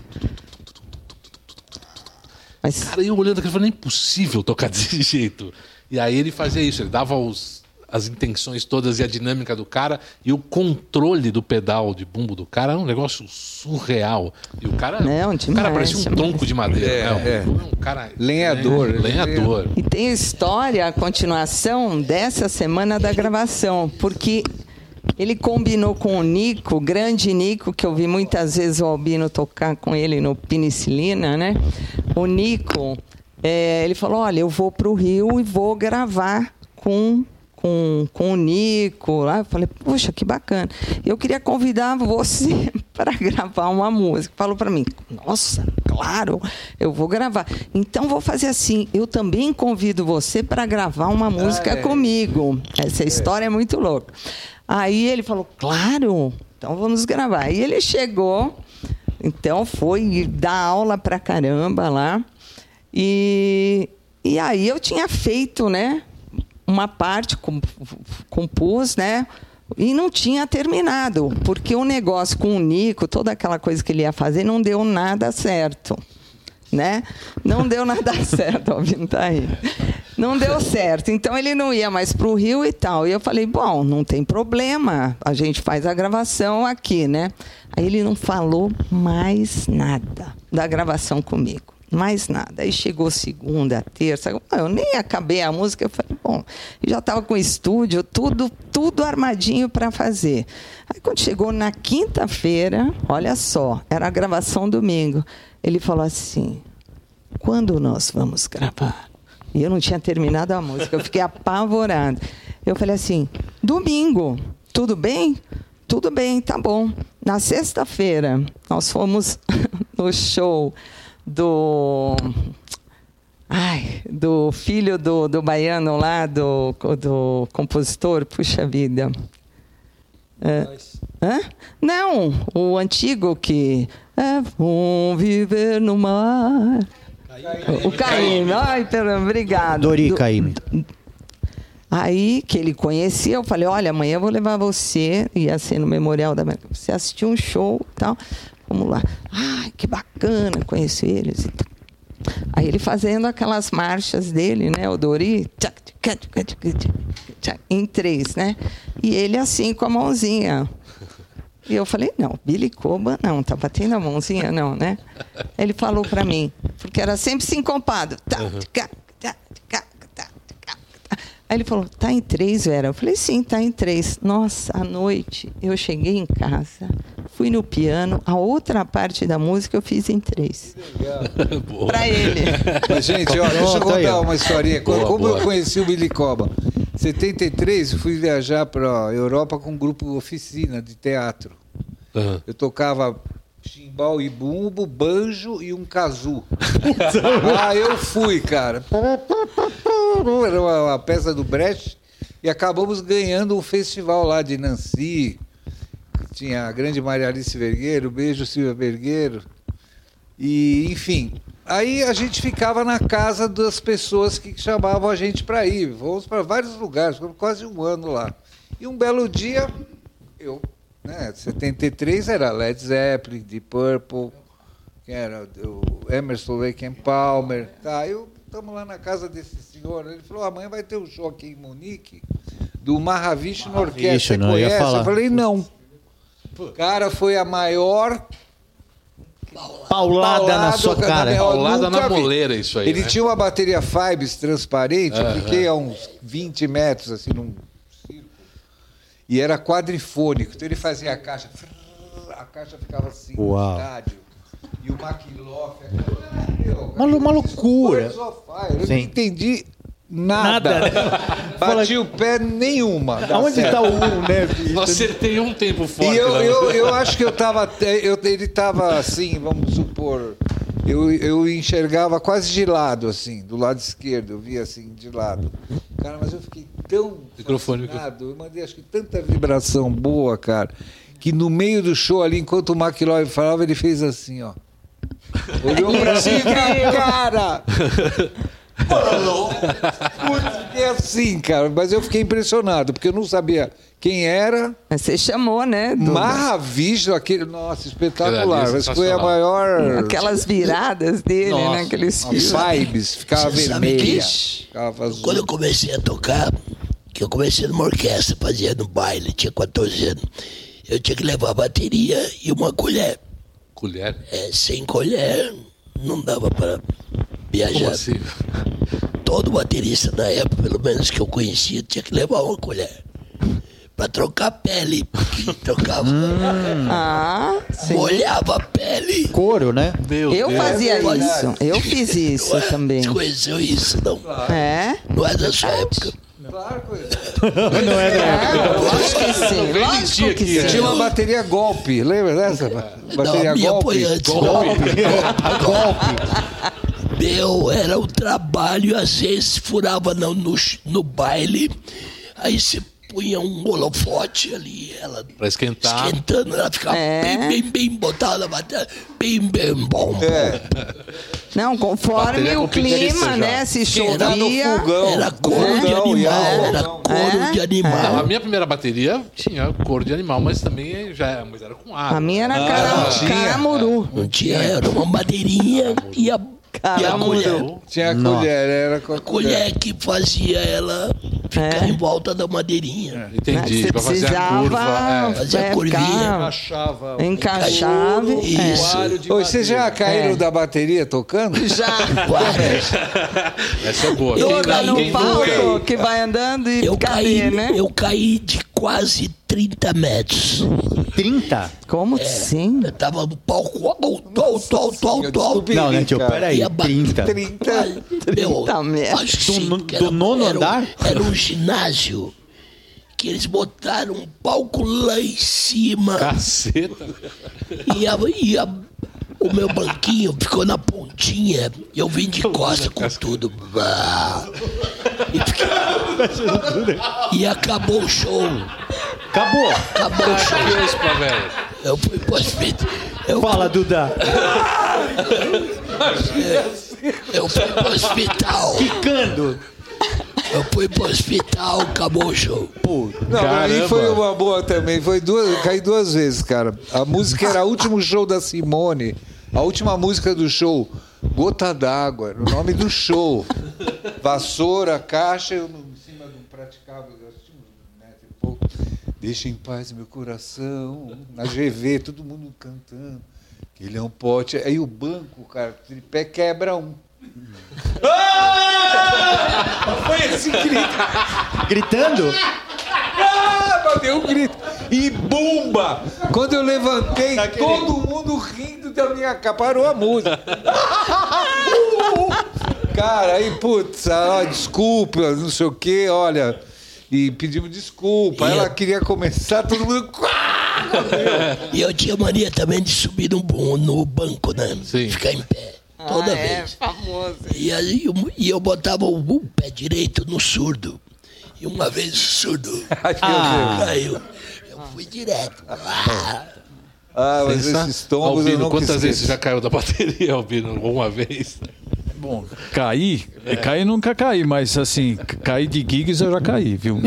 Mas... Cara, eu olhando aquilo, eu falei, não é impossível tocar desse jeito. E aí ele fazia isso, ele dava as intenções todas e a dinâmica do cara e o controle do pedal de bumbo do cara era um negócio surreal. E o cara, o cara parecia um tronco de madeira. Um cara lenhador. Lenhador. E tem história, a continuação dessa semana da gravação, porque ele combinou com o Nico, o grande Nico, que eu vi muitas vezes o Albino tocar com ele no Penicilina, né? O Nico, ele falou, olha, eu vou para o Rio e vou gravar com o Nico. Lá. Eu falei, puxa, que bacana. Eu queria convidar você para gravar uma música. Falou para mim, nossa, claro, eu vou gravar. Então, vou fazer assim, eu também convido você para gravar uma música comigo. Essa história é muito louca. Aí ele falou, claro, então vamos gravar. Aí ele chegou, então foi dar aula pra caramba lá. E aí eu tinha feito, né, uma parte, compus, né, e não tinha terminado, porque o negócio com o Nico, toda aquela coisa que ele ia fazer, não deu nada certo. Né? Não deu nada certo, ó, Vino tá aí. Não deu certo. Então ele não ia mais para o Rio e tal. E eu falei, bom, não tem problema, a gente faz a gravação aqui, né? Aí ele não falou mais nada da gravação comigo. Mais nada. Aí chegou segunda, terça, eu nem acabei a música, eu falei, bom, já estava com o estúdio, tudo armadinho para fazer. Aí quando chegou na quinta-feira, olha só, era a gravação domingo. Ele falou assim, quando nós vamos gravar? E eu não tinha terminado a música, eu fiquei apavorada. Eu falei assim, domingo, tudo bem? Tudo bem, tá bom. Na sexta-feira, nós fomos no show do filho do baiano lá, do compositor, puxa vida. Não, o antigo que... vamos viver no mar. O Caíme. Ai, obrigado. Dori Caíme. Aí, que ele conhecia, eu falei, olha, amanhã eu vou levar você, ia ser no Memorial da América, você assistiu um show e tal, vamos lá. Ai, que bacana, conheço eles e tal. Aí ele fazendo aquelas marchas dele, né, o Dori, em 3, né, e ele assim com a mãozinha. E eu falei, não, Billy Coba não, tá batendo a mãozinha não, né? Ele falou para mim, porque era sempre sincopado. Aí ele falou, tá em 3, Vera? Eu falei, sim, tá em 3. Nossa, à noite eu cheguei em casa, fui no piano, a outra parte da música eu fiz em 3. Para ele. Mas, gente, ó, deixa eu contar uma historinha. Como eu conheci o Billy Coba? Em 73, eu fui viajar para a Europa com um grupo oficina de teatro. Eu tocava chimbal e bumbo, banjo e um kazoo. Eu fui, cara. Era uma peça do Brecht e acabamos ganhando um festival lá de Nancy. Tinha a grande Maria Alice Vergueiro, beijo Silvia Vergueiro. E, enfim, aí a gente ficava na casa das pessoas que chamavam a gente para ir. Fomos para vários lugares, ficamos quase um ano lá. E um belo dia, 73 era Led Zeppelin, Deep Purple, quem era o Emerson, Lake and Palmer. Estamos lá na casa desse senhor, ele falou, amanhã vai ter um show aqui em Munique, do Mahavishnu Orquestra, você conhece? Eu falei, não. Cara, foi a maior Paulada na sua cara. Paulada na moleira, isso aí. Ele tinha uma bateria Fibes transparente, eu fiquei a uns 20 metros, assim, num círculo. E era quadrifônico. Então ele fazia a caixa ficava assim, no estádio. E o McLaughlin... Uma loucura. Eu não entendi nada. Né? Bati o pé nenhuma. Aonde está o né? Eu acertei um tempo forte. E eu acho que ele estava assim, vamos supor... Eu enxergava quase de lado, assim, do lado esquerdo, eu via assim, de lado. Cara, mas eu fiquei tão fascinado, eu mandei acho que tanta vibração boa, cara, que no meio do show ali, enquanto o McLaughlin falava, ele fez assim, ó. Olhou pra mim, cara! Fiquei assim, cara, mas eu fiquei impressionado, porque eu não sabia quem era. Mas você chamou, né? Maravilhoso, aquele. Nossa, espetacular. Mas foi a maior. Aquelas viradas dele, né? Aqueles fios. Vibes, ficava vermelha. Ficava azul. Quando eu comecei a tocar, que eu comecei numa orquestra, fazia no baile, tinha 14 anos, eu tinha que levar a bateria e uma colher. Colher? Sem colher não dava para viajar. Como assim? Todo baterista na época, pelo menos que eu conhecia, tinha que levar uma colher para trocar pele, porque trocava, molhava a pele. Couro, né? Eu fazia isso, eu fiz isso também. Você conheceu isso, não? Não é da sua época. Claro, não é da época. Lógico que sim, lógico que sim. Tinha uma bateria golpe, lembra dessa? Bateria golpe. Meu, era um trabalho, às vezes furava no baile, aí você punha um holofote ali, ela pra esquentando, ela ficava bem botada, bem bom. Não, conforme o clima, né, se chovia, era couro de animal, de animal. A minha primeira bateria tinha couro de animal, mas também mas era com água. A minha era caramuru. Não tinha, era uma madeirinha e a colher. Tinha a colher, era com a colher que fazia ela ficar em volta da madeirinha. Entendi, você pra fazer a curva. Fazer a curvinha. Encaixava. Isso. Vocês já caíram da bateria tocando? Já. Essa é boa. Toca no palco que vai andando e cadê, né? Eu caí de quase 30 metros. 30? Como assim? Eu tava no palco alto. Não, né, tio? Peraí, 30. 30 metros. Acho que sim, do nono andar? Era um ginásio que eles botaram um palco lá em cima. Caceta. E o meu banquinho ficou na pontinha. E eu vim de costa com tudo. E acabou o show. Acabou o show. Eu fui pro hospital. Fala, Duda. Eu fui pro hospital. Quicando. Eu fui pro hospital, acabou o show. Não, pra mim foi uma boa também. Eu caí 2 vezes, cara. A música era o último show da Simone. A última música do show, Gota d'Água, era o nome do show. Vassoura, caixa, eu em cima de um praticável, eu tinha 1 metro e pouco. Deixa em paz meu coração. Na GV, todo mundo cantando. Ele é um pote. Aí o banco, cara, o tripé quebra um. Foi esse grito. Gritando? Deu um grito. E bumba! Quando eu levantei, todo mundo rindo da minha cara. Parou a música. Cara, aí, putz, desculpa, não sei o quê, olha. E pedimos desculpa. Ela queria começar, todo mundo. E eu tinha mania também de subir no banco, né? Sim. Ficar em pé. Toda vez. Famoso. E aí eu botava o pé direito no surdo. E uma vez o surdo caiu. Eu fui direto. Mas esses tombos Albino, eu não quantas esqueço. vezes você já caiu da bateria, Albino? Uma vez? Bom, cair nunca caí, mas assim, cair de gigs eu já caí, viu?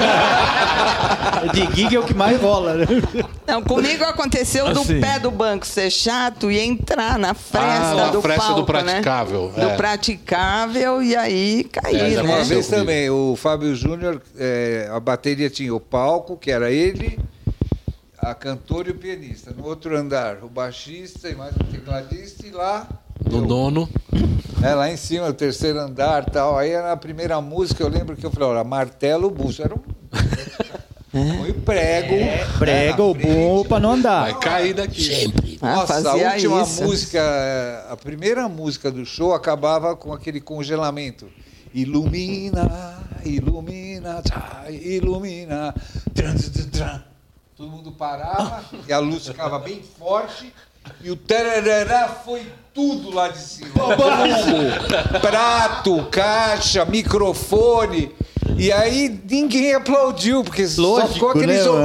De gig é o que mais rola, né? Não, comigo aconteceu do Assim. pé do banco ser chato e entrar na fresta do fresta palco, do praticável. Né? Do praticável e aí cair, já né? Uma vez comigo. também, o Fábio Júnior, a bateria tinha o palco, que era ele, a cantora e o pianista. No outro andar, o baixista e mais um tecladista. E lá... No nono. Lá em cima, o terceiro andar e tal. Aí na primeira música, eu lembro que eu falei, olha, martelo, buço. Era Põe prego. Prego o bumbo para não andar. Vai cair daqui. Sempre. Nossa, a última música, a primeira música do show acabava com aquele congelamento. Ilumina, ilumina, ilumina. Todo mundo parava e a luz ficava bem forte e o tararará foi tudo lá de cima. Bambu, prato, caixa, microfone. E aí ninguém aplaudiu, porque só ficou aquele som.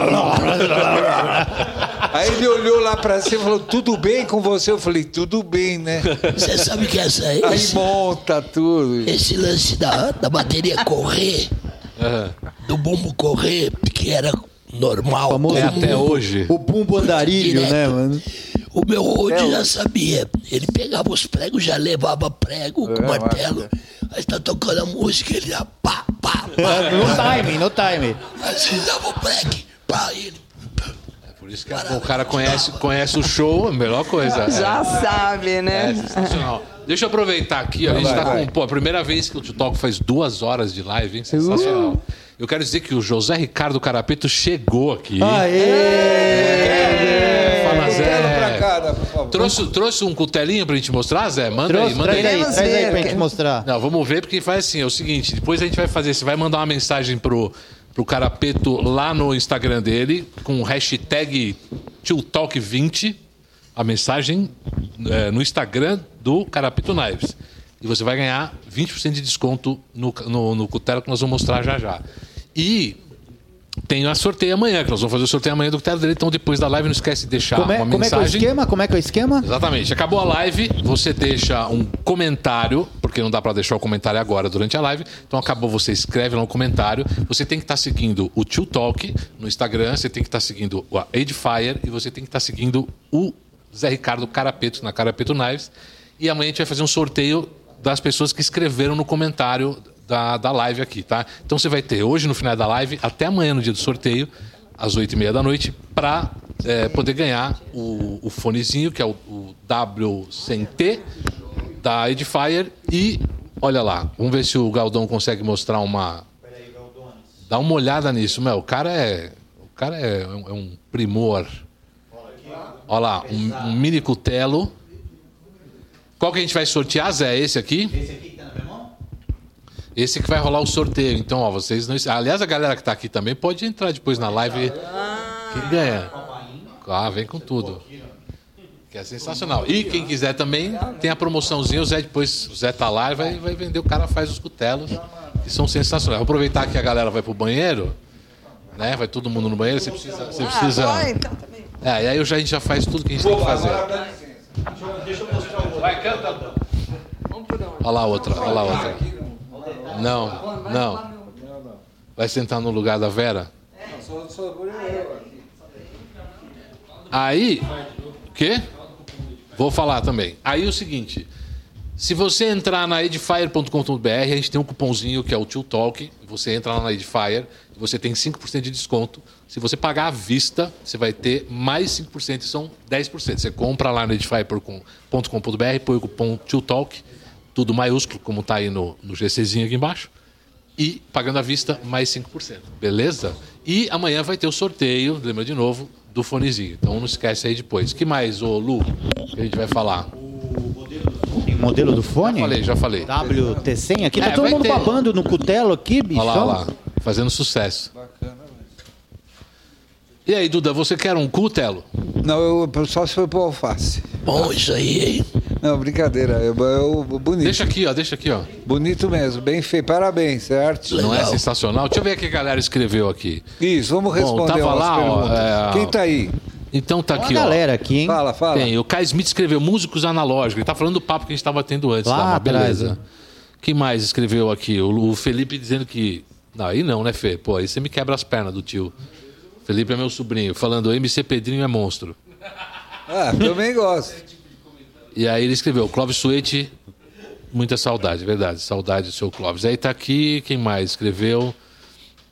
Aí ele olhou lá pra cima e falou, tudo bem com você? Eu falei, tudo bem, né? Você sabe que Aí monta tudo. Esse lance da bateria correr, do bumbo correr, que era normal. Famoso até hoje. O bumbo andarilho, Direto. né, mano? O meu road já sabia. Ele pegava os pregos, já levava prego com martelo. Aí tá tocando a música, ele já pá, pá, pá. No time. Assim dava o prego, pá, ele... Por isso que o cara conhece o show, a melhor coisa. Já sabe, né? É sensacional. Deixa eu aproveitar aqui, ó, a gente tá com a primeira vez que o Tio Talk faz 2 horas de live, hein? Sensacional. Eu quero dizer que o José Ricardo Carapeto chegou aqui. Fala, Zé. Pra cá, por favor. Trouxe um cutelinho pra gente mostrar, Zé? Manda aí. Traz aí pra gente mostrar. Não, vamos ver, porque faz assim, é o seguinte, depois a gente vai fazer, você vai mandar uma mensagem pro Carapeto lá no Instagram dele, com o hashtag TioTalk20, a mensagem no Instagram do Carapeto Knives. E você vai ganhar 20% de desconto no cutelo que nós vamos mostrar já. E tem a sorteio amanhã, que nós vamos fazer o sorteio amanhã do cutelo dele, então depois da live não esquece de deixar uma mensagem. Como é que é o esquema? Exatamente. Acabou a live, você deixa um comentário, porque não dá para deixar o comentário agora durante a live. Então acabou, você escreve lá um comentário. Você tem que estar seguindo o Tio Talk no Instagram, você tem que estar seguindo a Edifier e você tem que estar seguindo o Zé Ricardo Carapeto na Carapeto Knives. E amanhã a gente vai fazer um sorteio das pessoas que escreveram no comentário da live aqui, tá? Então você vai ter hoje no final da live, até amanhã no dia do sorteio, às 20h30 da noite, para poder ganhar o fonezinho, que é o W100T da Edifier. E olha lá, vamos ver se o Galdão consegue mostrar uma... Dá uma olhada nisso, meu. O cara é um primor. Olha lá, um mini cutelo. Qual que a gente vai sortear, Zé? Esse aqui? Esse aqui que tá na minha mão? Esse que vai rolar o sorteio. Então, ó, vocês não... Aliás, a galera que tá aqui também pode entrar depois na live. Quem ganha? Vem com tudo. Que é sensacional. E quem quiser também, tem a promoçãozinha. O Zé tá lá e vai vender. O cara faz os cutelos, que são sensacionais. Vou aproveitar que a galera vai pro banheiro, né? Vai todo mundo no banheiro. Você precisa... e aí a gente já faz tudo que a gente tem que fazer. Deixa eu mostrar o outro. Vai, canta. Olha lá a outra. Não. Vai sentar no lugar da Vera? Aí, o quê? Vou falar também. Aí o seguinte, se você entrar na edifier.com.br, a gente tem um cupomzinho que é o Tio Talk. Você entra lá na Edifier, você tem 5% de desconto. Se você pagar à vista, você vai ter mais 5%, são 10%. Você compra lá na edifier.com.br, põe o cupom Tio Talk, tudo maiúsculo, como está aí no GCzinho aqui embaixo. E pagando à vista, mais 5%. Beleza? E amanhã vai ter o sorteio, lembra de novo, do fonezinho. Então não esquece aí depois. O que mais, ô Lu, que a gente vai falar? O modelo do fone? Já falei. WT100 aqui. Tá todo mundo babando no cutelo aqui, bicho. Olha lá. Fazendo sucesso. Bacana. E aí, Duda, você quer um cutelo? Não, só se for pro alface. Bom, isso aí, hein? Não, brincadeira. Bonito. Deixa aqui, ó. Bonito mesmo, bem feito. Parabéns, certo? Não é sensacional? Deixa eu ver o que a galera escreveu aqui. Isso, vamos responder tava lá, perguntas. Quem tá aí? Então tá aqui, ó. A galera aqui, hein? Fala. Tem, o Kai Smith escreveu músicos analógicos. Ele tá falando do papo que a gente tava tendo antes. Lá mas beleza. atrás, Quem mais escreveu aqui? O Felipe dizendo que... Não, aí não, né, Fê? Pô, aí você me quebra as pernas do tio. Felipe é meu sobrinho, falando MC Pedrinho é monstro. Também gosto. E aí ele escreveu, Clóvis Suete, muita saudade, verdade, saudade do seu Clóvis. Aí tá aqui, quem mais escreveu?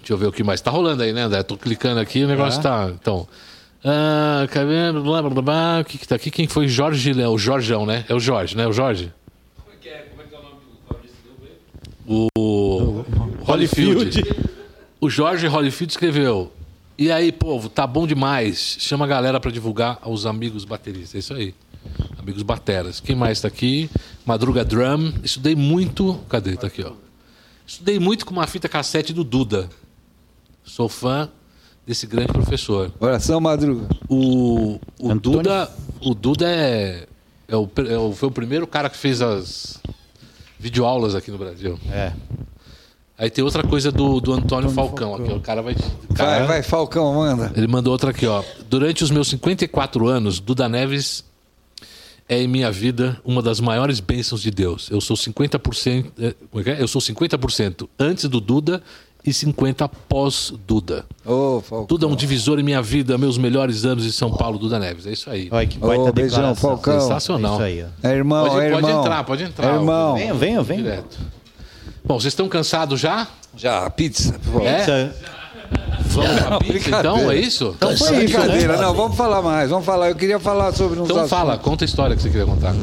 Deixa eu ver o que mais. Tá rolando aí, né, André? Tô clicando aqui, o negócio tá... Então... blá, blá, blá, o que tá aqui? Quem foi? Jorge Léo, o Jorjão, né? É o Jorge, né? O Jorge? Como é que é o nome do Fabrício? O Holyfield. O Jorge Holyfield escreveu: e aí, povo, tá bom demais. Chama a galera pra divulgar aos amigos bateristas. É isso aí. Amigos bateras. Quem mais tá aqui? Madruga Drum. Estudei muito... Cadê? Tá aqui, ó. Estudei muito com uma fita cassete do Duda. Sou fã desse grande professor. Oração Madruga. O Duda foi o primeiro cara que fez as videoaulas aqui no Brasil. É. Aí tem outra coisa do Antônio Falcão aqui. O cara vai... Vai, Falcão, manda. Ele mandou outra aqui, ó. Durante os meus 54 anos, Duda Neves é em minha vida uma das maiores bênçãos de Deus. Eu sou 50%... Eu sou 50% antes do Duda e 50% pós-Duda. Duda é um divisor em minha vida, meus melhores anos em São Paulo, Duda Neves. É isso aí. Olha que baita beijão, Falcão. Sensacional. É isso aí, ó. É irmão, Pode entrar. É irmão. Venham. Direto. Bom, vocês estão cansados já? Já, pizza, por favor. É? Vamos pra pizza, então? É isso? Então foi isso, Brincadeira, né? não, vamos falar mais. Vamos falar. Eu queria falar sobre uns Então assuntos. fala, conta a história que você queria contar.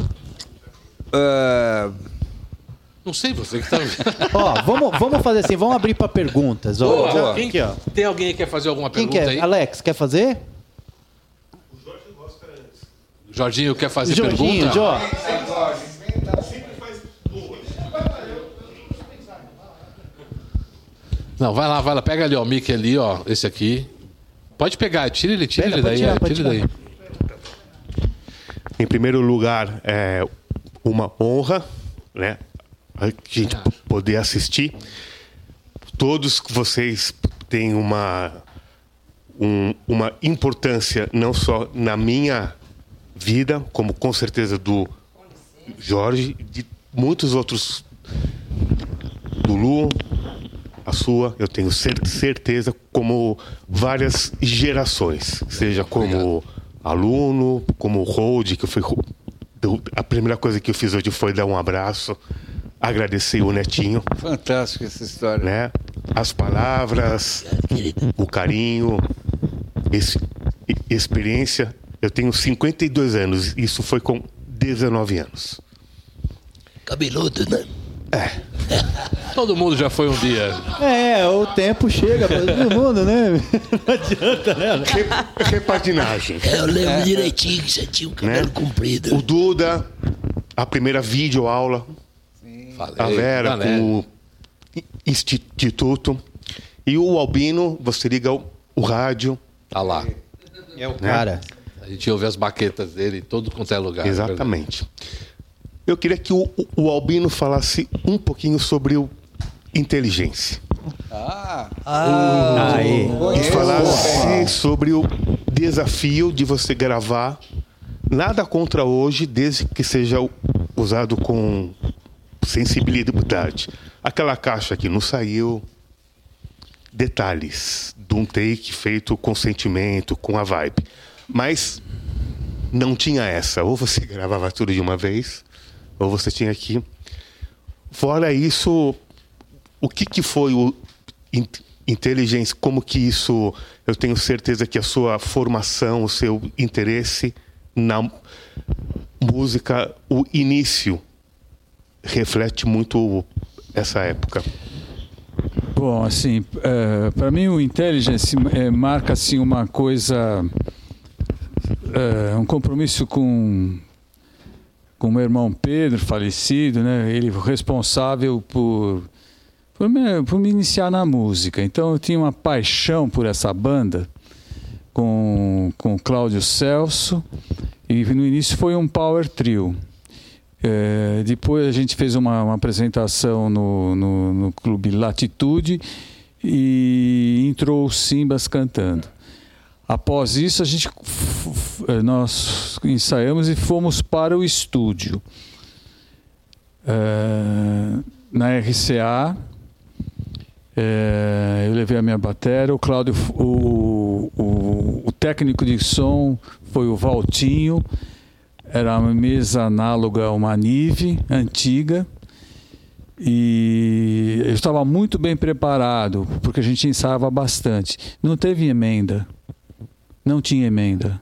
Não sei, você que tá... Ó, vamos fazer assim, vamos abrir para perguntas. Ó. Boa. Aqui, ó. Tem alguém que quer fazer alguma Quem pergunta quer? aí? Alex, quer fazer? Jorginho quer fazer Jorginho, pergunta? Jó. Não, vai lá. Pega ali, ó, o mic ali, ó, esse aqui. Pode pegar, tira ele daí. pode Tira ele daí. Em primeiro lugar, é uma honra, né, a gente poder assistir. Todos vocês têm uma importância não só na minha vida, como com certeza do Jorge, de muitos outros, do Lu, a sua, eu tenho certeza, como várias gerações, seja como aluno, como hold, que foi a primeira coisa que eu fiz hoje foi dar um abraço, agradecer o Netinho. Fantástico essa história. Né? As palavras, o carinho, experiência. Eu tenho 52 anos, isso foi com 19 anos. Cabeludo, né? Todo mundo já foi um dia. O tempo chega para todo mundo, né? Não adianta, né? Repaginagem. Eu lembro direitinho que você tinha um cabelo comprido. O Duda, a primeira videoaula. A Vera com o Instituto. E o Albino, você liga o rádio. Tá lá. É o cara. A gente ouve as baquetas dele em todo quanto é lugar. Exatamente. Eu queria que o Albino falasse um pouquinho sobre o inteligência. E falasse sobre o desafio de você gravar. Nada contra hoje, desde que seja usado com sensibilidade. Aquela caixa que não saiu, detalhes de um take feito com sentimento, com a vibe. Mas não tinha essa. Ou você gravava tudo de uma vez, ou você tinha que... Fora isso, o que foi o inteligência? Como que isso... Eu tenho certeza que a sua formação, o seu interesse na música, o início, reflete muito essa época. Bom, assim, para mim o Intelligence marca assim uma coisa, um compromisso com o meu irmão Pedro, falecido, né? Ele responsável por me iniciar na música. Então eu tinha uma paixão por essa banda com o Cláudio Celso, e no início foi um power trio. Depois a gente fez uma apresentação no Clube Latitude e entrou o Simbas cantando. Após isso, nós ensaiamos e fomos para o estúdio. Na RCA, eu levei a minha bateria, o Cláudio, o técnico de som foi o Valtinho. Era uma mesa análoga a uma Nive antiga, E eu estava muito bem preparado, porque a gente ensaiava bastante. Não teve emenda. Não tinha emenda.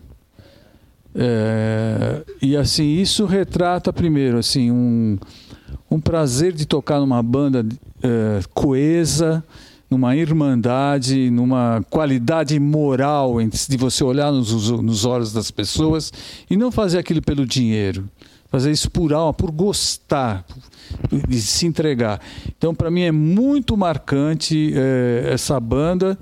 E assim, isso retrata primeiro assim, um prazer de tocar numa banda coesa, numa irmandade, numa qualidade moral de você olhar nos olhos das pessoas e não fazer aquilo pelo dinheiro. Fazer isso por alma, por gostar, de se entregar. Então, para mim, é muito marcante essa banda,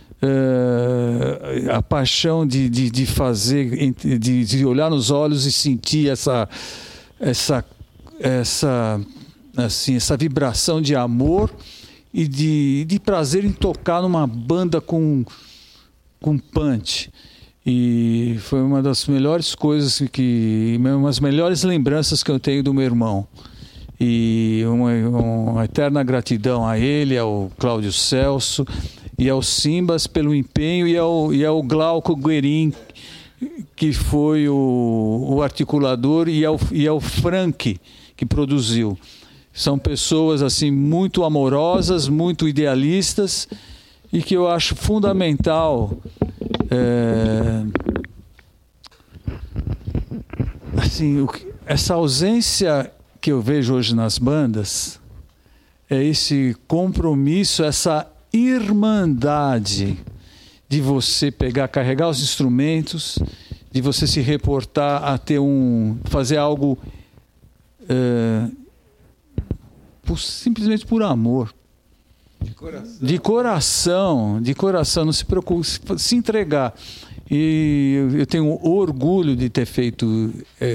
a paixão de fazer, de olhar nos olhos e sentir essa vibração de amor e de prazer em tocar numa banda com punch. E foi uma das melhores coisas uma das melhores lembranças que eu tenho do meu irmão. E uma eterna gratidão a ele, ao Cláudio Celso e ao Simbas pelo empenho e ao Glauco Guerin, que foi o articulador, e ao Frank, que produziu. São pessoas assim muito amorosas, muito idealistas, e que eu acho fundamental essa ausência que eu vejo hoje nas bandas, é esse compromisso, essa irmandade de você carregar os instrumentos, de você se reportar a fazer algo simplesmente por amor. De coração, não se preocupe, se entregar. E eu tenho orgulho de ter feito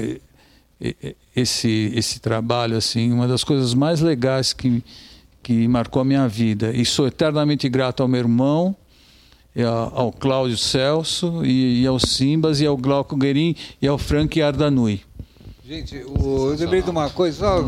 esse trabalho, assim, uma das coisas mais legais que marcou a minha vida. E sou eternamente grato ao meu irmão, ao Cláudio Celso, e ao Simbas, e ao Glauco Guerin, e ao Frank Ardanui. Gente, eu lembrei de uma coisa, só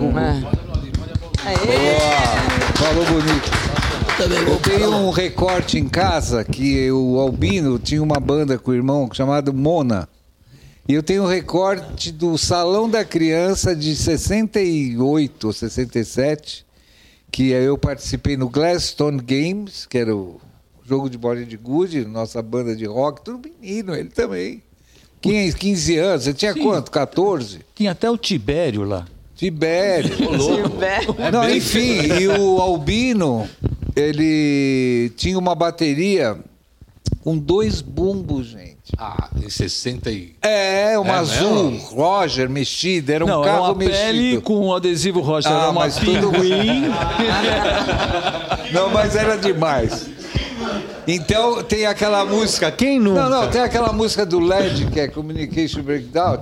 falou bonito. Eu tenho um recorte em casa que o Albino tinha uma banda com o irmão chamado Mona. E eu tenho um recorte do Salão da Criança de 68 ou 67, que eu participei no Gladstone Games, que era o jogo de bola de gude, nossa banda de rock, tudo menino, ele também. 15 anos, você tinha quanto? 14? Tinha até o Tibério lá. Tibério. Não, enfim, e o Albino, ele tinha uma bateria com 2 bumbos, gente. Em 60 e... uma azul, mesmo? Roger, mexida, era um carro uma mexido. Pele com adesivo Roger, era uma pinguim. Não, mas era demais. Então tem aquela música... Quem nunca? Não, tem aquela música do LED, que é Communication Breakdown,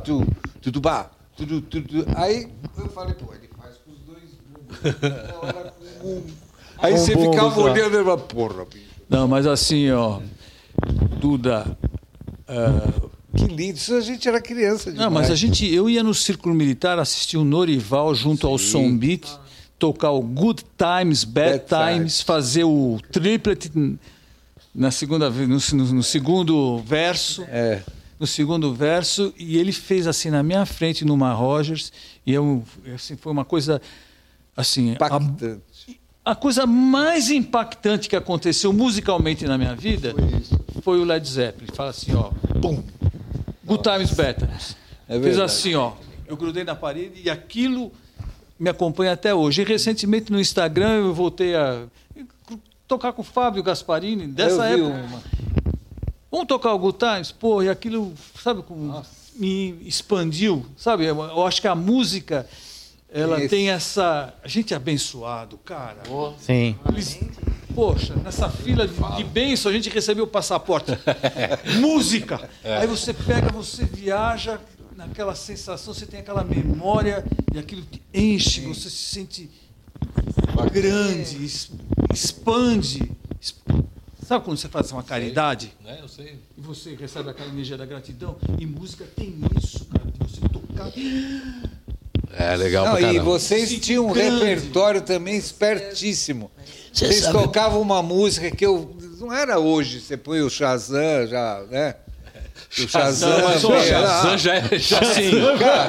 Aí eu falei, ele faz com os 2 bumbos. Aí você ficava olhando e falava, porra, bicho. Não, mas assim, Duda... Que lindo, isso a gente era criança demais. Não, mas eu ia no Círculo Militar assistir o Norival junto ao Som Beat, tocar o Good Times, Bad Times, fazer o triplet na segunda no segundo verso. No segundo verso, e ele fez assim na minha frente numa Rogers, e assim, foi uma coisa assim, impactante. A coisa mais impactante que aconteceu musicalmente na minha vida foi o Led Zeppelin. Fala assim, pum, Good Times, Bad Times. Fez assim, eu grudei na parede e aquilo me acompanha até hoje. E recentemente no Instagram eu voltei a tocar com o Fábio Gasparini, dessa época. Vamos tocar o Good Times? E aquilo, sabe, como me expandiu, sabe? Eu acho que a música, ela tem essa... A gente é abençoado, cara. Sim. Poxa, nessa fila de bênção a gente recebeu o passaporte. Música! Aí você pega, você viaja naquela sensação, você tem aquela memória e aquilo te enche, você se sente grande, expande. Sabe quando você faz uma caridade? Eu sei. E você recebe aquela energia da gratidão? E música tem isso, cara, de você tocar. Legal pra caramba. E vocês tinham um repertório também espertíssimo. Vocês tocavam uma música que não era hoje, você põe o Shazam, já, né? O Shazam já é. Assim, cara,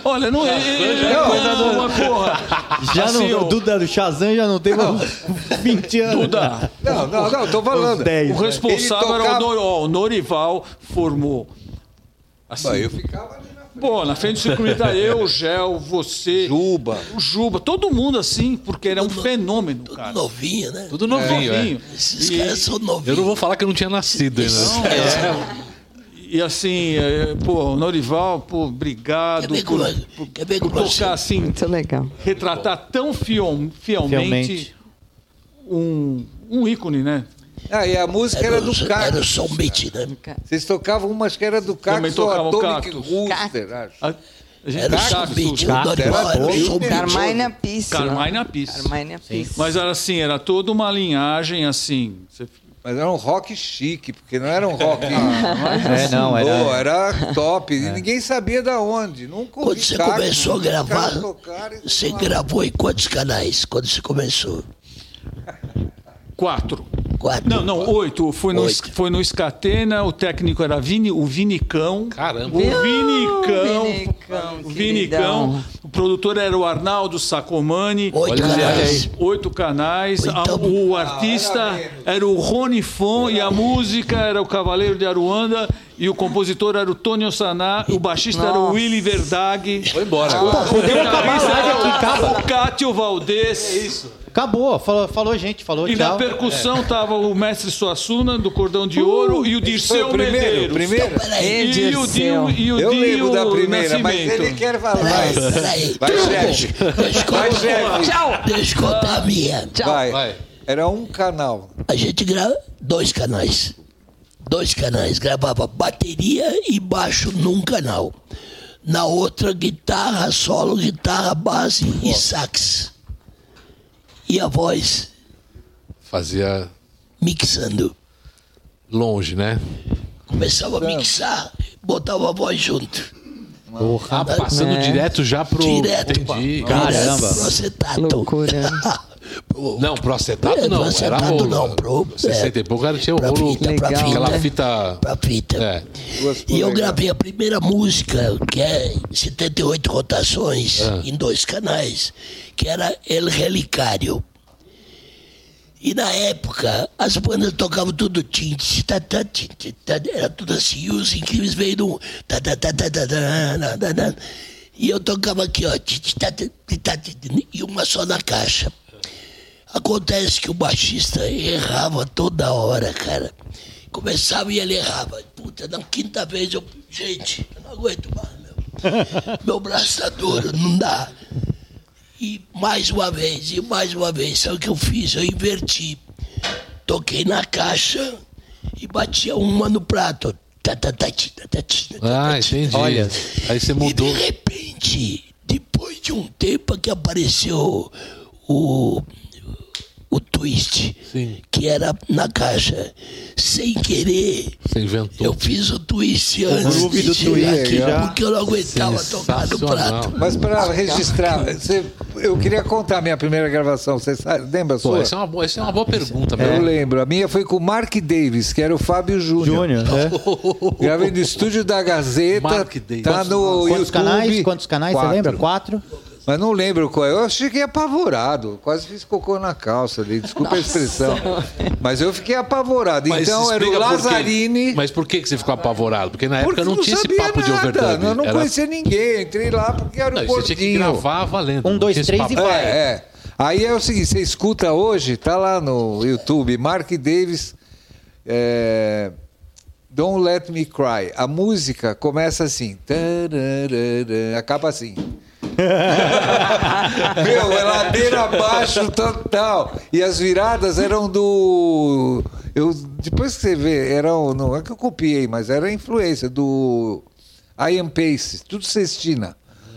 Olha, não é uma porra. Já Assim, não, Duda, do Shazam já não tem uns 20 anos. Duda. Não, tô falando. Uns 10. O responsável Ele era tocava- o Norival, formou. Assim, Eu ficava ali na frente. pô, na frente do circuito, eu, o Gel, você, Juba. o Juba, todo mundo assim, porque era um fenômeno, cara. Novinho, né? Tudo novinho, Novinho. Esses E- caras são novinhos. Eu não vou falar que eu não tinha nascido ainda. E assim, pô, o Norival, pô, obrigado Quer ver por como você... tocar assim, Muito legal. retratar tão fielmente Fielmente. um ícone, né? E a música era do Era o Cactus. Som Beat, né? Vocês tocavam umas que era do Cactus ou tocavam Atomic Cactus. Rooster, acho. A gente Era o Som Cactus, Beat. O Cactus, Dorival era o Som Beat. Carmine Appice. Carmine Appice. Carmine Appice. Mas era assim, era toda uma linhagem assim. Mas era um rock chique, porque não era um rock... Não, era top. E ninguém sabia de onde. Nunca Quando ouvi você Cactus. começou a Os gravar, caras tocaram e você falaram. gravou em quantos canais? Quando você começou? 4. 4? Não, 8. Foi no, 8. foi no Scatena, o técnico era o Vinicão. Caramba. O Vinicão. Vinicão, O Vinicão. queridão. O produtor era o Arnaldo Sacomani. 8 canais. 8 canais. Então- O artista era o Rony Fon e a música era o Cavaleiro de Aruanda e o compositor era o Tônio Saná. O baixista era o Nossa. Willy Verdag. Vou embora. Podemos acabar a live aqui, acaba. O Cátio Valdez. Acabou, falou gente, falou E na tchau. percussão tava o mestre Suassuna, do Cordão de Ouro, e o Dirceu Foi o Medeiros. primeiro? E o Dinho, Eu lembro da primeira, mas Nascimento. ele quer falar. Peraí. Vai, chefe. Vai, chefe. Deixa eu contar a minha. Vai. Era um canal. A gente grava 2 canais. 2 canais. Gravava bateria e baixo num canal. Na outra, guitarra, solo, guitarra, base e sax. E a voz Fazia mixando. longe, né? Começava a mixar, botava a voz junto. Ah, passando direto já pro... Direto. Entendi. Caramba. Pro acetato. Loucura. Não, pro acetato não. Pro acetato Era não, pro- 60 e pouco, era tinha o Pra rolo... fita, pra Legal, fita. Aquela fita... Pra fita. É. E eu gravei a primeira música, que é 78 rotações, em 2 canais, que era El Relicário. E na época, as bandas tocavam tudo era tudo assim, e os Incríveis veio no e eu tocava aqui, ó, e uma só na caixa. Acontece que o baixista errava toda hora, cara. Começava e ele errava. Puta, na quinta vez eu... Gente, eu não aguento mais, meu. Meu braço tá duro, não dá. E mais uma vez, sabe o que eu fiz? Eu inverti. Toquei na caixa e batia uma no prato. Ah, entendi. Olha. Aí você E mudou. de repente, depois de um tempo que apareceu o twist, Sim. que era na caixa. Sem querer, Você inventou. eu fiz o twist antes groove de do chegar twist, aqui, já. porque eu não aguentava tocar no prato. Mas para registrar, eu queria contar a minha primeira gravação. Você lembra a Pô, sua? essa é uma boa pergunta, Eu meu. lembro. A minha foi com o Mark Davis, que era o Fábio Júnior. Júnior, né? Gravei no estúdio da Gazeta. Mark Davis. Tá no Quantos YouTube. Quantos canais, você 4. lembra? 4? Mas não lembro qual. Eu fiquei apavorado. Quase fiz cocô na calça ali. Desculpa a expressão. Mas eu fiquei apavorado. Mas Então era o explica por quê. Lazzarini. Mas por que você ficou apavorado? Porque na época Porque não tinha esse sabia papo de nada. overdub. Eu não Era- conhecia ninguém. Entrei lá porque era Não, o você tinha que gordinho. gravar valendo. 1, não 2, tinha esse 3 papo. e vai. É. Aí é o seguinte, você escuta hoje, tá lá no YouTube, Mark Davis, Don't Let Me Cry. A música começa assim, tararara, acaba assim. Meu, é ladeira abaixo total. E as viradas eram do... depois que você vê, não é que eu copiei, mas era a influência do Ian Pace, tudo Sestina.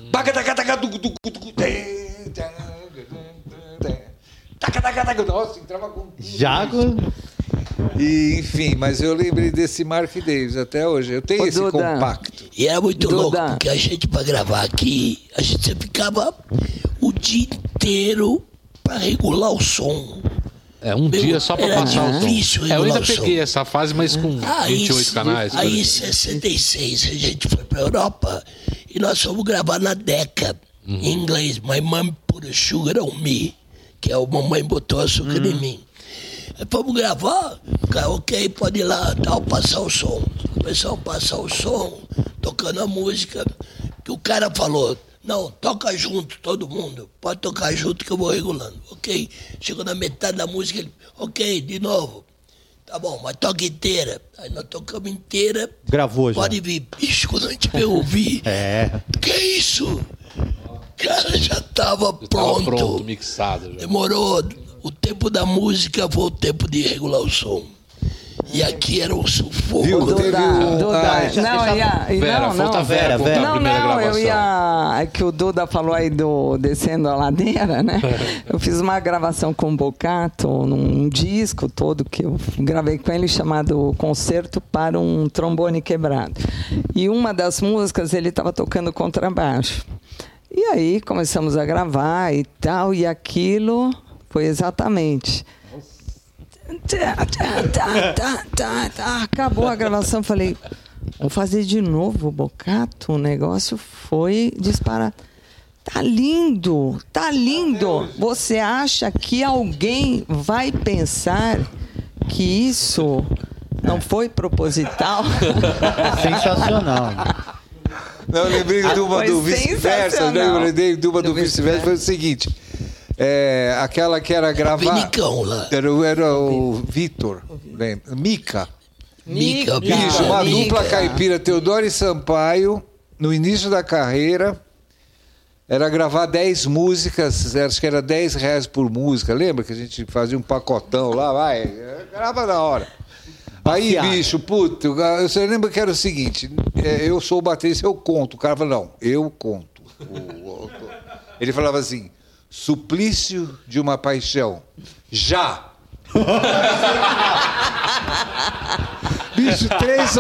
Nossa, entrava com tudo. Jago. E, enfim, mas eu lembrei desse Mark Davis até hoje. Eu tenho Ô, esse Duda. compacto. E era muito Duda. louco, porque a gente, pra gravar aqui, a gente ficava o dia inteiro pra regular o som. É, um dia só pra Era passar o som. difícil Eu regular ainda o som. peguei essa fase, mas com 28 canais. por Aí em exemplo. 66 a gente foi pra Europa que nós fomos gravar na Decca, em inglês. My Mom Put a Sugar on Me, que é o Mamãe Botou Açúcar em Mim. Aí fomos gravar, ok, pode ir lá, tal, passar o som. Começou a passar o som, tocando a música, que o cara falou, não, toca junto, todo mundo, pode tocar junto que eu vou regulando. Ok, chegou na metade da música, ele, ok, de novo. Tá bom, mas toca inteira. Aí nós tocamos inteira. Gravou já. Pode vir. Bicho, quando a gente veio ouvir. Que isso? Cara, já tava pronto. Tava pronto, mixado. Já. Demorou. O tempo da música foi o tempo de regular o som. E aqui era um sufoco. Viu? Duda. Falta a Vera contar a primeira gravação. É que o Duda falou aí do Descendo a Ladeira, né? Eu fiz uma gravação com o Boccato, num disco todo que eu gravei com ele, chamado Concerto para um Trombone Quebrado. E uma das músicas ele estava tocando contrabaixo. E aí começamos a gravar e tal, e aquilo foi exatamente... Acabou a gravação, falei, vou fazer de novo, Boccato, o negócio foi disparar. Tá lindo, tá lindo. Você acha que alguém vai pensar que isso não foi proposital? Sensacional. Não, eu lembrei de uma do vice-versa. Eu lembrei de uma do vice-versa, foi o seguinte. Aquela que era gravar. Vinicão lá. Era o Vitor, lembra? Mica. Bicho, uma dupla caipira, Teodoro e Sampaio, no início da carreira, era gravar 10 músicas, acho que era R$10 por música. Lembra que a gente fazia um pacotão lá? Vai, grava na hora. Aí, bicho, puto, você lembra que era o seguinte, eu sou o baterista, eu conto. O cara falou, não, eu conto. Ele falava assim, Suplício de uma Paixão. Já! Bicho,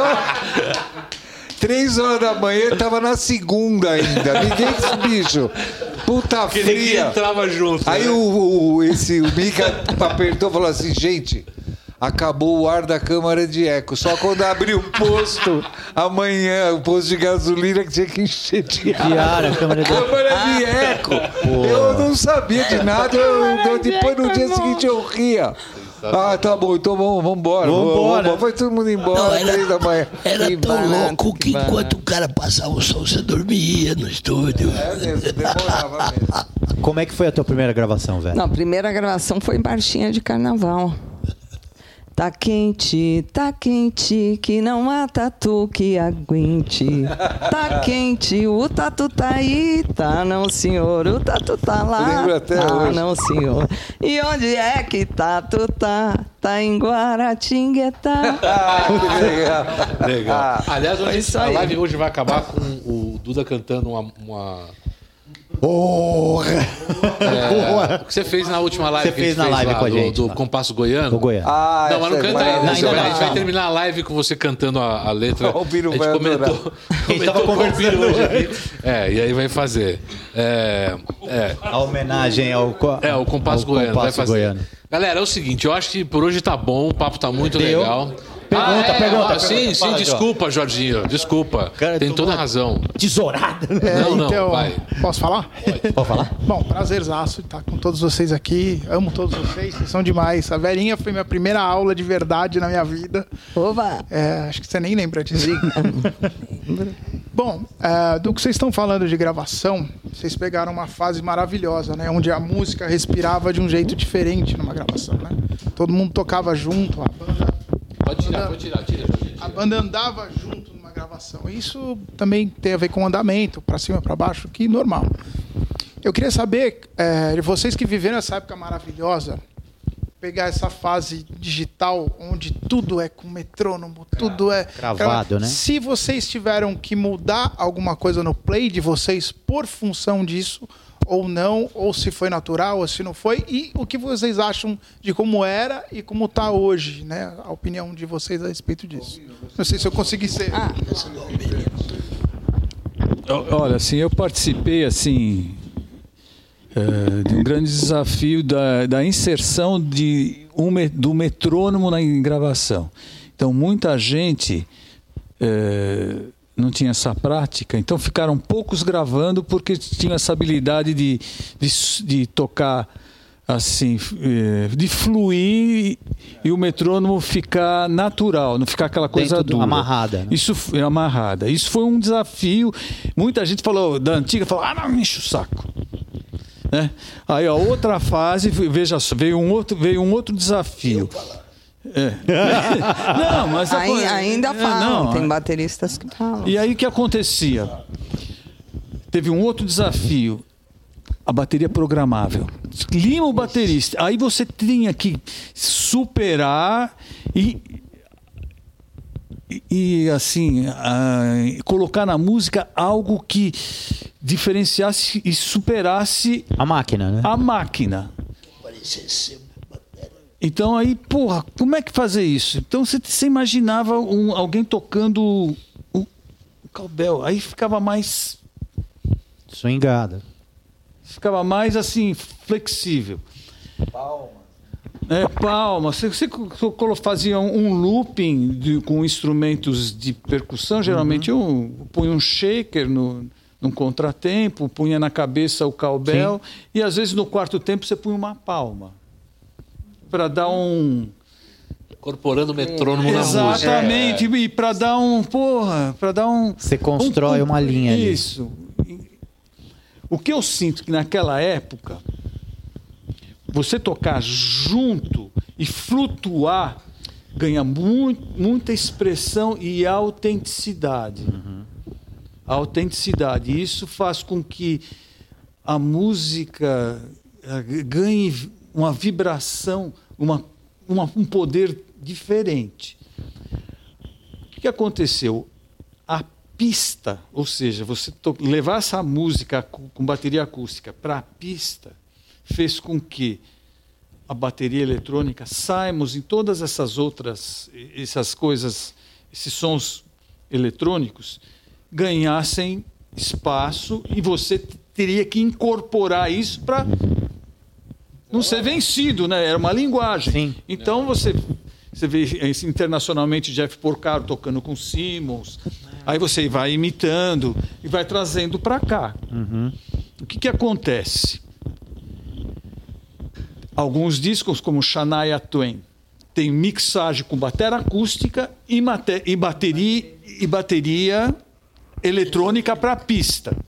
3 horas da manhã, tava na segunda ainda. Ninguém, bicho. Puta fria. Ninguém entrava junto. Aí o Mica apertou e falou assim, gente, acabou o ar da câmara de eco. Só quando abriu o posto, amanhã, o posto de gasolina que tinha que encher de ar. A câmara de eco. Eu não sabia de nada. Depois, no dia seguinte, eu ria. Ah, tá bom, então vamos embora. Foi todo mundo embora, 3 da manhã. Era tão louco que enquanto o cara passava o som, você dormia no estúdio. Mesmo, demorava mesmo. Como é que foi a tua primeira gravação, velho? Não, a primeira gravação foi Marchinha de Carnaval. Tá quente, que não há tatu que aguente. Tá quente, o tatu tá aí, tá não senhor, o tatu tá lá, tá hoje. Não senhor. E onde é que tatu tá? Tá em Guaratinguetá. Legal. Aliás, hoje, a live hoje vai acabar com o Duda cantando uma... O que você fez na última live? Você fez na live com a gente. Do Compasso Goiano? Do Goiano. Não, mas não canta ainda. A gente vai terminar a live com você cantando a letra. O Biro a gente comentou conversando hoje aqui. E aí vai fazer. A homenagem ao Compasso Goiano. Vai fazer. Goiano. Galera, é o seguinte, eu acho que por hoje tá bom, o papo tá muito legal. Pergunta. Sim, desculpa, Jorginho, desculpa. Cara, tem toda a razão. Tesourada. Não, então, vai. Posso falar? Pode falar? Bom, prazerzaço estar com todos vocês aqui. Amo todos vocês são demais. A Verinha foi minha primeira aula de verdade na minha vida. Oba! Acho que você nem lembra disso. Bom, do que vocês estão falando de gravação, vocês pegaram uma fase maravilhosa, né? Onde a música respirava de um jeito diferente numa gravação, né? Todo mundo tocava junto, a banda... Pode tirar. A banda andava junto numa gravação. Isso também tem a ver com andamento, para cima, para baixo, que normal. Eu queria saber, de vocês que viveram essa época maravilhosa, pegar essa fase digital, onde tudo é com metrônomo, tudo é... Gravado, né? Se vocês tiveram que mudar alguma coisa no play de vocês por função disso, ou não, ou se foi natural, ou se não foi, e o que vocês acham de como era e como está hoje, né? A opinião de vocês a respeito disso. Não sei se eu consegui ser... Olha, assim, eu participei, assim, de um grande desafio da inserção do metrônomo na gravação. Então, muita gente não tinha essa prática, então ficaram poucos gravando porque tinham essa habilidade de tocar assim, de fluir e o metrônomo ficar natural, não ficar aquela coisa dura. Amarrada. Né? Isso é amarrada. Isso foi um desafio. Muita gente falou, da antiga, falou, não me enche o saco. Né? Aí a outra fase, veja só, veio um outro desafio. Não, mas ainda falam, tem bateristas que falam. E aí o que acontecia? Teve um outro desafio. A bateria programável. Lima o baterista. Aí você tinha que superar e assim, colocar na música algo que diferenciasse e superasse a máquina, né? A máquina. Então aí, porra, como é que fazer isso? Então você imaginava alguém tocando o cowbell. Aí ficava mais... swingada. Ficava mais assim, flexível. Palma. Você fazia um looping com instrumentos de percussão, geralmente eu punha um shaker num contratempo, punha na cabeça o cowbell, e às vezes no quarto tempo você punha uma palma. Para dar um... Incorporando o metrônomo na música. Exatamente, e para dar um... Você constrói uma linha ali. Isso. O que eu sinto que naquela época, você tocar junto e flutuar ganha muita expressão e autenticidade. A autenticidade. E isso faz com que a música ganhe uma vibração, um poder diferente. O que aconteceu? A pista, ou seja, você levar essa música com bateria acústica para a pista, fez com que a bateria eletrônica, saímos em todas essas coisas, esses sons eletrônicos, ganhassem espaço e você teria que incorporar isso para não ser vencido, né? Era uma linguagem. Sim. Então você vê internacionalmente Jeff Porcaro tocando com Simmons. Aí você vai imitando e vai trazendo para cá. O que acontece? Alguns discos, como Shania Twain, tem mixagem com bateria acústica e bateria eletrônica para a pista.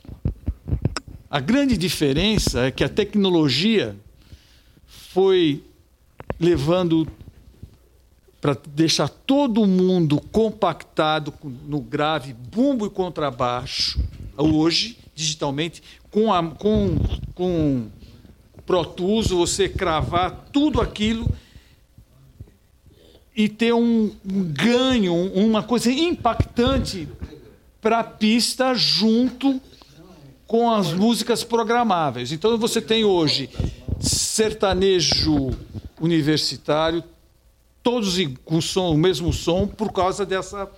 A grande diferença é que a tecnologia foi levando para deixar todo mundo compactado no grave, bumbo e contrabaixo, hoje, digitalmente, com Pro Tools, você cravar tudo aquilo e ter um ganho, uma coisa impactante para a pista junto com as músicas programáveis. Então você tem hoje sertanejo universitário, todos com o mesmo som, por causa dessa...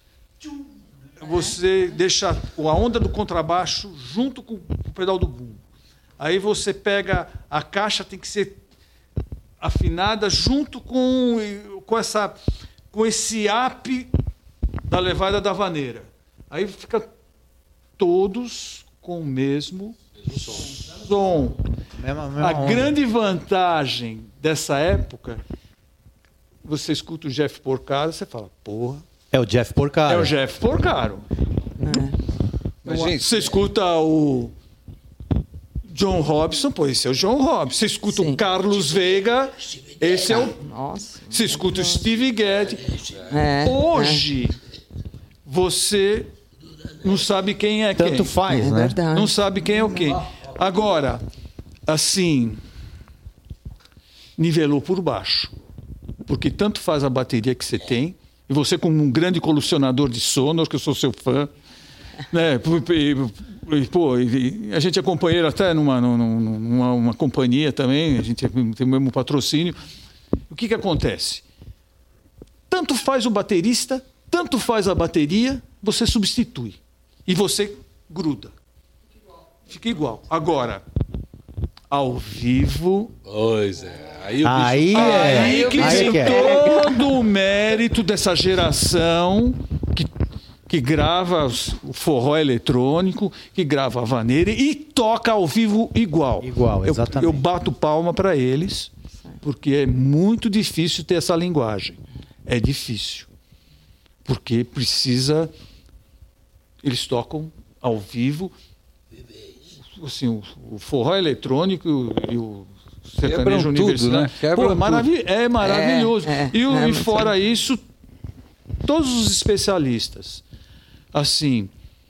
Você deixa a onda do contrabaixo junto com o pedal do bumbo. Aí você pega a caixa, tem que ser afinada junto com esse up da levada da vaneira. Aí fica todos com o mesmo som. A grande vantagem dessa época, você escuta o Jeff Porcaro, você fala, porra. É o Jeff Porcaro. É o Jeff Porcaro. Mas, gente, você escuta o John Robson, pô, esse é o John Robson. Você escuta o Carlos Veiga, esse é o... Nossa. Você escuta o Steve Gadd. Hoje, você não sabe quem é quem. Tanto faz, né? Verdade. Não sabe quem é o quem. Agora, assim, nivelou por baixo. Porque tanto faz a bateria que você tem, e você como um grande colucionador de Sonor, que eu sou seu fã, né? Pô, a gente é companheiro até numa companhia também, a gente tem o mesmo patrocínio. O que acontece? Tanto faz o baterista, tanto faz a bateria, você substitui. E você gruda. Fica igual. Agora, ao vivo... Pois é. Aí que vem todo o mérito dessa geração que que grava o forró eletrônico, que grava a vaneira e toca ao vivo igual. Igual, exatamente. Eu bato palma para eles, porque é muito difícil ter essa linguagem. É difícil. Porque precisa... Eles tocam ao vivo. Assim, o forró eletrônico e o sertanejo universitário. Né? Pô, é maravilhoso. E fora isso, todos os especialistas, assim,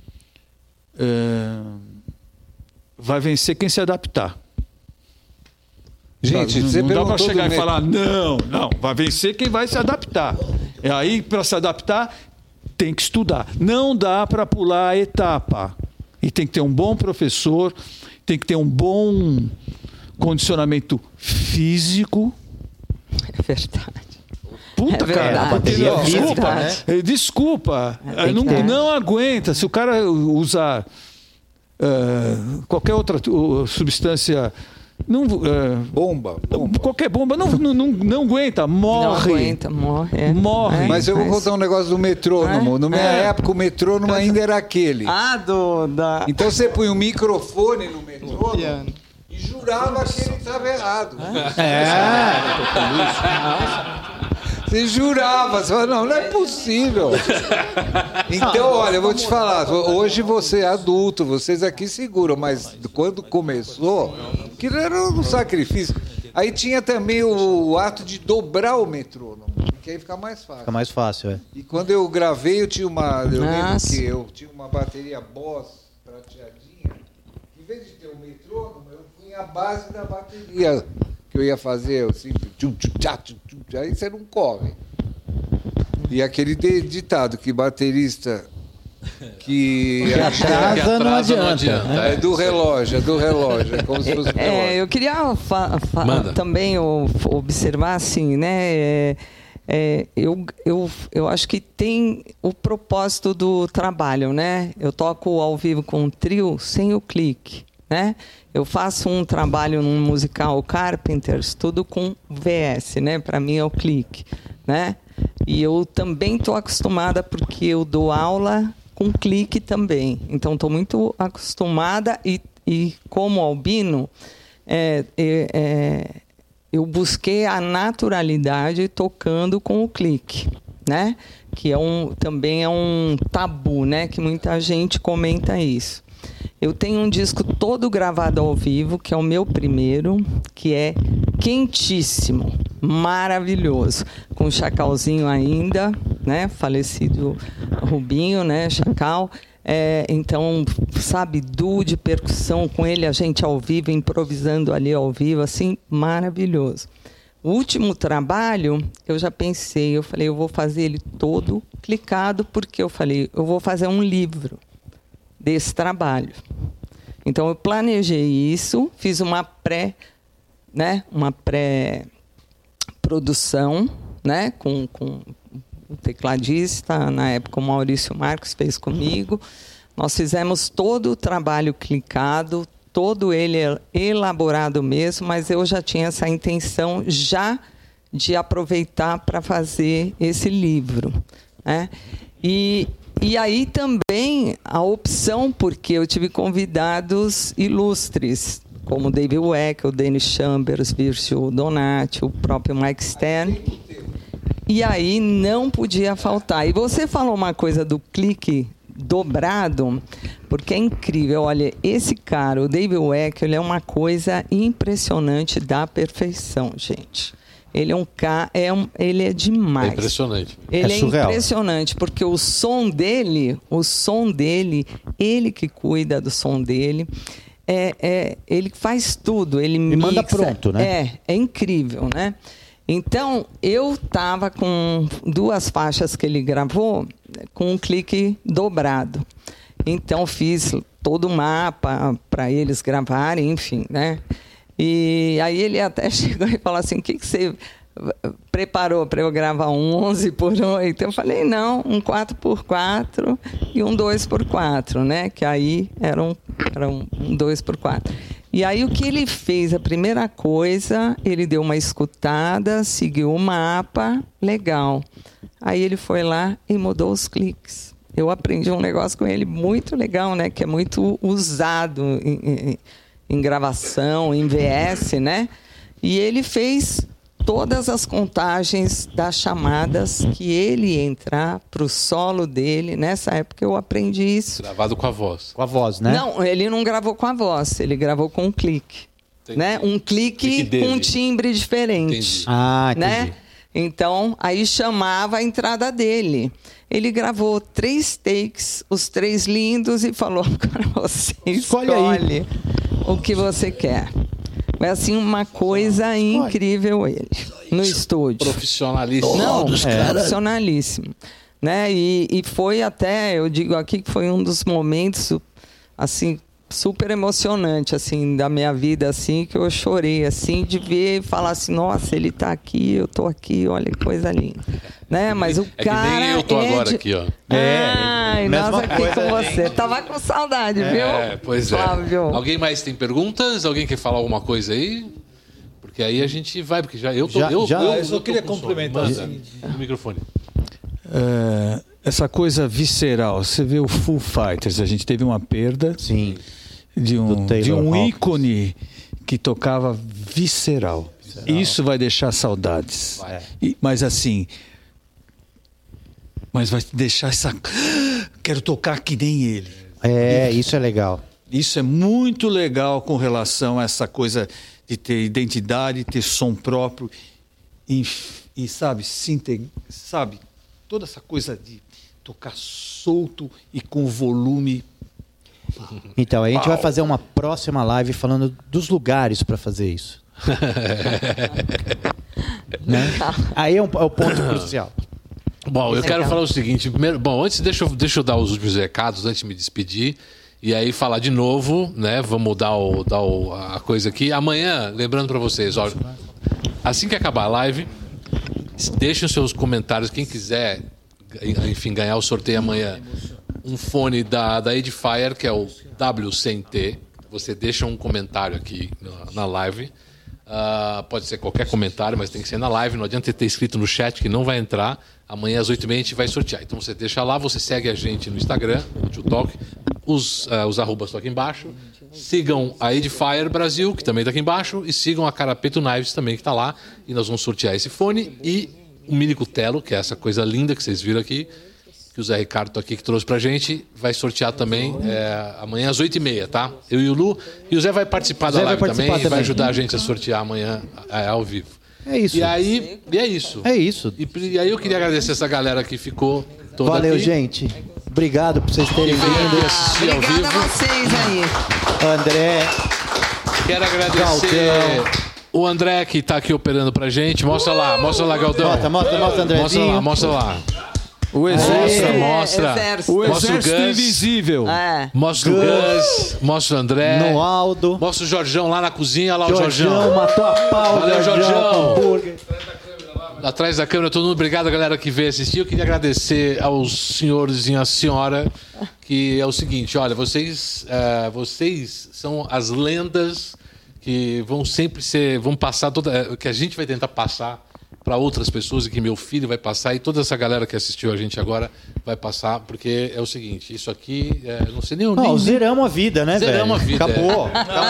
vai vencer quem se adaptar. Gente, não dá para chegar e falar, não, vai vencer quem vai se adaptar. E aí, para se adaptar, tem que estudar. Não dá para pular a etapa. E tem que ter um bom professor, tem que ter um bom condicionamento físico. É verdade. Puta, cara. Desculpa. Não aguenta. Se o cara usar qualquer outra substância... Bomba. Qualquer bomba não aguenta, morre. Não aguenta, morre. Morre. Mas eu vou contar um negócio do metrônomo. Na minha época, o metrônomo ainda era aquele. Então você põe um microfone no metrônomo e jurava que ele estava errado. Você jurava, você falava, não é possível. Então, olha, eu vou te falar, hoje você é adulto, vocês aqui seguram, mas quando começou, aquilo era um sacrifício. Aí tinha também o ato de dobrar o metrônomo, porque aí fica mais fácil. Fica mais fácil, é. E quando eu gravei, eu lembro que eu tinha uma bateria Boss prateadinha, em vez de ter o metrônomo, eu punha a base da bateria. Que eu ia fazer, assim, aí você não corre. E aquele ditado que baterista que atrasa não adianta. Né? É do relógio, é como se fosse eu queria também observar assim, né? Eu acho que tem o propósito do trabalho, né? Eu toco ao vivo com um trio sem o clique, né? Eu faço um trabalho num musical Carpenters, tudo com VS, né? Para mim é o clique, né? E eu também estou acostumada porque eu dou aula com clique também. Então estou muito acostumada e como albino, eu busquei a naturalidade tocando com o clique, né? Que também é um tabu, né? Que muita gente comenta isso. Eu tenho um disco todo gravado ao vivo, que é o meu primeiro, que é quentíssimo, maravilhoso, com o Chacalzinho ainda, né? Falecido Rubinho, né? Chacal. Então, sabe, duo de percussão com ele, a gente ao vivo, improvisando ali ao vivo, assim, maravilhoso. O último trabalho, eu já pensei, eu falei, eu vou fazer ele todo clicado, porque eu falei, eu vou fazer um livro desse trabalho. Então eu planejei isso, fiz uma pré-produção, né, com o tecladista, na época o Maurício Marcos fez comigo. Nós fizemos todo o trabalho clicado, todo ele elaborado mesmo, mas eu já tinha essa intenção já de aproveitar para fazer esse livro, né? E aí também a opção, porque eu tive convidados ilustres, como David Weck, o Dennis Chambers, Virgil Donati, o próprio Mike Stern. E aí não podia faltar. E você falou uma coisa do clique dobrado, porque é incrível. Olha, esse cara, o David Weck, ele é uma coisa impressionante da perfeição, gente. Ele ele é demais. É impressionante. Ele é impressionante, porque o som dele, ele que cuida do som dele, ele faz tudo, ele mixa, manda pronto, né? É incrível, né? Então, eu estava com 2 faixas que ele gravou com um clique dobrado. Então, fiz todo o mapa para eles gravarem, enfim, né? E aí ele até chegou e falou assim, o que você preparou para eu gravar um 11/8? Eu falei, não, um 4/4 e um 2/4, né? Que aí era um 2/4. E aí o que ele fez? A primeira coisa, ele deu uma escutada, seguiu o mapa, legal. Aí ele foi lá e mudou os cliques. eu aprendi um negócio com ele muito legal, né? Que é muito usado em gravação, em VS, né? E ele fez todas as contagens das chamadas que ele ia entrar para o solo dele. Nessa época eu aprendi isso. Gravado com a voz. Com a voz, né? Não, ele não gravou com a voz, ele gravou com um clique. Né? Um clique com um timbre diferente. Entendi. Ah, entendi. Né? Então, aí chamava a entrada dele. Ele gravou 3 takes, os 3 lindos, e falou: agora você escolhe o que você quer. Foi assim uma coisa incrível ele, no estúdio. Profissionalíssimo. Não, profissionalíssimo. Né? E foi até, eu digo aqui, que foi um dos momentos, assim, super emocionante, assim, da minha vida, assim, que eu chorei, assim, de ver e falar assim: nossa, ele tá aqui, eu tô aqui, olha que coisa linda. Né? Mas o cara... que nem eu tô agora aqui, ó. Ai, nós aqui com você. Tava com saudade, viu? Pois Flávio. Alguém mais tem perguntas? Alguém quer falar alguma coisa aí? Porque aí a gente vai, porque já eu tô... Eu só queria complementar o microfone. Essa coisa visceral. Você vê o Foo Fighters, a gente teve uma perda de um ícone que tocava visceral. Isso vai deixar saudades. Mas assim... Mas vai deixar essa... Quero tocar que nem ele. Isso é legal. Isso é muito legal com relação a essa coisa de ter identidade, ter som próprio e sabe, sabe, toda essa coisa de tocar solto e com volume. Então, a gente vai fazer uma próxima live falando dos lugares para fazer isso. Né? Aí é o ponto crucial. Bom, eu quero falar o seguinte. Primeiro, antes deixa eu dar os últimos recados antes de me despedir. E aí falar de novo, né? Vamos dar a coisa aqui. Amanhã, lembrando para vocês, ó, assim que acabar a live, deixem os seus comentários. Quem quiser, enfim, ganhar o sorteio amanhã, um fone da Edifier, que é o W100T. Você deixa um comentário aqui na live. Pode ser qualquer comentário, mas tem que ser na live. Não adianta ter escrito no chat, que não vai entrar. Amanhã às 8h30 a gente vai sortear. Então você deixa lá, você segue a gente no Instagram, no TioTalk. Os arrobas estão aqui embaixo. Sigam a Edifier Brasil, que também está aqui embaixo. E sigam a Carapeto Knives também, que está lá. E nós vamos sortear esse fone e o Mini Cutelo, que é essa coisa linda que vocês viram aqui, que o Zé Ricardo tá aqui, que trouxe pra gente. Vai sortear também amanhã às 8h30, tá? Eu e o Lu. E o Zé vai participar da live também e vai ajudar a gente a sortear amanhã ao vivo. É isso. E aí, é isso. É isso. E aí eu queria agradecer essa galera que ficou toda Valeu, aqui. gente. Obrigado por vocês terem vindo. Assistir ao Obrigada vivo. a vocês aí. André. Quero agradecer o André, que tá aqui operando pra gente. Mostra lá, Galdão. Mostra, Andrezinho. Mostra lá. O exército. Mostra. O Mostra o exército Gus. invisível. Mostra o Gus. Mostra o André. No Aldo. Mostra o Jorjão lá na cozinha. Olha lá o Jorjão Jorjão. matou a pau. Valeu, Jorjão. Hambúrguer. Atrás da câmera, todo mundo. Obrigado, galera, que veio assistir. Eu queria agradecer aos senhores e à senhora, que é o seguinte, olha, vocês são as lendas que vão sempre vão passar que a gente vai tentar passar para outras pessoas e que meu filho vai passar e toda essa galera que assistiu a gente agora vai passar, porque é o seguinte, isso aqui, não sei nem... Zeramos a vida, né, velho? Zeramos a vida. Acabou.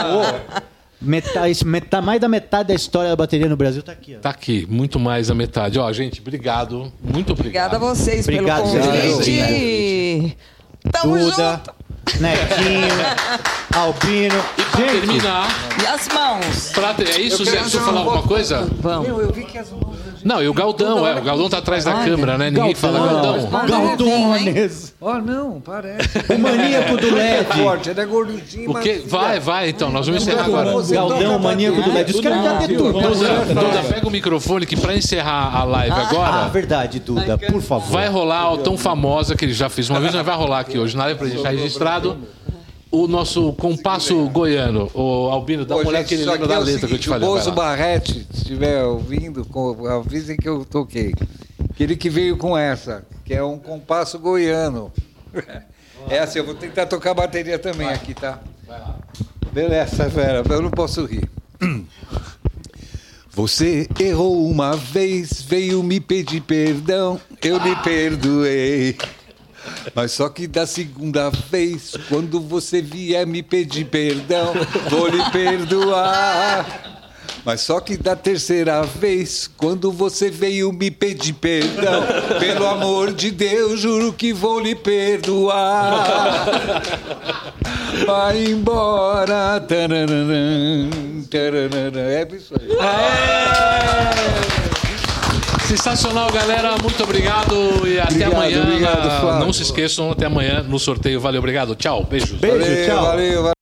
Mais da metade da história da bateria no Brasil tá aqui. Ó. Tá aqui, muito mais da metade. Ó, gente, obrigado. Muito obrigado. Obrigada a vocês Obrigado, pelo convite. Tamo Duda, junto. Netinho, Albino. E pra terminar... E as mãos? É isso, Zé? Preciso falar alguma coisa? Vamos. Eu vi que as mãos... Não, e o Galdão, o Galdão tá atrás da câmera, né? Ninguém fala Galdão. Galdones. Oh, não, parece. O maníaco do LED. Forte, ele é gordinho, O quê? Vai, então, nós vamos encerrar agora. Galdão, o maníaco do LED. Os caras já deturpam. Duda, pega o microfone que pra encerrar a live agora, Verdade, Duda, por favor. vai rolar o Tão Famosa, que ele já fez uma vez, mas vai rolar aqui hoje na live pra deixar registrado. O nosso compasso goiano, o Albino, dá uma olhada que ele lembra da letra que eu te falei. O Bozo Barrete, se estiver ouvindo, avisem que eu toquei. Aquele que veio com essa, que é um compasso goiano. É assim, eu vou tentar tocar bateria também aqui, tá? Vai lá. Beleza, Vera, eu não posso rir. Você errou uma vez, veio me pedir perdão, eu lhe perdoei. Mas só que da segunda vez, quando você vier me pedir perdão, vou lhe perdoar. Mas só que da terceira vez, quando você veio me pedir perdão, pelo amor de Deus, juro que vou lhe perdoar. Vai embora. É isso aí. Sensacional, galera. Muito obrigado e até amanhã. Não se esqueçam, até amanhã no sorteio. Valeu, obrigado. Tchau, beijos. Beijo, tchau. Valeu.